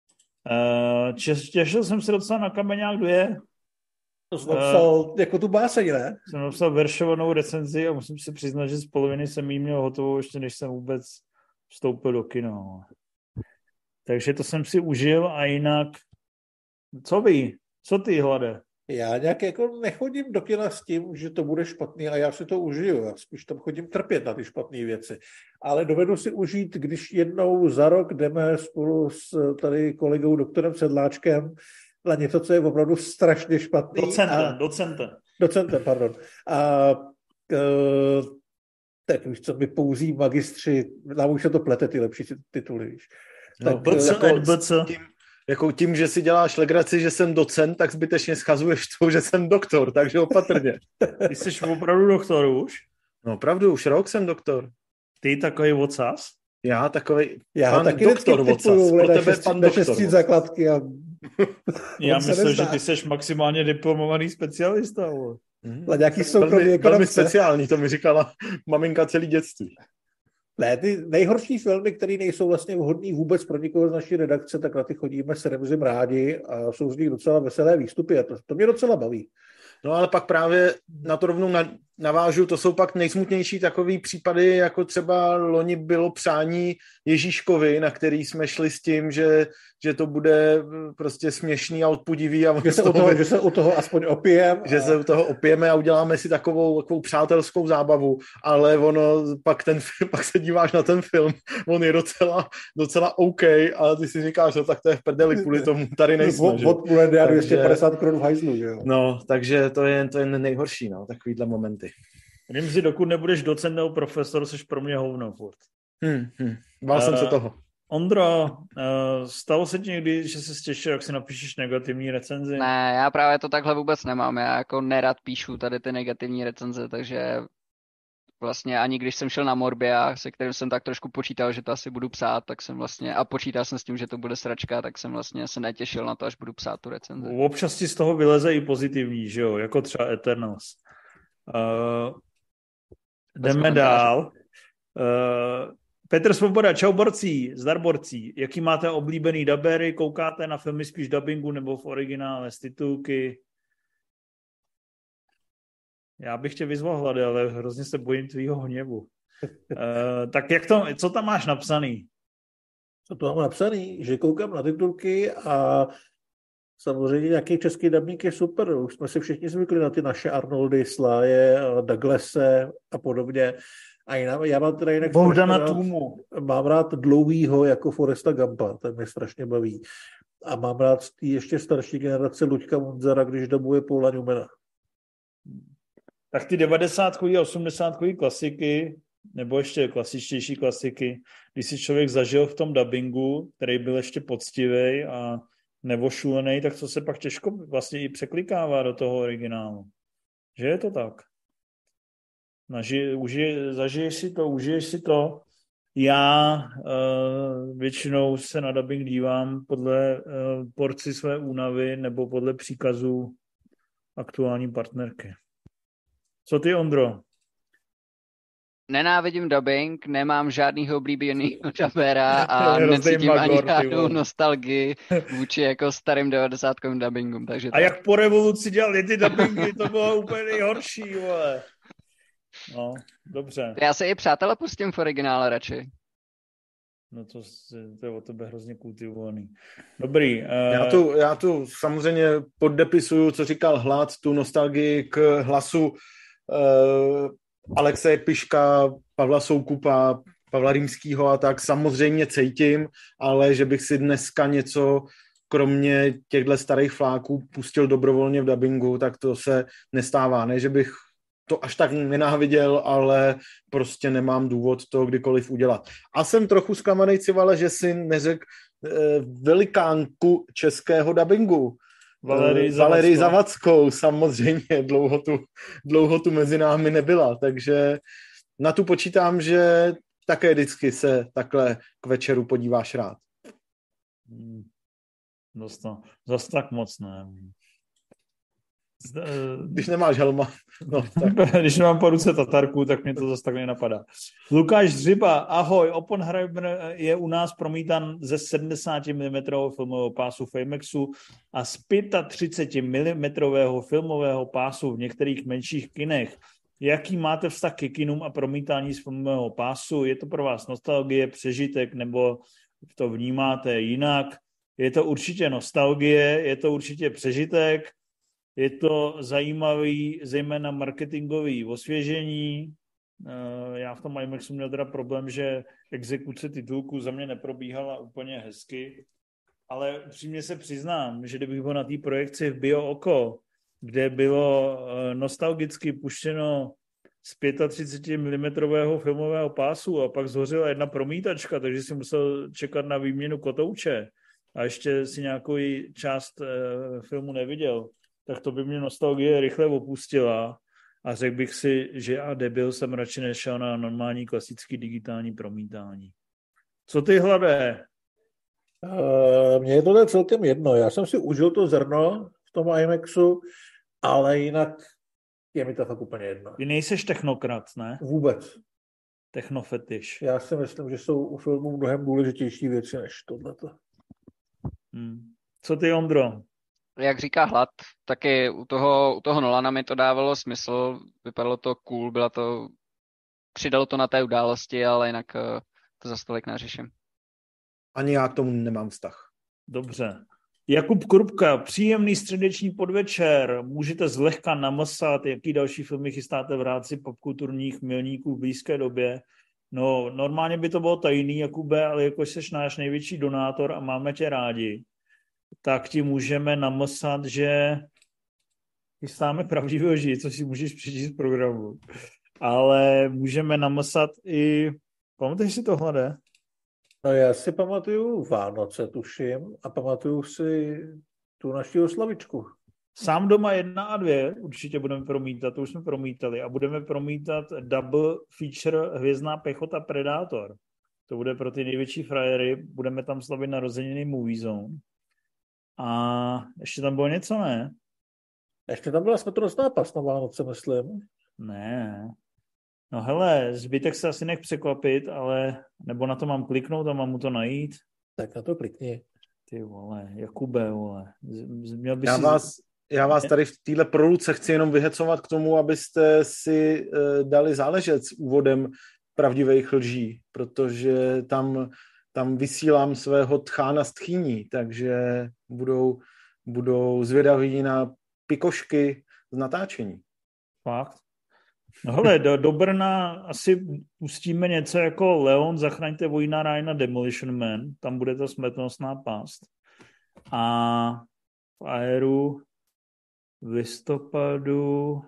Těšil jsem se docela na Kameňák 2. To jsem napsal jako tu báseň, ne? Jsem napsal veršovanou recenzi a musím si přiznat, že z poloviny jsem jí měl hotovou ještě než jsem vůbec vstoupil do kina. Takže to jsem si užil a jinak co vy? Co ty, Hlade? Já nějak jako nechodím do kina s tím, že to bude špatný a já si to užiju. Já spíš tam chodím trpět na ty špatné věci. Ale dovedu si užít, když jednou za rok jdeme spolu s tady kolegou doktorem Sedláčkem na něco, co je opravdu strašně špatný. Docentem, pardon. Tak víš co, mi pouzí magistři, nám už se to plete ty lepší tituly, víš. No, tím, že si děláš legraci, že jsem docent, tak zbytečně schazuješ to, že jsem doktor, takže opatrně. Ty jsi opravdu doktor už? No opravdu, už rok jsem doktor. Ty takový vocas? Já takovej pan taky doktor vocas. Pro tebe pan doktor. Základky a... Já myslím, že ty jsi maximálně diplomovaný specialista. Nějaký soukromý ekonomice. Velmi speciální, to mi říkala maminka celý dětství. Ne, ty nejhorší filmy, které nejsou vlastně vhodný vůbec pro nikoho z naší redakce, tak na ty chodíme s Remzim rádi a jsou z nich docela veselé výstupy a to mě docela baví. No ale pak právě na to rovnou navážu, to jsou pak nejsmutnější takový případy, jako třeba loni bylo přání Ježíškovi, na který jsme šli s tím, že to bude prostě směšný a odpudivý. A že se u toho aspoň opijeme. Že se u toho opijeme a uděláme si takovou přátelskou zábavu, ale ono, pak se díváš na ten film, on je docela OK a ty si říkáš, no tak to je v prdeli, kvůli tomu tady nejsme. Od 250 korun v hajzlu, jo. No, takže to je nejhorší, no, takovýhle momenty. Rimzi, dokud nebudeš docent nebo profesor, jsi pro mě hovno furt. Bál jsem se toho. Ondro, stalo se ti někdy, že se těšil, jak si napíšeš negativní recenzi? Ne, já právě to takhle vůbec nemám. Já jako nerad píšu tady ty negativní recenze, takže vlastně ani když jsem šel na Morbia, se kterým jsem tak trošku počítal, že to asi budu psát, tak jsem vlastně, a počítal jsem s tím, že to bude sračka, tak jsem vlastně se netěšil na to, až budu psát tu recenzi. Občas ti z toho vyleze i pozitivní, že jo, jako třeba Eternals. Jdeme dál. Petr Svoboda, čau borcí, zdar borcí. Jaký máte oblíbený dabery? Koukáte na filmy spíš dubingu nebo v originále z titulky? Já bych tě vyzval, Hlady, ale hrozně se bojím tvýho hněvu. Tak co tam máš napsaný? Co to mám napsaný? Že koukám na titulky a samozřejmě nějaký český dabník je super. Už jsme si všichni zvykli na ty naše Arnoldy, Sláje, Douglase a podobně. A já mám teda jinak mám rád dlouhýho jako Foresta Gumpa, ten mě strašně baví. A mám rád z té ještě starší generace Luďka Munzara, když dabuje Paula Newmana. Tak ty 90 a 80 klasiky, nebo ještě klasičtější klasiky, když si člověk zažil v tom dabingu, který byl ještě poctivý a nevošulený, tak to se pak těžko vlastně i překlikává do toho originálu. Že je to tak? Zažiješ si to. Já většinou se na dabing dívám podle porci své únavy nebo podle příkazů aktuální partnerky. Co ty, Ondro? Nenávidím dubbing, nemám žádnýho oblíbenýho dabera a necítím ani žádnou nostalgii vůči jako starým 90kovým dubbingům. Takže a jak po revoluci dělali ty dubbingy, to bylo úplně nejhorší, vole. No, dobře. Já se i přátelé pustím v originále radši. No to je o tebe hrozně kultivovaný. Dobrý. Já tu samozřejmě poddepisuju, co říkal Hlad, tu nostalgii k hlasu Alexe Piška, Pavla Soukupa, Pavla Rýmskýho a tak samozřejmě cítím, ale že bych si dneska něco kromě těchto starých fláků pustil dobrovolně v dabingu, tak to se nestává. Ne, že bych to až tak nenáviděl, ale prostě nemám důvod to kdykoliv udělat. A jsem trochu zklamanej, Civale, že si neřekl velikánku českého dabingu. Valerii Zavackou, samozřejmě, dlouho tu mezi námi nebyla, takže na tu počítám, že také vždycky se takhle k večeru podíváš rád. Zas tak moc ne. Když nemáš helma. No, tak. Když nemám po ruce Tatarku, tak mě to zase tak nenapadá. Lukáš Zřiba, ahoj, Oppenheimer je u nás promítan ze 70 mm filmového pásu v IMAXu a z 35 mm filmového pásu v některých menších kinech. Jaký máte vztah ke kinům a promítání z filmového pásu? Je to pro vás nostalgie, přežitek, nebo to vnímáte jinak? Je to určitě nostalgie, je to určitě přežitek, je to zajímavý, zejména marketingový osvěžení. Já v tom IMAXu měl teda problém, že exekuce titulku za mě neprobíhala úplně hezky, ale upřímně se přiznám, že kdybych byl na té projekci v Bio Oko, kde bylo nostalgicky puštěno z 35 mm filmového pásu a pak zhořela jedna promítačka, takže si musel čekat na výměnu kotouče a ještě si nějakou část filmu neviděl, tak to by mě nostalgie rychle opustila a řekl bych si, že já debil jsem radši nešel na normální klasický digitální promítání. Co ty, Hladé? Mně je tohle celkem jedno. Já jsem si užil to zrno v tom IMAXu, ale jinak je mi to fakt úplně jedno. Ty nejseš technokrat, ne? Vůbec. Technofetiš. Já si myslím, že jsou u filmů mnohem důležitější věci než tohleto. Co ty, Ondro? Jak říká Hlad, taky u toho Nolana mi to dávalo smysl, vypadalo to cool, přidalo to na té události, ale jinak to zas tolik neřeším. Ani já k tomu nemám vztah. Dobře. Jakub Krupka, příjemný středeční podvečer. Můžete zlehka namlsat, jaký další filmy chystáte v rámci popkulturních milníků v blízké době. No, normálně by to bylo tajný, Jakube, ale jakož jsi náš největší donátor a máme tě rádi, tak ti můžeme namlsat, že chystáme Pravdivého žije, co si můžeš přečíst z programu. Ale můžeme namlsat i... Pamatuješ si to, Hlade? No já si pamatuju Vánoce, tuším, a pamatuju si tu naši oslavičku. Sám doma 1 a 2 určitě budeme promítat, to už jsme promítali, a budeme promítat double feature Hvězdná pěchota Predátor. To bude pro ty největší frajery, budeme tam slavit narozeniny Movie Zone. A ještě tam bylo něco, ne? Ještě tam byla smrtonosná pas na Vánoce, myslím. Ne. No hele, zbytek se asi nech překvapit, ale nebo na to mám kliknout a mám mu to najít. Tak na to klikni. Ty vole, Jakube, vole. Měl by Já vás tady v téhle proluce chci jenom vyhecovat k tomu, abyste si dali záležet s úvodem Pravdivých lží, protože tam vysílám svého tchána z tchýní, takže budou zvědaví na pikošky z natáčení. Fakt? No hele, do Brna asi pustíme něco jako Leon, zachraňte Vojna Ryana, Demolition Man, tam bude to smrtonosná pást. A v Aeru v listopadu,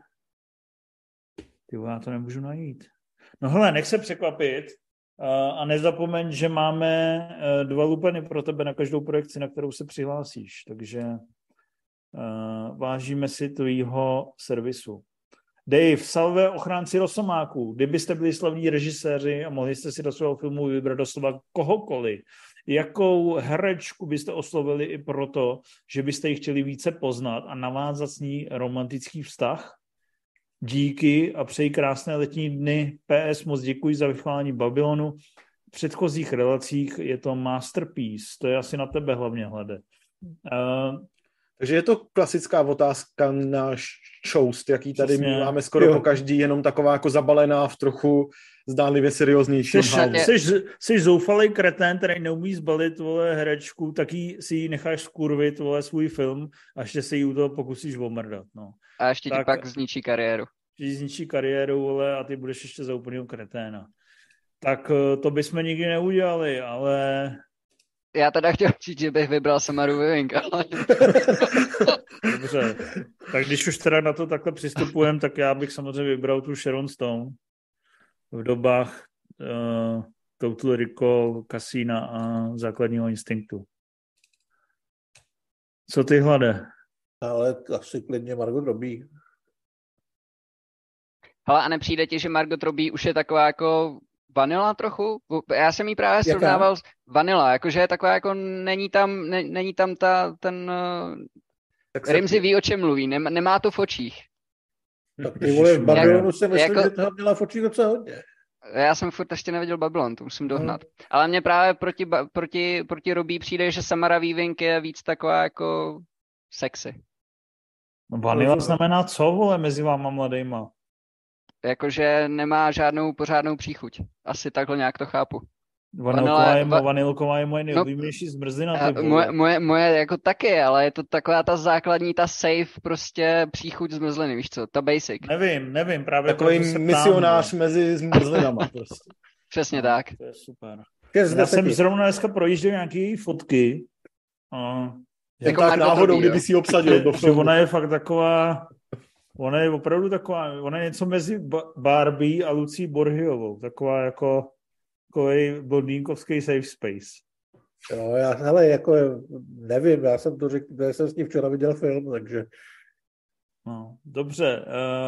já to nemůžu najít. No hele, nech se překvapit a nezapomeň, že máme 2 lupeny pro tebe na každou projekci, na kterou se přihlásíš, takže vážíme si tvýho servisu. Dave, salve ochránci Rosomáků. Kdybyste byli slavní režiséři a mohli jste si do svého filmu vybrat doslova kohokoliv, jakou herečku byste oslovili i proto, že byste ji chtěli více poznat a navázat s ní romantický vztah? Díky a přeji krásné letní dny. PS, moc děkuji za vychválení Babylonu. V předchozích relacích je to masterpiece. To je asi na tebe hlavně, Hlade. Takže je to klasická otázka na šoust, jaký tady máme skoro po každý, jenom taková jako zabalená v trochu zdánlivě serióznější. Jsi zoufalý kretén, který neumí zbalit, vole, herečku, tak si ji necháš skurvit, vole, svůj film a ještě se jí u toho pokusíš omrdat. No. A ještě ti pak zničí kariéru. že ti zničí kariéru, vole, a ty budeš ještě za úplného kreténa. Tak to bychom nikdy neudělali, ale... Já teda chtěl říct, že bych vybral Samaru Weaving, ale... Dobře, tak když už teda na to takhle přistupujeme, tak já bych samozřejmě vybral tu Sharon Stone v dobách Total Recall, Casina a Základního instinktu. Co ty, Hlade? Ale asi klidně Margot Robbie. Hele, a nepřijde ti, že Margot Robbie už je taková jako vanila trochu? Já jsem jí právě srovnával s vanila, jakože je taková jako není tam ten Rimzi ví, o čem mluví, nemá to v očích. Tak ty vole, v Babylonu si myslím, že toho měla v očích docela hodně. Já jsem furt ještě neviděl Babylon, to musím dohnat. Ale mně právě proti Robbie přijde, že Samara Weaving je víc taková jako sexy. Vanila znamená co, vole, mezi váma mladejma? Jakože nemá žádnou pořádnou příchuť. Asi takhle nějak to chápu. Vanilková je moje nejoblíbenější zmrzlina. Moje jako taky, ale je to taková ta základní, ta safe prostě příchuť zmrzliny, víš co, ta basic. Nevím, právě takový misionář mezi zmrzlinama prostě. Přesně tak. To je super. Já jsem zrovna dneska projížděl nějaké fotky. Jako tak náhodou, kdyby si ji obsadil do filmu. Ona je fakt taková, ona je opravdu taková, ona je něco mezi Barbie a Lucí Borhiovou. Taková jako takový blondýnkovský safe space. Jo, hele, jako nevím, já jsem to řekl, já jsem s ní včera viděl film, takže... No, dobře.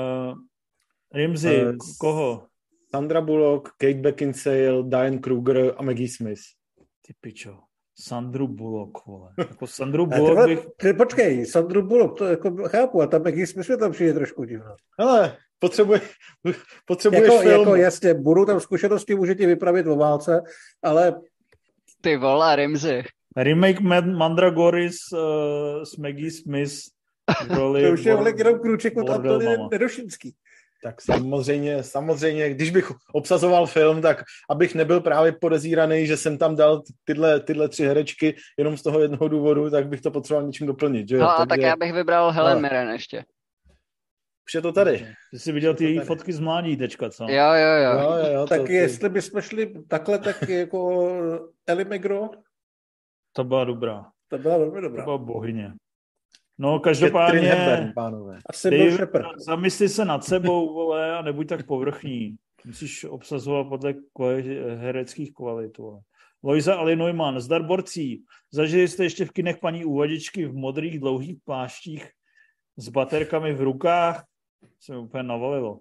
Rimzi, koho? Sandra Bullock, Kate Beckinsale, Diane Kruger a Maggie Smith. Ty pičo. Sandru Bullock, vole. Jako Sandru Bullock bych... Počkej, Sandru Bullock, to jako chápu, a tam Maggie Smith mi tam přijde trošku divno. Hele, potřebuješ film. Jako jasně, budou tam zkušenosti, může ti vypravit o válce, ale... Ty vole, Rimzi. Remake Mandragory s Maggie Smith. To už je jenom krůček od Antony Nedošinský. Tak samozřejmě, když bych obsazoval film, tak abych nebyl právě podezíraný, že jsem tam dal tyhle 3 herečky jenom z toho jednoho důvodu, tak bych to potřeboval něčím doplnit. Že jo? No, tak já bych vybral Helen Mirren ještě. Už je to tady. Ty jsi viděl ty její fotky z mládí teďka, co? Jo. Tak jestli bychom šli takhle, tak jako Ellie McGraw. To byla dobrá. To byla velmi dobrá. To byla bohyně. No, každopádně, Dave, zamysli se nad sebou, vole, a nebuď tak povrchní. Musíš obsazovat podle hereckých kvalit, vole. Lojza Ali Neumann, zdar borcí. Zažili jste ještě v kinech paní úvodičky v modrých dlouhých pláštích s baterkami v rukách? Se mi úplně navalilo.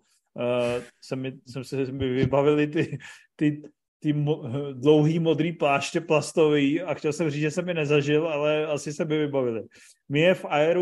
Se mi vybavili ty dlouhý modrý pláště plastový a chtěl jsem říct, že jsem je nezažil, ale asi se mi vybavili. Mě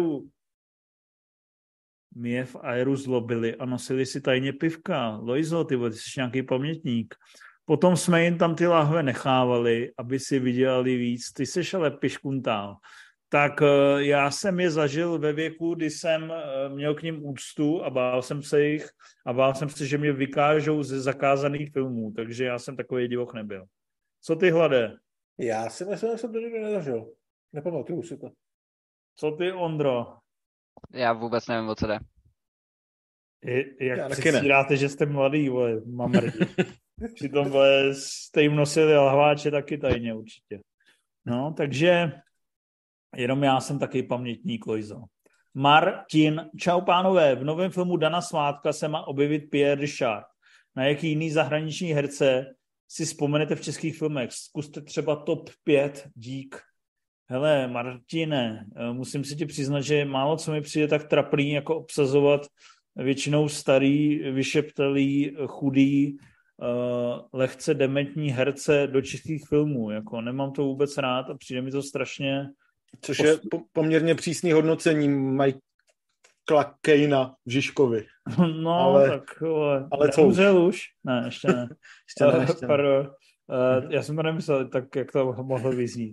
v aeru zlobili a nosili si tajně pivka. Lojzo, ty jsi nějaký pamětník. Potom jsme jim tam ty lahve nechávali, aby si vydělali víc. Ty jsi ale piškuntál. Tak já jsem je zažil ve věku, kdy jsem měl k nim úctu a bál jsem se jich a bál jsem se, že mě vykážou ze zakázaných filmů, takže já jsem takový divoch nebyl. Co ty, Hlade? Já si myslím, že jsem to nikdy nezažil. Nepamatuju si to. Co ty, Ondro? Já vůbec nevím, o co jde. Jak předstíráte, že jste mladý, vole, mamrdi. Přitom, vole, jste jim nosili lahváče taky tajně určitě. No, takže jenom já jsem taky pamětník, Lojzo. Martin, čau pánové, v novém filmu Dana Svátka se má objevit Pierre Richard. Na jaký jiný zahraniční herce si vzpomenete v českých filmech? Zkuste třeba top 5, dík. Hele, Martine, musím si ti přiznat, že málo co mi přijde tak trapný, jako obsazovat většinou starý, vyšeptalý, chudý, lehce dementní herce do českých filmů. Jako nemám to vůbec rád a přijde mi to strašně... Což je poměrně přísný hodnocení Michaela Caina v Žižkovi. No, ale co už? Ne, ještě ne. ještě ne. Já jsem to nemyslel tak, jak to mohlo vyznít.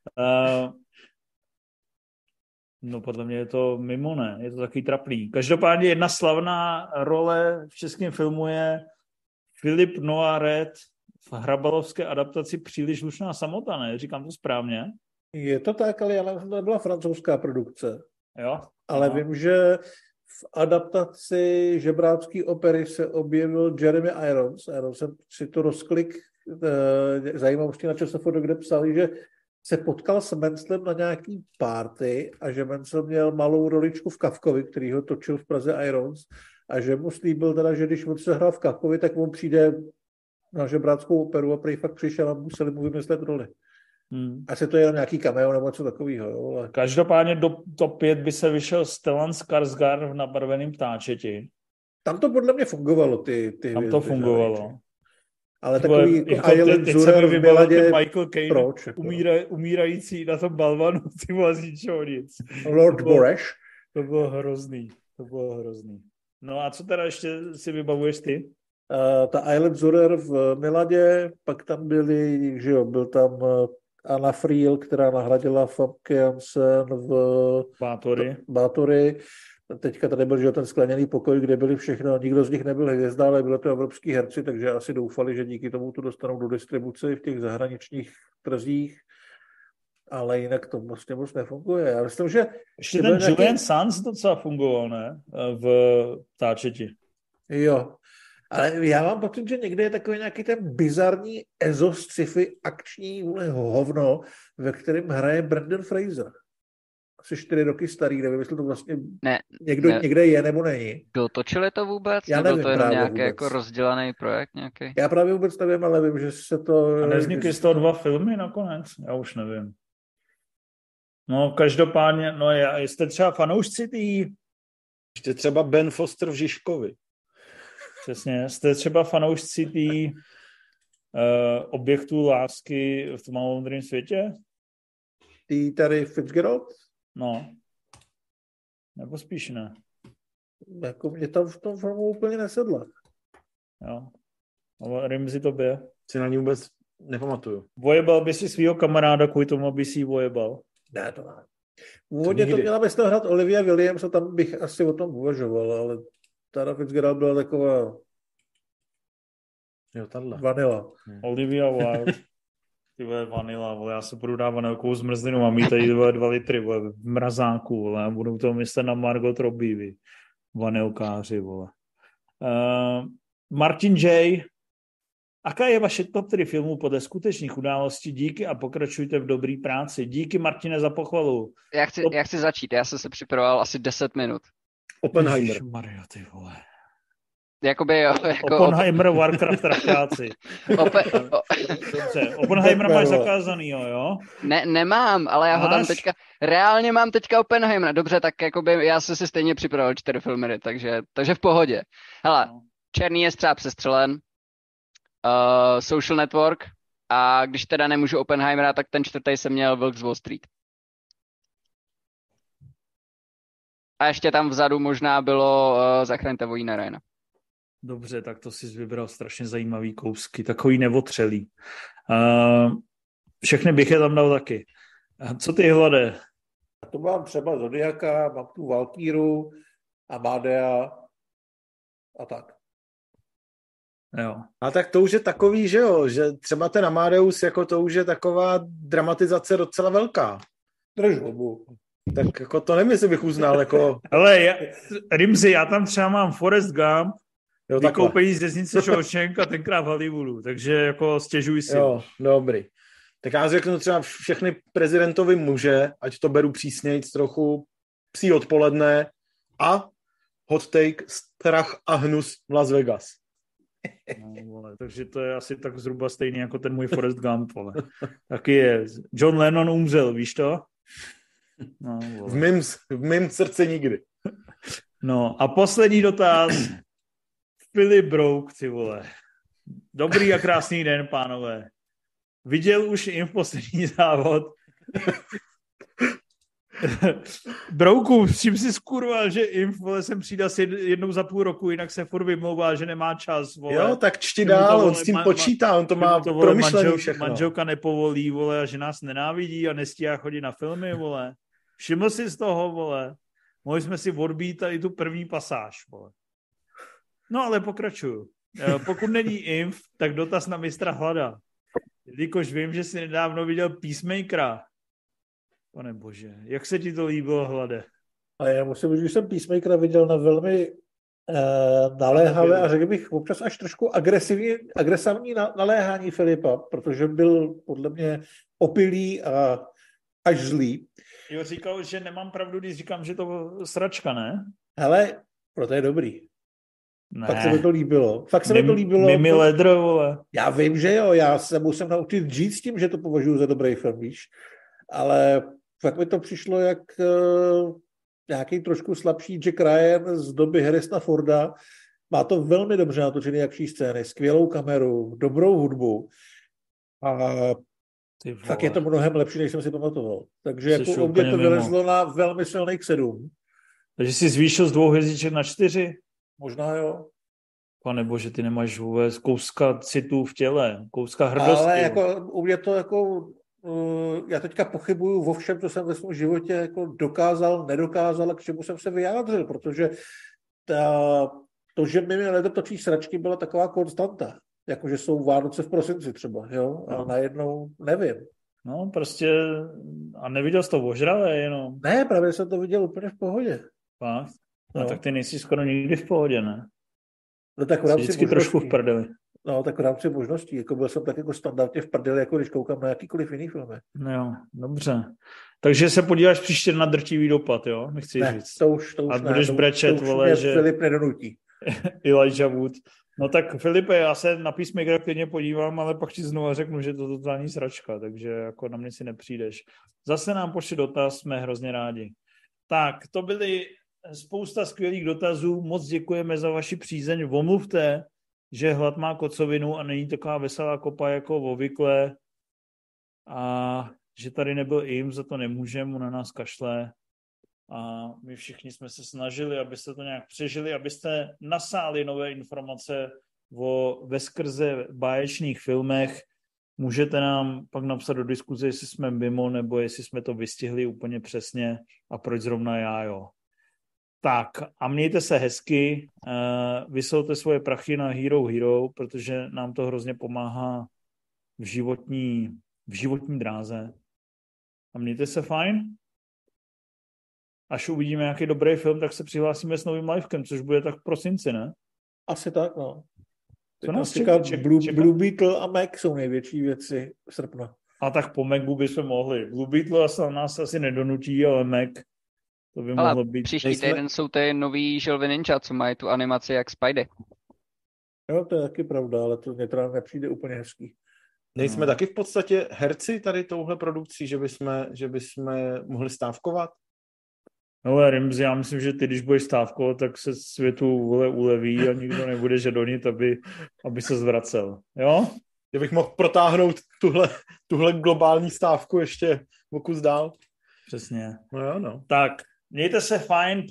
No, podle mě je to mimo, ne? Je to takový trapný. Každopádně jedna slavná role v českém filmu je Philippe Noiret v hrabalovské adaptaci Příliš lušná samota, ne? Říkám to správně? Je to tak, ale to byla francouzská produkce. Jo? Ale vím, že v adaptaci žebrácké opery se objevil Jeremy Irons. Já jsem si to rozklik zajímavosti na ČSFD, kde psali, že se potkal s Menslem na nějaký party a že Mensel měl malou roličku v Kafkovi, který ho točil v Praze Irons, a že mu slíbil teda, že když on se hrál v Kafkovi, tak on přijde na žebráckou operu a prý fakt přišel a museli mu vymyslet roli. Asi to je jenom nějaký cameo nebo něco takového. Jo, ale... Každopádně do top 5 by se vyšel Stellan Skarsgård v Nabarveném ptáčeti. Tam to podle mě fungovalo. Tam to fungovalo. Ale takový jako Island Zurer v Miladě, Michael Caine, proč? Jako? Umírající na tom balvanu, ty vole, z ničeho nic. Lord Boreš. To bylo hrozný. No a co teda ještě si vybavuješ ty? Ta Island Zurer v Miladě, pak tam byli, že jo, byl tam Anna Friel, která nahradila Famke Janssen v Bátory. Teďka tady byl, že ten skleněný pokoj, kde byli všechno, nikdo z nich nebyl hvězda, ale bylo to evropský herci, takže asi doufali, že díky tomu to dostanou do distribuce v těch zahraničních trzích, ale jinak to vlastně moc nefunguje. Já myslím, že... Ještě ten Julian Sands docela fungoval, ne? V Ptáčeti. Jo, ale já mám pocit, že někde je takový nějaký ten bizarní sci-fi akční hovno, ve kterém hraje Brendan Fraser. Asi 4 roky starý, nevím, jestli to vlastně někde je nebo není. Dotočili to vůbec? Já nebo nevím, to jenom nějaký vůbec. jako rozdělaný projekt nějaký? Já právě vůbec nevím, ale vím, že se to... A nevznikly z toho 2 filmy nakonec? Já už nevím. No, každopádně, no jste třeba fanoušci tý... Ještě třeba Ben Foster v Žižkovi. Přesně, jste třeba fanoušci tý objektů lásky v tom malomodrém světě? Tý tady Fitzgerald? No. Nebo spíš ne. Jako mě tam v tom filmu úplně nesedla. Jo. Ale Rimzi tobě. Si na ní vůbec nepamatuju. Vojebal by si svýho kamaráda kvůli tomu, aby si ji vojebal? Ne, to ne. Původně to měla bys to hrát Olivia Williams a tam bych asi o tom uvažoval, ale Tara Fitzgerald byla taková jo, tato. vanila. Olivia Wilde. Ty vole, vanila, vole, já se budu dávat nějakou zmrzlinu, mám jí tady 2 litry, vole, v mrazáku, vole, a budu to myslet na Margot Robbie, vy. Vanilkáři, vole. Martin J. Aká je vaše top 3 filmů podle skutečných událostí? Díky a pokračujte v dobrý práci. Díky, Martine, za pochvalu. Já chci začít, já jsem se připravoval asi 10 minut. Oppenheimer. Ježišmarjo, ty vole. Jakoby jo. Jako Oppenheimer, Warcraft, rachtáci. Dobře, Oppenheimer máš zakázaný, jo? Nemám, ale já ho tam teďka, reálně mám teďka Oppenheimera. Dobře, tak jakoby já jsem si stejně připravil 4 filmy, takže v pohodě. Hele, Černý je třeba přestřelen, Social Network a když teda nemůžu Oppenheimera, tak ten 4. jsem měl Wilk z Wall Street. A ještě tam vzadu možná bylo Zachraňte vojína Ryana. Dobře, tak to jsi vybral strašně zajímavý kousky, takový nevotřelý. Všechny bych je tam dal taky. Co ty, Hlade? A to mám třeba Zodiaka, mám tu Valkýru, Amadea a tak. Jo. A tak to už je takový, že jo, že třeba ten Amadeus, jako to už je taková dramatizace docela velká. Držu. Tak jako to nevím, jestli bych uznal, jako... Hele, Rimzi, já tam třeba mám Forrest Gump, vykoupení z věznice Shawshank a tenkrát v Hollywoodu, takže jako stěžuj si. Jo, dobrý. Tak já řeknu třeba všechny prezidentovi muže, ať to beru přísnějc trochu, Psí odpoledne a hot take Strach a hnus v Las Vegas. No, vole, takže to je asi tak zhruba stejný jako ten můj Forrest Gump, vole. Taky je. John Lennon umřel, víš to? No, v mém srdci nikdy. No a poslední dotaz. Philip Brouk, ty vole. Dobrý a krásný den, pánové. Viděl už jim v poslední závod. Brouku, s čím jsi skurval, že Inf, vole, sem přijde asi jednou za půl roku, jinak se furt vymlouvá, že nemá čas, vole. Jo, tak čti dál, on s tím počítá, on to má promyšlený všechno. Manželka nepovolí, vole, a že nás nenávidí a nestíhá chodit na filmy, vole. Všiml jsi z toho, vole. Mohli jsme si odbít i tu první pasáž, vole. No, ale pokračuju. Pokud není Inf, tak dotaz na mistra Hlada. Jelikož vím, že jsi nedávno viděl Peacemakera. Pane bože, jak se ti to líbilo, Hlade? Ale já musím říct, že jsem Peacemakera viděl na velmi naléhavé a řekl bych občas až trošku agresivní naléhání Filipa, protože byl podle mě opilý a až zlý. Jo, říkal, že nemám pravdu, když říkám, že to byl sračka, ne? Hele, proto je dobrý. Ne. Fakt se mi to líbilo. Mimi Ledr, vole. Já vím, že jo, já se musím naučit žít s tím, že to považuji za dobrý film, víš. Ale fakt mi to přišlo jak nějaký trošku slabší Jack Ryan z doby Harrisona Forda. Má to velmi dobře natočený akční scény, skvělou kameru, dobrou hudbu a fakt je to mnohem lepší, než jsem si pamatoval. Takže jako obě to vylezlo na velmi silných 7. Takže jsi zvýšil z 2 hvězdiček na 4? Možná jo. Pane bože, ty nemáš vůbec kouska citu v těle, kouska hrdosti. Ale jako u mě to jako já teďka pochybuju o všem, co jsem ve svém životě jako dokázal, nedokázal a k čemu jsem se vyjádřil, protože to, že Mimi Ledr točí sračky, byla taková konstanta. Jakože jsou Vánoce v prosinci třeba, jo? A najednou nevím. No prostě, a neviděl jsi to ožralé jenom? Ne, právě jsem to viděl úplně v pohodě. Fakt? No tak ty nejsi skoro nikdy v pohodě, ne? No tak v rámci vždycky trošku v prdeli. No tak v rámci možností, jako byl jsem tak jako standardně v prdeli, jako když koukám na jakýkoliv jiný filmy. No jo, dobře. Takže se podíváš příště na Drtivý dopad, jo? Nechci říct. To už a budeš brečet, vole, že Filip nedonutí. Elijah Wood. No tak Filipe, já se na Peacemakera klidně podívám, ale pak ti znovu řeknu, že to totální sračka, takže jako na mě si nepřijdeš. Zase nám pošli dotaz, jsme hrozně rádi. Tak, to byly spousta skvělých dotazů, moc děkujeme za vaši přízeň, omluvte, že Hlad má kocovinu a není taková veselá kopa jako obvykle a že tady nebyl Im, za to nemůžeme, on na nás kašle a my všichni jsme se snažili, abyste to nějak přežili, abyste nasáli nové informace o veskrze báječných filmech. Můžete nám pak napsat do diskuze, jestli jsme mimo, nebo jestli jsme to vystihli úplně přesně a proč zrovna já, jo. Tak a mějte se hezky, vysolte svoje prachy na Hero, protože nám to hrozně pomáhá v životní dráze. A mějte se fajn. Až uvidíme nějaký dobrý film, tak se přihlásíme s novým livekem, což bude tak v prosinci, ne? Asi tak, no. Co nás čeká? Blue Beetle a Mac jsou největší věci v srpna. A tak po Macu bychom mohli. Blue Beetle nás asi nedonutí, ale Mac to by mohlo být. Příští týden jsou ty nový Želvy Ninja, co mají tu animaci jak Spidey. Jo, to je taky pravda, ale to mě teda nepřijde úplně hezký. Nejsme taky v podstatě herci tady touhle produkcí, že bychom mohli stávkovat? No, Rimzi, já myslím, že ty, když budeš stávkovat, tak se světu uleví a nikdo nebude žadonit, aby se zvracel. Jo? Že bych mohl protáhnout tuhle globální stávku ještě o kus dál. Přesně. No jo, no. Tak, mějte se fajn.